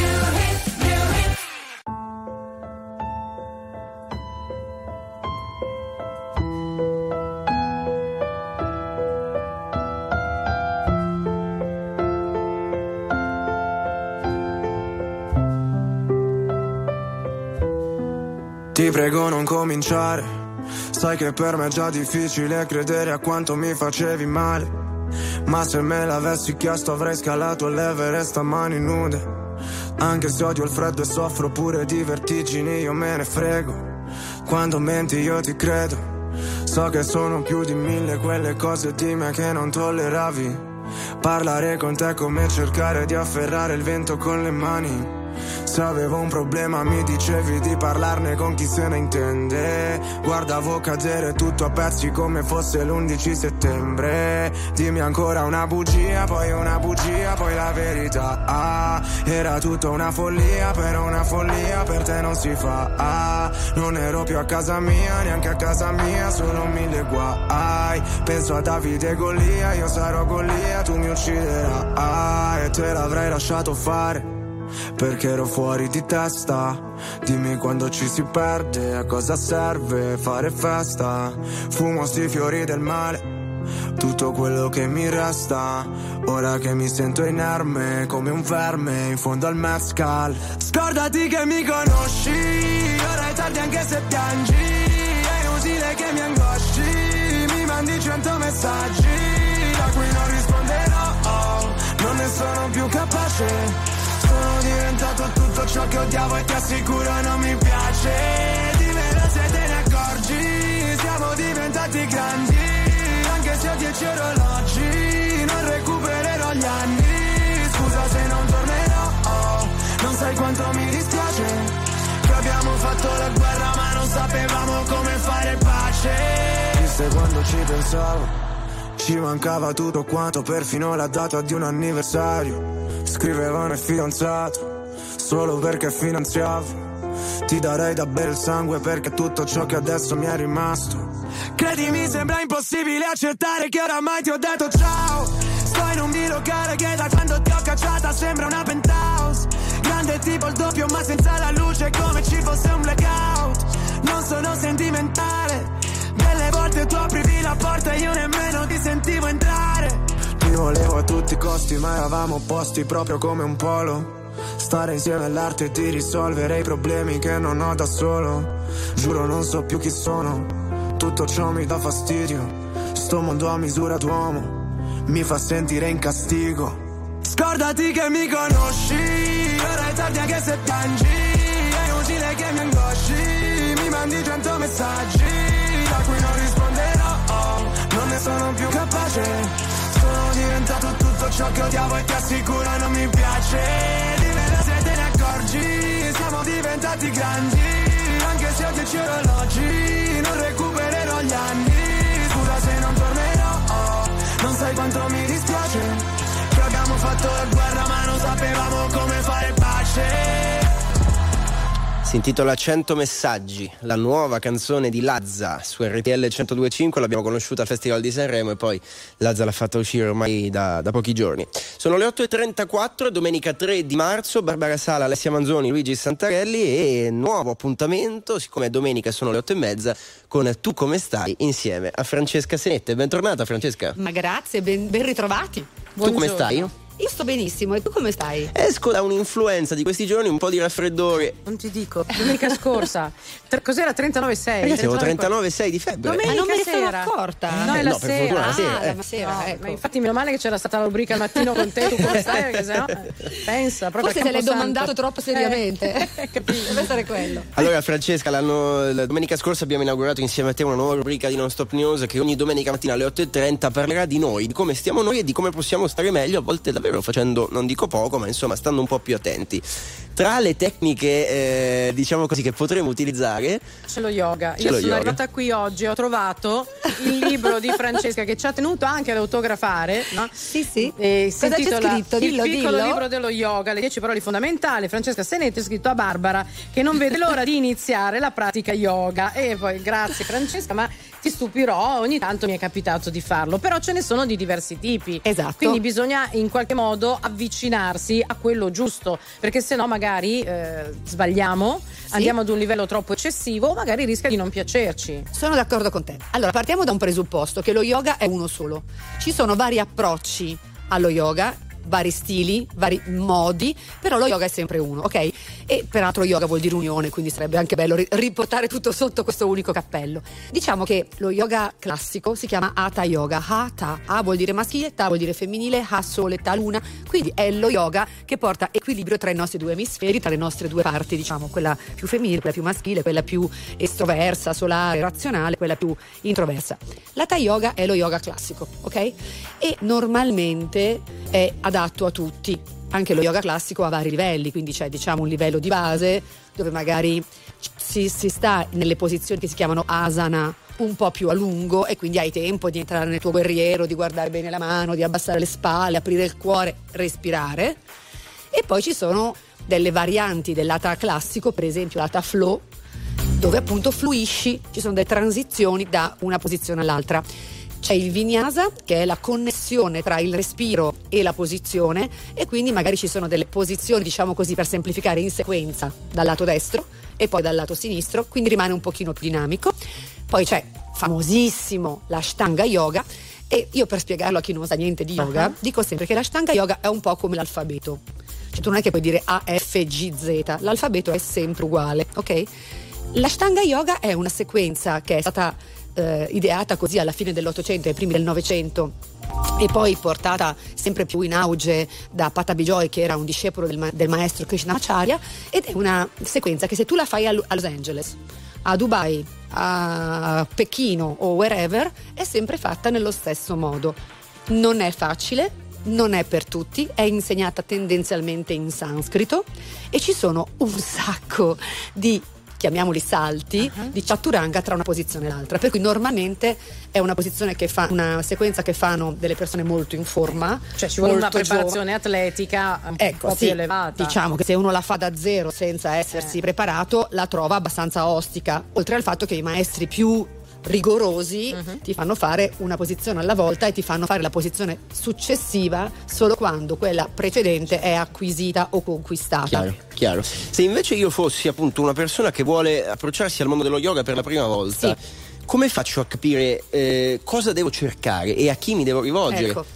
Ti prego non cominciare, sai che per me è già difficile credere a quanto mi facevi male. Ma se me l'avessi chiesto avrei scalato l'Everest a mani nude. Anche se odio il freddo e soffro pure di vertigini, io me ne frego. Quando menti io ti credo. So che sono più di 1000 quelle cose di me che non tolleravi. Parlare con te è come cercare di afferrare il vento con le mani. Se avevo un problema mi dicevi di parlarne con chi se ne intende. Guardavo cadere tutto a pezzi come fosse l'11 settembre. Dimmi ancora una bugia, poi la verità. Era tutta una follia, però una follia per te non si fa. Non ero più a casa mia, neanche a casa mia, solo 1000 guai. Penso a Davide e Golia, io sarò Golia, tu mi ucciderai. E te l'avrei lasciato fare perché ero fuori di testa. Dimmi quando ci si perde, a cosa serve fare festa. Fumo sti fiori del male, tutto quello che mi resta. Ora che mi sento inerme come un verme in fondo al mezcal. Scordati che mi conosci, ora è tardi anche se piangi. È inutile che mi angosci, mi mandi 100 messaggi da cui non risponderò, non ne sono più capace. Sono diventato tutto ciò che odiavo e ti assicuro non mi piace. Dimmelo se te ne accorgi, siamo diventati grandi. Anche se ho 10 orologi, non recupererò gli anni. Scusa se non tornerò, non sai quanto mi dispiace che abbiamo fatto la guerra ma non sapevamo come fare pace. Chissà quando ci pensavo, ci mancava tutto quanto, perfino la data di un anniversario. Scrivevano il fidanzato solo perché finanziavo. Ti darei da bere il sangue perché tutto ciò che adesso mi è rimasto. Credimi, sembra impossibile accettare che oramai ti ho detto ciao. Sto in un bilocale che da quando ti ho cacciata sembra una penthouse. Grande tipo il doppio ma senza la luce, come ci fosse un blackout. Non sono sentimentale, delle volte tu aprivi la porta e io nemmeno ti sentivo entrare. Ti volevo a tutti i costi ma eravamo opposti proprio come un polo. Stare insieme all'arte di risolvere i problemi che non ho da solo. Giuro non so più chi sono, tutto ciò mi dà fastidio. Sto mondo a misura d'uomo mi fa sentire in castigo. Scordati che mi conosci, ora è tardi anche se piangi. È inutile che mi angosci, mi mandi 100 messaggi da cui non risponderò, non ne sono più capace. Sono diventato tutto ciò che odiavo e ti assicuro non mi piace. Dimmelo se te ne accorgi, siamo diventati grandi. Anche se ho 10 orologi, non recupererò gli anni. Scusa se non tornerò, non sai quanto mi dispiace che abbiamo fatto la guerra ma non sapevamo come fare pace. Si intitola 100 messaggi, la nuova canzone di Lazza su RTL 102.5. L'abbiamo conosciuta al Festival di Sanremo e poi Lazza l'ha fatta uscire ormai da pochi giorni. Sono le 8.34, domenica 3 di marzo. Barbara Sala, Alessia Manzoni, Luigi Santarelli e nuovo appuntamento, siccome è domenica sono le 8.30, con Tu come stai insieme a Francesca Senette. Bentornata Francesca. Ma grazie, ben ritrovati. Tu come stai? Io sto benissimo, e tu come stai? Esco da un'influenza di questi giorni, un po' di raffreddore. Non ti dico, domenica scorsa. Cos'era 39,6? Ragazzi, avevo 39,6 di febbre. Domenica non me ne sera. sono accorta. No, è la no, per fortuna sera. la sera. La sera, No, ecco. ma infatti meno male che c'era stata la rubrica al mattino con te, tu come stai? Perché sennò pensa proprio. Forse te l'hai domandato troppo seriamente. Capito? Deve essere quello. Allora Francesca, la domenica scorsa abbiamo inaugurato insieme a te una nuova rubrica di Non Stop News che ogni domenica mattina alle 8.30 parlerà di noi, di come stiamo noi e di come possiamo stare meglio, a volte davvero facendo, non dico poco, ma insomma stando un po' più attenti. Tra le tecniche diciamo così che potremo utilizzare c'è lo yoga. Io sono arrivata qui oggi, ho trovato il libro di Francesca che ci ha tenuto anche ad autografare, no? Sì. Si Cosa intitola c'è scritto? Il piccolo libro dello yoga, le 10 parole fondamentali. Francesca Senette, scritto a Barbara, che non vede l'ora di iniziare la pratica yoga. E poi grazie Francesca, ma ti stupirò, ogni tanto mi è capitato di farlo, però ce ne sono di diversi tipi. Esatto. Quindi bisogna in qualche modo avvicinarsi a quello giusto, perché sennò magari sbagliamo, andiamo ad un livello troppo eccessivo, magari rischia di non piacerci. Sono d'accordo con te. Allora, partiamo da un presupposto, che lo yoga è uno solo. Ci sono vari approcci allo yoga, vari stili, vari modi, però lo yoga è sempre uno, ok? E peraltro yoga vuol dire unione, quindi sarebbe anche bello riportare tutto sotto questo unico cappello. Diciamo che lo yoga classico si chiama Hatha Yoga. Hatha, A vuol dire maschile, Ta vuol dire femminile, Ha sole, Ta luna, quindi è lo yoga che porta equilibrio tra i nostri due emisferi, tra le nostre due parti, diciamo, quella più femminile, quella più maschile, quella più estroversa, solare, razionale, quella più introversa. L'Hatha Yoga è lo yoga classico, ok? E normalmente è adatto a tutti. Anche lo yoga classico ha vari livelli, quindi c'è diciamo un livello di base dove magari si sta nelle posizioni che si chiamano asana un po' più a lungo e quindi hai tempo di entrare nel tuo guerriero, di guardare bene la mano, di abbassare le spalle, aprire il cuore, respirare. E poi ci sono delle varianti dell'Hatha classico, per esempio l'Hatha flow, dove appunto fluisci, ci sono delle transizioni da una posizione all'altra. C'è il vinyasa, che è la connessione tra il respiro e la posizione, e quindi magari ci sono delle posizioni, diciamo così per semplificare, in sequenza dal lato destro e poi dal lato sinistro, quindi rimane un pochino più dinamico. Poi c'è famosissimo l'Ashtanga Yoga, e io per spiegarlo a chi non sa niente di yoga dico sempre che l'Ashtanga Yoga è un po' come l'alfabeto, cioè tu non è che puoi dire A, F, G, Z, l'alfabeto è sempre uguale, ok? L'Ashtanga Yoga è una sequenza che è stata ideata così alla fine dell'Ottocento e ai primi del Novecento e poi portata sempre più in auge da Patabi Joy, che era un discepolo del maestro Krishnamacharya, ed è una sequenza che se tu la fai a Los Angeles, a Dubai, a Pechino o wherever, è sempre fatta nello stesso modo. Non è facile, non è per tutti, è insegnata tendenzialmente in sanscrito e ci sono un sacco di, chiamiamoli salti, di chaturanga tra una posizione e l'altra, per cui normalmente è una posizione che fa una sequenza che fanno delle persone molto in forma, cioè ci vuole una preparazione atletica un po' più elevata. Diciamo che se uno la fa da zero senza essersi preparato la trova abbastanza ostica, oltre al fatto che i maestri più rigorosi ti fanno fare una posizione alla volta e ti fanno fare la posizione successiva solo quando quella precedente è acquisita o conquistata. Chiaro. Se invece io fossi appunto una persona che vuole approcciarsi al mondo dello yoga per la prima volta, come faccio a capire cosa devo cercare e a chi mi devo rivolgere? Ecco.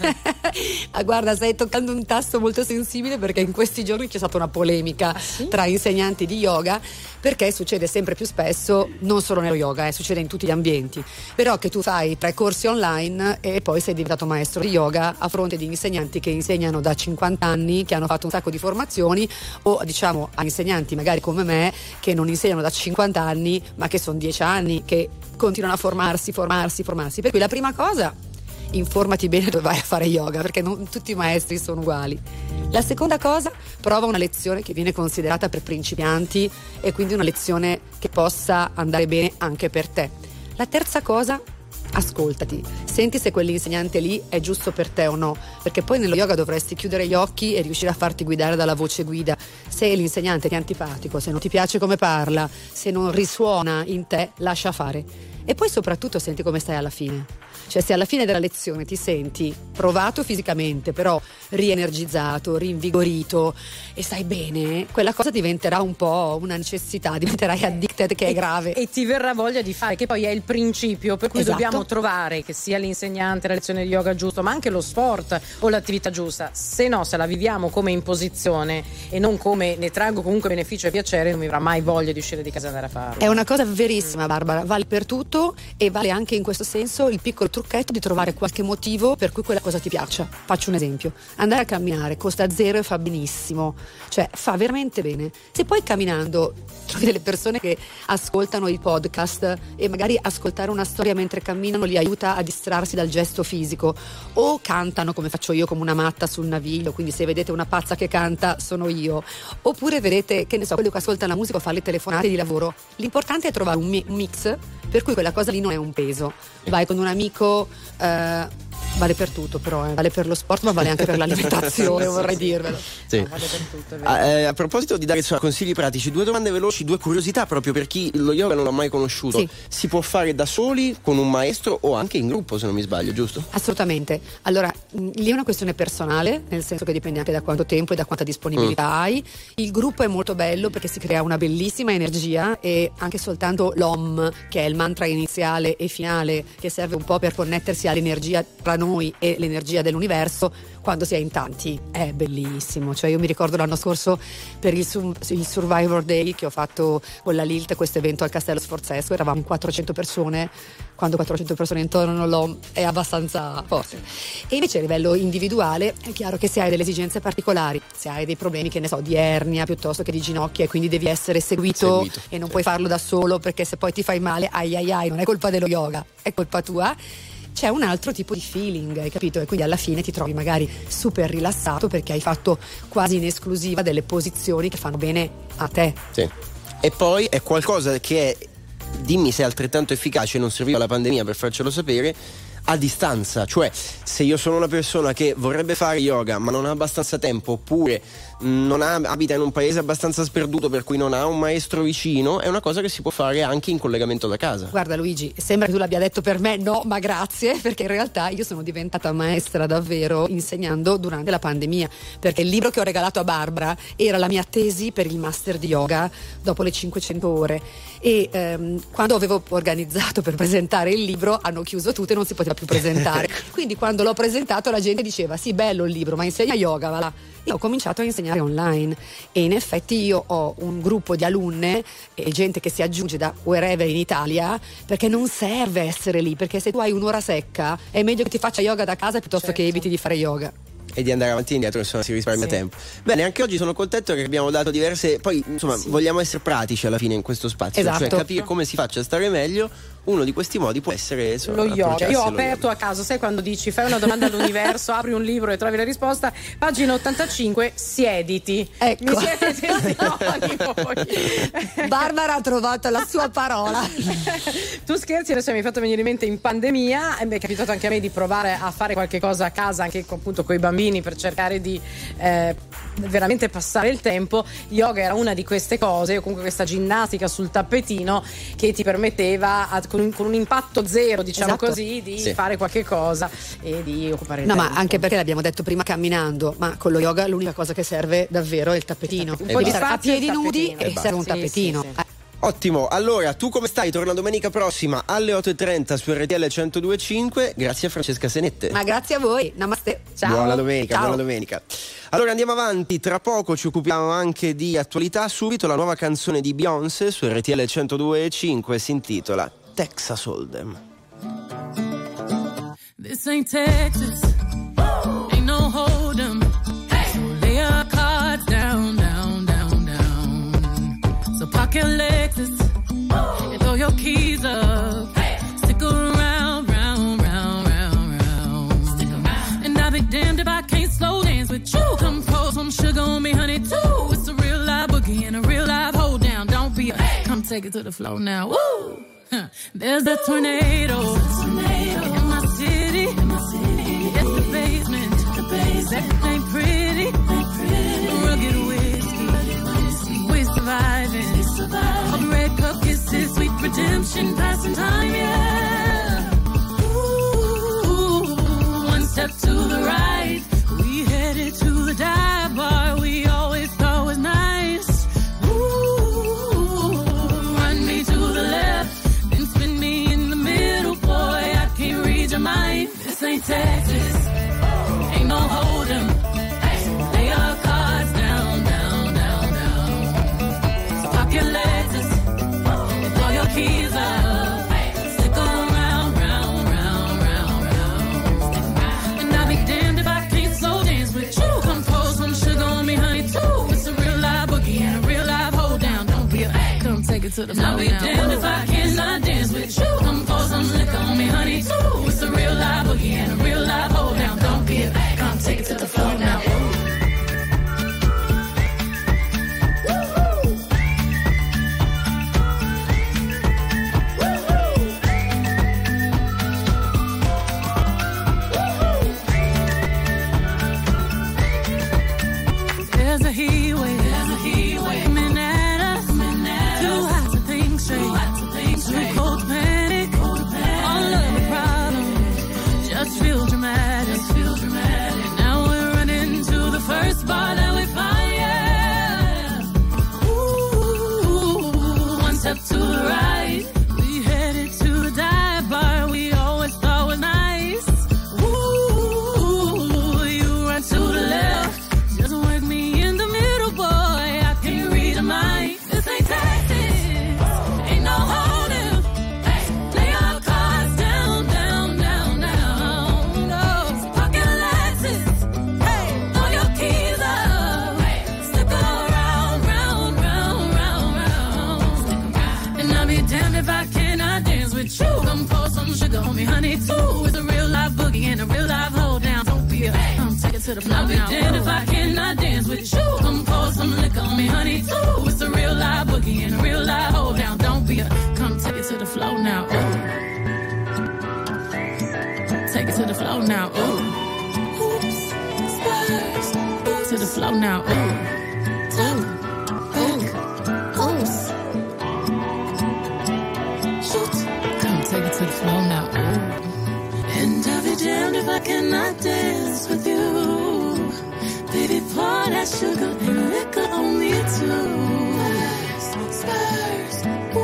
Guarda, stai toccando un tasto molto sensibile, perché in questi giorni c'è stata una polemica tra insegnanti di yoga, perché succede sempre più spesso, non solo nello yoga, succede in tutti gli ambienti, però che tu fai 3 corsi online e poi sei diventato maestro di yoga a fronte di insegnanti che insegnano da 50 anni, che hanno fatto un sacco di formazioni, o diciamo a insegnanti magari come me che non insegnano da 50 anni ma che sono 10 anni che continuano a formarsi. Per cui la prima cosa, informati bene dove vai a fare yoga, perché non tutti i maestri sono uguali. La seconda cosa, prova una lezione che viene considerata per principianti e quindi una lezione che possa andare bene anche per te. La terza cosa, ascoltati, senti se quell'insegnante lì è giusto per te o no, perché poi nello yoga dovresti chiudere gli occhi e riuscire a farti guidare dalla voce guida. Se l'insegnante ti è antipatico, se non ti piace come parla, se non risuona in te, lascia fare. E poi soprattutto senti come stai alla fine. Cioè, se alla fine della lezione ti senti provato fisicamente, però rienergizzato, rinvigorito e stai bene, quella cosa diventerà un po' una necessità, diventerai addicted, che è grave. E ti verrà voglia di fare, che poi è il principio per cui dobbiamo trovare che sia l'insegnante, la lezione di yoga giusto, ma anche lo sport o l'attività giusta. Se no, se la viviamo come imposizione e non come ne traggo comunque beneficio e piacere, non mi avrà mai voglia di uscire di casa e andare a farlo. È una cosa verissima, Barbara, vale per tutto e vale anche in questo senso il piccolo trucchetto di trovare qualche motivo per cui quella cosa ti piaccia. Faccio un esempio: andare a camminare costa zero e fa benissimo, cioè fa veramente bene. Se poi camminando trovi delle persone che ascoltano i podcast e magari ascoltare una storia mentre camminano li aiuta a distrarsi dal gesto fisico, o cantano come faccio io come una matta sul naviglio, quindi se vedete una pazza che canta sono io, oppure vedete, che ne so, quelli che ascoltano la musica o fanno le telefonate di lavoro, l'importante è trovare un mix per cui quella cosa lì non è un peso. Vai con un amico, vale per tutto, però vale per lo sport, ma vale anche per l'alimentazione, vorrei dirvelo. Sì. No, vale per tutto, è vero. A proposito di dare consigli pratici, 2 domande veloci, 2 curiosità proprio per chi lo yoga non l'ha mai conosciuto. Sì. Si può fare da soli, con un maestro o anche in gruppo, se non mi sbaglio, giusto? Assolutamente. Allora, lì è una questione personale, nel senso che dipende anche da quanto tempo e da quanta disponibilità hai. Il gruppo è molto bello perché si crea una bellissima energia e anche soltanto l'Om, che è il mantra iniziale e finale, che serve un po' per connettersi all'energia tra noi e l'energia dell'universo, quando si è in tanti è bellissimo. Cioè, io mi ricordo l'anno scorso per il Survivor Day che ho fatto con la Lilt, questo evento al Castello Sforzesco, eravamo 400 persone. Quando 400 persone intorno l'Om è abbastanza forte. E invece a livello individuale è chiaro che se hai delle esigenze particolari, se hai dei problemi, che ne so, di ernia piuttosto che di ginocchia, e quindi devi essere seguito e non puoi farlo da solo, perché se poi ti fai male, non è colpa dello yoga, è colpa tua. C'è un altro tipo di feeling, hai capito? E quindi alla fine ti trovi magari super rilassato perché hai fatto quasi in esclusiva delle posizioni che fanno bene a te. Sì. E poi è qualcosa che è, dimmi se è altrettanto efficace, non serviva la pandemia per farcelo sapere, a distanza. Cioè, se io sono una persona che vorrebbe fare yoga ma non ha abbastanza tempo, oppure abita in un paese abbastanza sperduto per cui non ha un maestro vicino, è una cosa che si può fare anche in collegamento da casa. Guarda Luigi, sembra che tu l'abbia detto per me, no, ma grazie, perché in realtà io sono diventata maestra davvero insegnando durante la pandemia, perché il libro che ho regalato a Barbara era la mia tesi per il master di yoga dopo le 500 ore e quando avevo organizzato per presentare il libro hanno chiuso tutto e non si poteva più presentare. Quindi quando l'ho presentato la gente diceva: sì, bello il libro, ma insegna yoga, va là. Io ho cominciato a insegnare online e in effetti io ho un gruppo di alunne e gente che si aggiunge da wherever in Italia, perché non serve essere lì, perché se tu hai un'ora secca è meglio che ti faccia yoga da casa piuttosto che eviti di fare yoga e di andare avanti e indietro, insomma si risparmia tempo. Bene, anche oggi sono contento che abbiamo dato diverse, poi insomma vogliamo essere pratici alla fine in questo spazio, esatto. Cioè capire come si faccia a stare meglio. Uno di questi modi può essere lo yoga. Io ho aperto a caso, sai quando dici fai una domanda all'universo, apri un libro e trovi la risposta, pagina 85, siediti. Ecco. Mi siete testimoni voi. Barbara ha trovato la sua parola. Tu scherzi, adesso mi hai fatto venire in mente in pandemia, mi è capitato anche a me di provare a fare qualche cosa a casa anche appunto con i bambini per cercare di veramente passare il tempo. Yoga era una di queste cose, o comunque questa ginnastica sul tappetino che ti permetteva con un impatto zero, diciamo, esatto, così, di fare qualche cosa e di occupare il tempo. Ma anche perché l'abbiamo detto prima camminando, ma con lo yoga l'unica cosa che serve davvero è il tappetino. Un po' di spazio a piedi nudi e basta. serve un tappetino. Sì. Ottimo, allora tu come stai? Torna domenica prossima alle 8:30 su RTL 102.5. Grazie a Francesca Senette. Ma grazie a voi, namaste. Ciao. Buona domenica, ciao. Buona domenica. Allora andiamo avanti, tra poco ci occupiamo anche di attualità. Subito la nuova canzone di Beyoncé su RTL 102.5 si intitola Texas Hold'em. This ain't Texas, ain't no Hold'em. So lay your cards down, down, down, down. So park your Lexus and throw your keys up. Stick around, round, round, round, round. Stick around. And I'll be damned if I can't slow dance with you. Come pour some sugar on me, honey, too. It's a real live boogie and a real live hold down. Don't be a come take it to the floor now. Woo! There's a tornado in my city. It's the basement. That ain't pretty. Rugged whiskey. We're surviving. All the red cup kisses, sweet redemption, passing time, yeah. Ooh, one step to the right. We headed to the dive bar we always thought was nice. Ooh, run me to the left, then spin me in the middle, boy, I can't read your mind. This ain't Texas, ain't no hold'em. Lay our cards down, down, down, down. So pop your Lexus, and throw your keys up. Stick around, round, round, round, round. And I'll be damned if I can't slow dance with you. Come pour some sugar on me, honey, too. It's a real live boogie and a real live hold down. Don't be a come take it to the floor. I'll be damned if I cannot dance with you. Come pour some liquor on me, honey, too. It's a real live boogie and a real live hold down. Don't be a come take it to the floor now. There's a heat wave coming at us. Too hot to think straight. Too cold to panic. All of the problems just feel dramatic. Now we're running to the first bar that we find. Yeah. Ooh, one step to the right. We headed to the dive bar we always thought was nice. Ooh, you run to the left. Just work me in the middle, boy. I can't read a mind. This ain't Texas, ain't no hold'em. Lay our cards down, down, down, down. No, so pocket Lexus, throw your keys up. Stick around, round, round, round, round. And I'll be damned if I cannot dance with you. Come pour some sugar on me, honey, too. It's a real life boogie and a real life hold down. Don't be a take it to the floor. I'll be damned if I cannot dance with you. Come pour some liquor on me, honey, too. It's a real live boogie and a real live hold down. Don't be a come take it to the floor now. Ooh. Take it to the floor now. Ooh. Oops, spurs. To the floor now. Ooh. Ooh. Oops. Shoot. Come take it to the floor now. Ooh. And I'll be damned if I cannot dance with you. Baby, pour that sugar and liquor on me too. Spurs,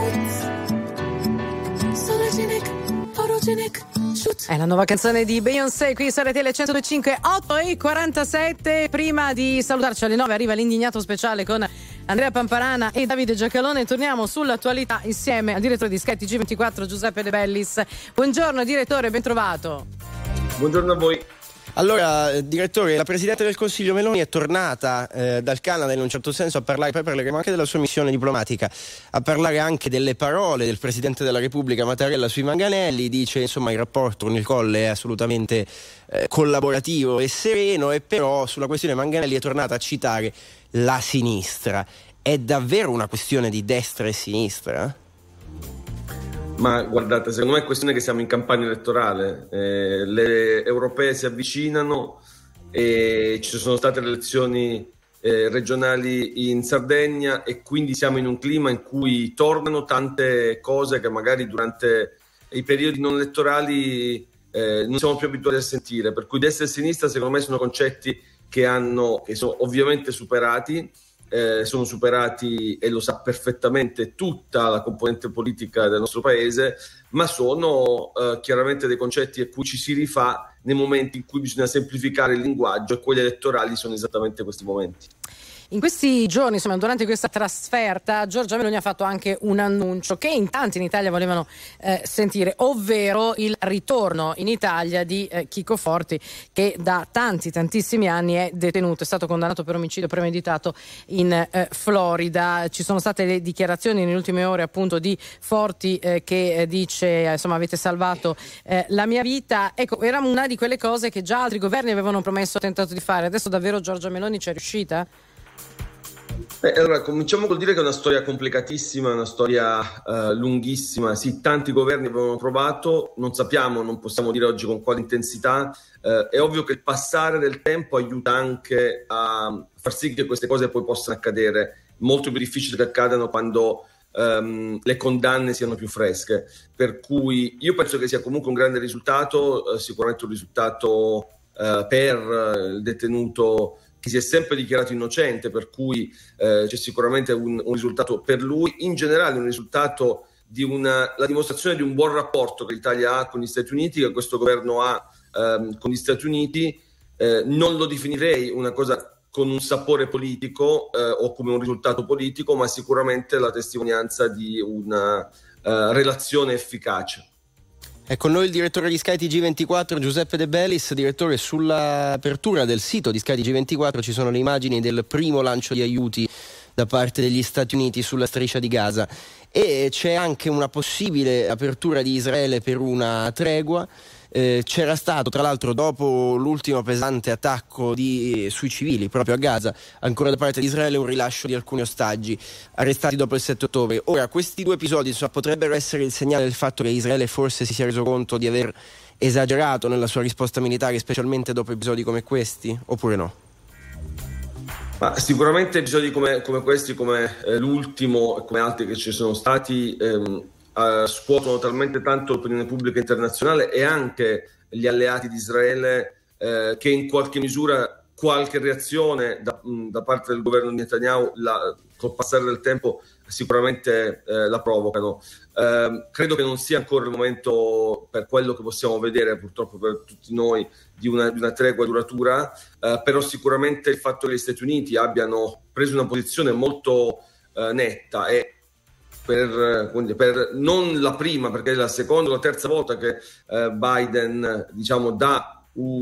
boots, sologenic, photogenic. È la nuova canzone di Beyoncé qui su RTL 102.5, 8:47. Prima di salutarci alle 9 arriva l'indignato speciale con Andrea Pamparana e Davide Giacalone. Torniamo sull'attualità insieme al direttore di Sky TG24 Giuseppe De Bellis. Buongiorno direttore, ben trovato. Buongiorno a voi. Allora, direttore, la Presidente del Consiglio Meloni è tornata dal Canada in un certo senso a parlare, poi parleremo anche della sua missione diplomatica, a parlare anche delle parole del Presidente della Repubblica Mattarella sui manganelli. Dice insomma il rapporto con il Colle è assolutamente collaborativo e sereno, e però sulla questione manganelli è tornata a citare la sinistra. È davvero una questione di destra e sinistra? Ma guardate, secondo me è questione che siamo in campagna elettorale, le europee si avvicinano e ci sono state le elezioni regionali in Sardegna, e quindi siamo in un clima in cui tornano tante cose che magari durante i periodi non elettorali non siamo più abituati a sentire, per cui destra e sinistra secondo me sono concetti che sono ovviamente superati. Sono superati, e lo sa perfettamente tutta la componente politica del nostro paese, ma sono chiaramente dei concetti a cui ci si rifà nei momenti in cui bisogna semplificare il linguaggio, e quelli elettorali sono esattamente questi momenti. In questi giorni, insomma, durante questa trasferta, Giorgia Meloni ha fatto anche un annuncio che in tanti in Italia volevano sentire, ovvero il ritorno in Italia di Chico Forti, che da tantissimi anni è detenuto, è stato condannato per omicidio premeditato in Florida. Ci sono state le dichiarazioni nelle ultime ore appunto di Forti che dice insomma avete salvato la mia vita. Ecco, era una di quelle cose che già altri governi avevano promesso, tentato di fare. Adesso davvero Giorgia Meloni ci è riuscita? Allora, cominciamo col dire che è una storia complicatissima, una storia lunghissima. Sì, tanti governi avevano provato, non sappiamo, non possiamo dire oggi con quale intensità. È ovvio che il passare del tempo aiuta anche a far sì che queste cose poi possano accadere. Molto più difficile che accadano quando le condanne siano più fresche. Per cui io penso che sia comunque un grande risultato, sicuramente un risultato per il detenuto che si è sempre dichiarato innocente, per cui c'è sicuramente un risultato per lui, in generale un risultato la dimostrazione di un buon rapporto che l'Italia ha con gli Stati Uniti, che questo governo ha con gli Stati Uniti. Non lo definirei una cosa con un sapore politico o come un risultato politico, ma sicuramente la testimonianza di una relazione efficace. È con noi il direttore di Sky TG24 Giuseppe De Bellis. Direttore, sull'apertura del sito di Sky TG24 ci sono le immagini del primo lancio di aiuti da parte degli Stati Uniti sulla striscia di Gaza e c'è anche una possibile apertura di Israele per una tregua. C'era stato, tra l'altro, dopo l'ultimo pesante attacco sui civili proprio a Gaza, ancora da parte di Israele, un rilascio di alcuni ostaggi arrestati dopo il 7 ottobre. Ora, questi due episodi potrebbero essere il segnale del fatto che Israele forse si sia reso conto di aver esagerato nella sua risposta militare, specialmente dopo episodi come questi, oppure no? Ma sicuramente episodi come questi, come l'ultimo e come altri che ci sono stati, scuotono talmente tanto l'opinione pubblica internazionale e anche gli alleati di Israele che in qualche misura qualche reazione da parte del governo di Netanyahu col passare del tempo sicuramente la provocano. Credo che non sia ancora il momento, per quello che possiamo vedere purtroppo per tutti noi, di una tregua duratura, però sicuramente il fatto che gli Stati Uniti abbiano preso una posizione molto netta e per non la prima, perché è la seconda o la terza volta che Biden dà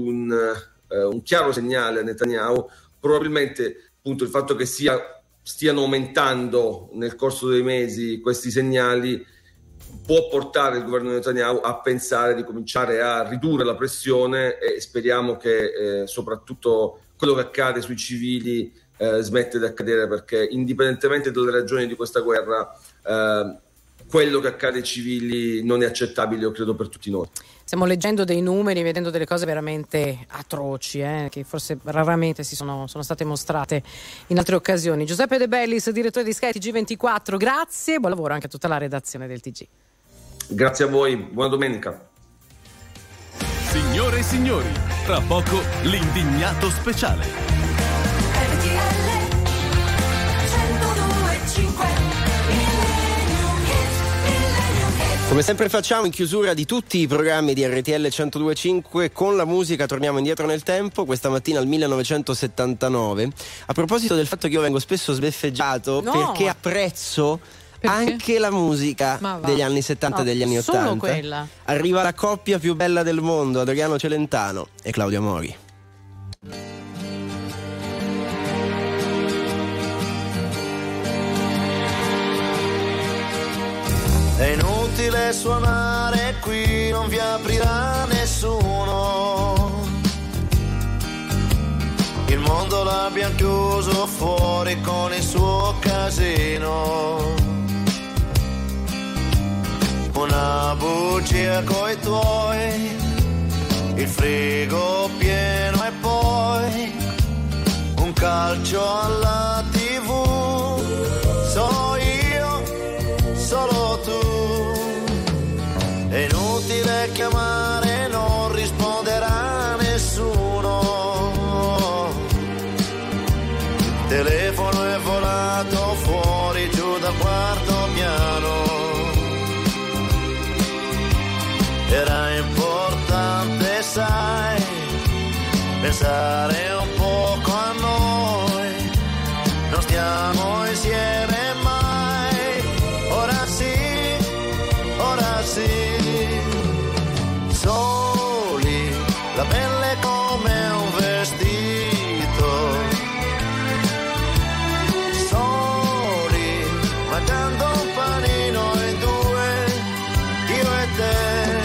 un chiaro segnale a Netanyahu, probabilmente appunto il fatto che stiano aumentando nel corso dei mesi questi segnali può portare il governo di Netanyahu a pensare di cominciare a ridurre la pressione e speriamo che soprattutto quello che accade sui civili smette di accadere, perché indipendentemente dalle ragioni di questa guerra quello che accade ai civili non è accettabile, io credo, per tutti noi. Stiamo leggendo dei numeri, vedendo delle cose veramente atroci, che forse raramente sono state mostrate in altre occasioni. Giuseppe De Bellis, direttore di Sky TG24, grazie, buon lavoro anche a tutta la redazione del TG. Grazie a voi, buona domenica. Signore e signori, tra poco l'indignato speciale. Come sempre facciamo in chiusura di tutti i programmi di RTL 102.5 con la musica, torniamo indietro nel tempo, questa mattina al 1979, a proposito del fatto che io vengo spesso sbeffeggiato perché apprezzo anche la musica degli anni 70 e degli anni 80. Solo quella. Arriva la coppia più bella del mondo, Adriano Celentano e Claudio Mori. È inutile suonare qui, non vi aprirà nessuno. Il mondo l'abbiamo chiuso fuori con il suo casino. Una bugia coi tuoi, il frigo pieno e poi un calcio alla TV. Solo io, solo tu. È inutile chiamare, non risponderà nessuno. Il telefono è volato fuori giù dal quarto piano. Era importante, sai, pensare un poco a noi. Non stiamo insieme mai. Ora sì, ora sì. Soli, la pelle come un vestito. Soli, mangiando un panino in due, io e te.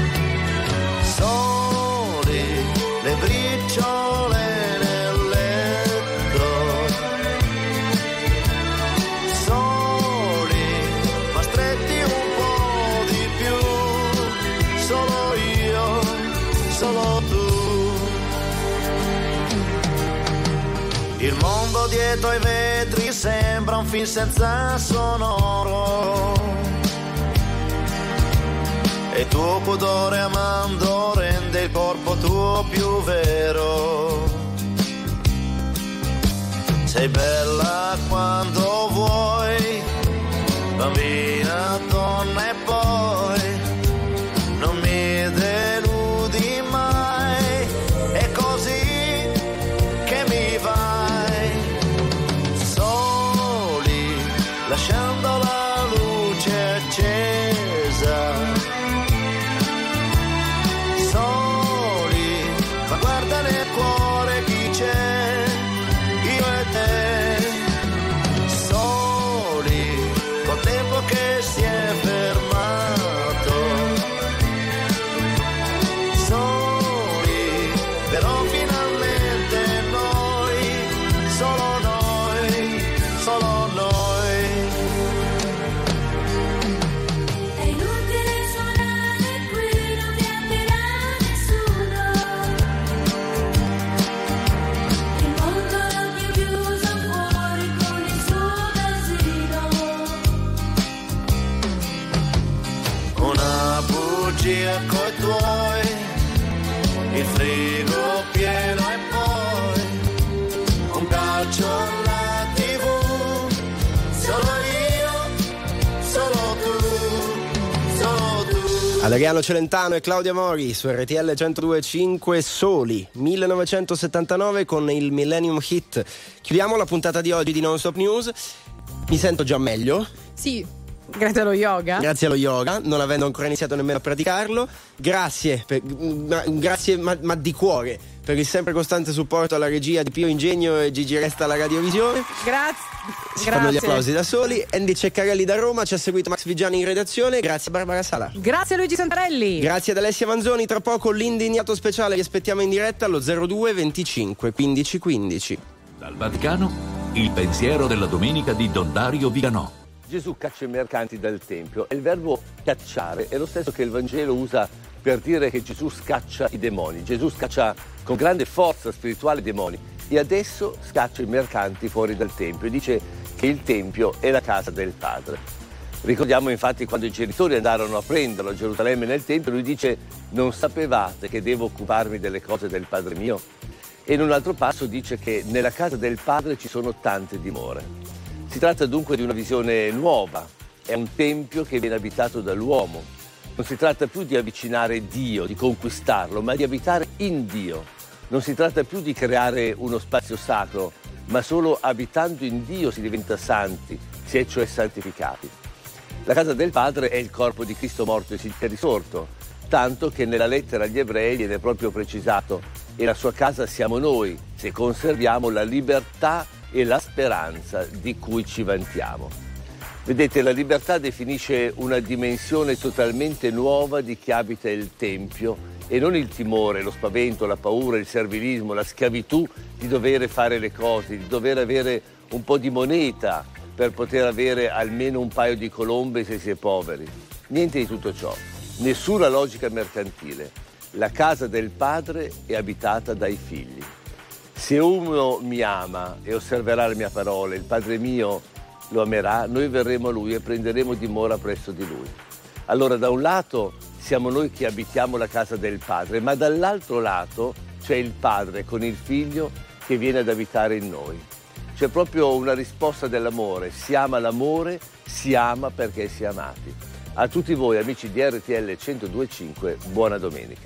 Soli, le briciole nel letto. Il mondo dietro ai vetri sembra un film senza sonoro, e il tuo pudore amando rende il corpo tuo più vero. Sei bella quando vuoi, bambina, donna, e poi non mi deludi mai, è così che mi vai. Soli, lasciando la luce accesa, soli, ma guarda nel cuore chi c'è, io e te. Soli, col tempo che si è fermato, soli, però finalmente noi, solo noi, solo noi. È inutile suonare qui, non vi aprirà nessuno. Il mondo non è chiuso fuori con il suo casino. Una bugia coi tuoi, il frigo pieno e poi un calcio alla TV, solo io, solo tu, solo tu. Adriano Celentano e Claudia Mori su RTL 102.5 Soli 1979 con il Millennium Hit. Chiudiamo la puntata di oggi di Non Stop News. Mi sento già meglio. Sì. Grazie allo yoga. Grazie allo yoga, non avendo ancora iniziato nemmeno a praticarlo. Grazie, grazie ma di cuore per il sempre costante supporto alla regia di Pio Ingegno e Gigi Resta alla radiovisione. Grazie. Si fanno gli applausi da soli. Andy Ceccarelli da Roma, ci ha seguito Max Vigiani in redazione. Grazie a Barbara Sala. Grazie a Luigi Santarelli. Grazie ad Alessia Manzoni. Tra poco l'indignato speciale, vi aspettiamo in diretta allo 02 25 15 15. Dal Vaticano, il pensiero della domenica di Don Dario Viganò. Gesù caccia i mercanti dal Tempio e il verbo cacciare è lo stesso che il Vangelo usa per dire che Gesù scaccia i demoni. Gesù scaccia con grande forza spirituale i demoni e adesso scaccia i mercanti fuori dal Tempio e dice che il Tempio è la casa del Padre. Ricordiamo infatti quando i genitori andarono a prenderlo a Gerusalemme nel Tempio, lui dice: non sapevate che devo occuparmi delle cose del Padre mio? E in un altro passo dice che nella casa del Padre ci sono tante dimore. Si tratta dunque di una visione nuova, è un tempio che viene abitato dall'uomo. Non si tratta più di avvicinare Dio, di conquistarlo, ma di abitare in Dio. Non si tratta più di creare uno spazio sacro, ma solo abitando in Dio si diventa santi, si è cioè santificati. La casa del Padre è il corpo di Cristo morto e risorto, tanto che nella lettera agli Ebrei viene proprio precisato: e la sua casa siamo noi, se conserviamo la libertà e la speranza di cui ci vantiamo. Vedete, la libertà definisce una dimensione totalmente nuova di chi abita il Tempio e non il timore, lo spavento, la paura, il servilismo, la schiavitù di dover fare le cose, di dover avere un po' di moneta per poter avere almeno un paio di colombe se si è poveri. Niente di tutto ciò, nessuna logica mercantile. La casa del Padre è abitata dai figli. Se uno mi ama e osserverà le mie parole, il Padre mio lo amerà, noi verremo a Lui e prenderemo dimora presso di Lui. Allora, da un lato siamo noi che abitiamo la casa del Padre, ma dall'altro lato c'è il Padre con il Figlio che viene ad abitare in noi. C'è proprio una risposta dell'amore: si ama l'amore, si ama perché si è amati. A tutti voi amici di RTL 102.5, buona domenica.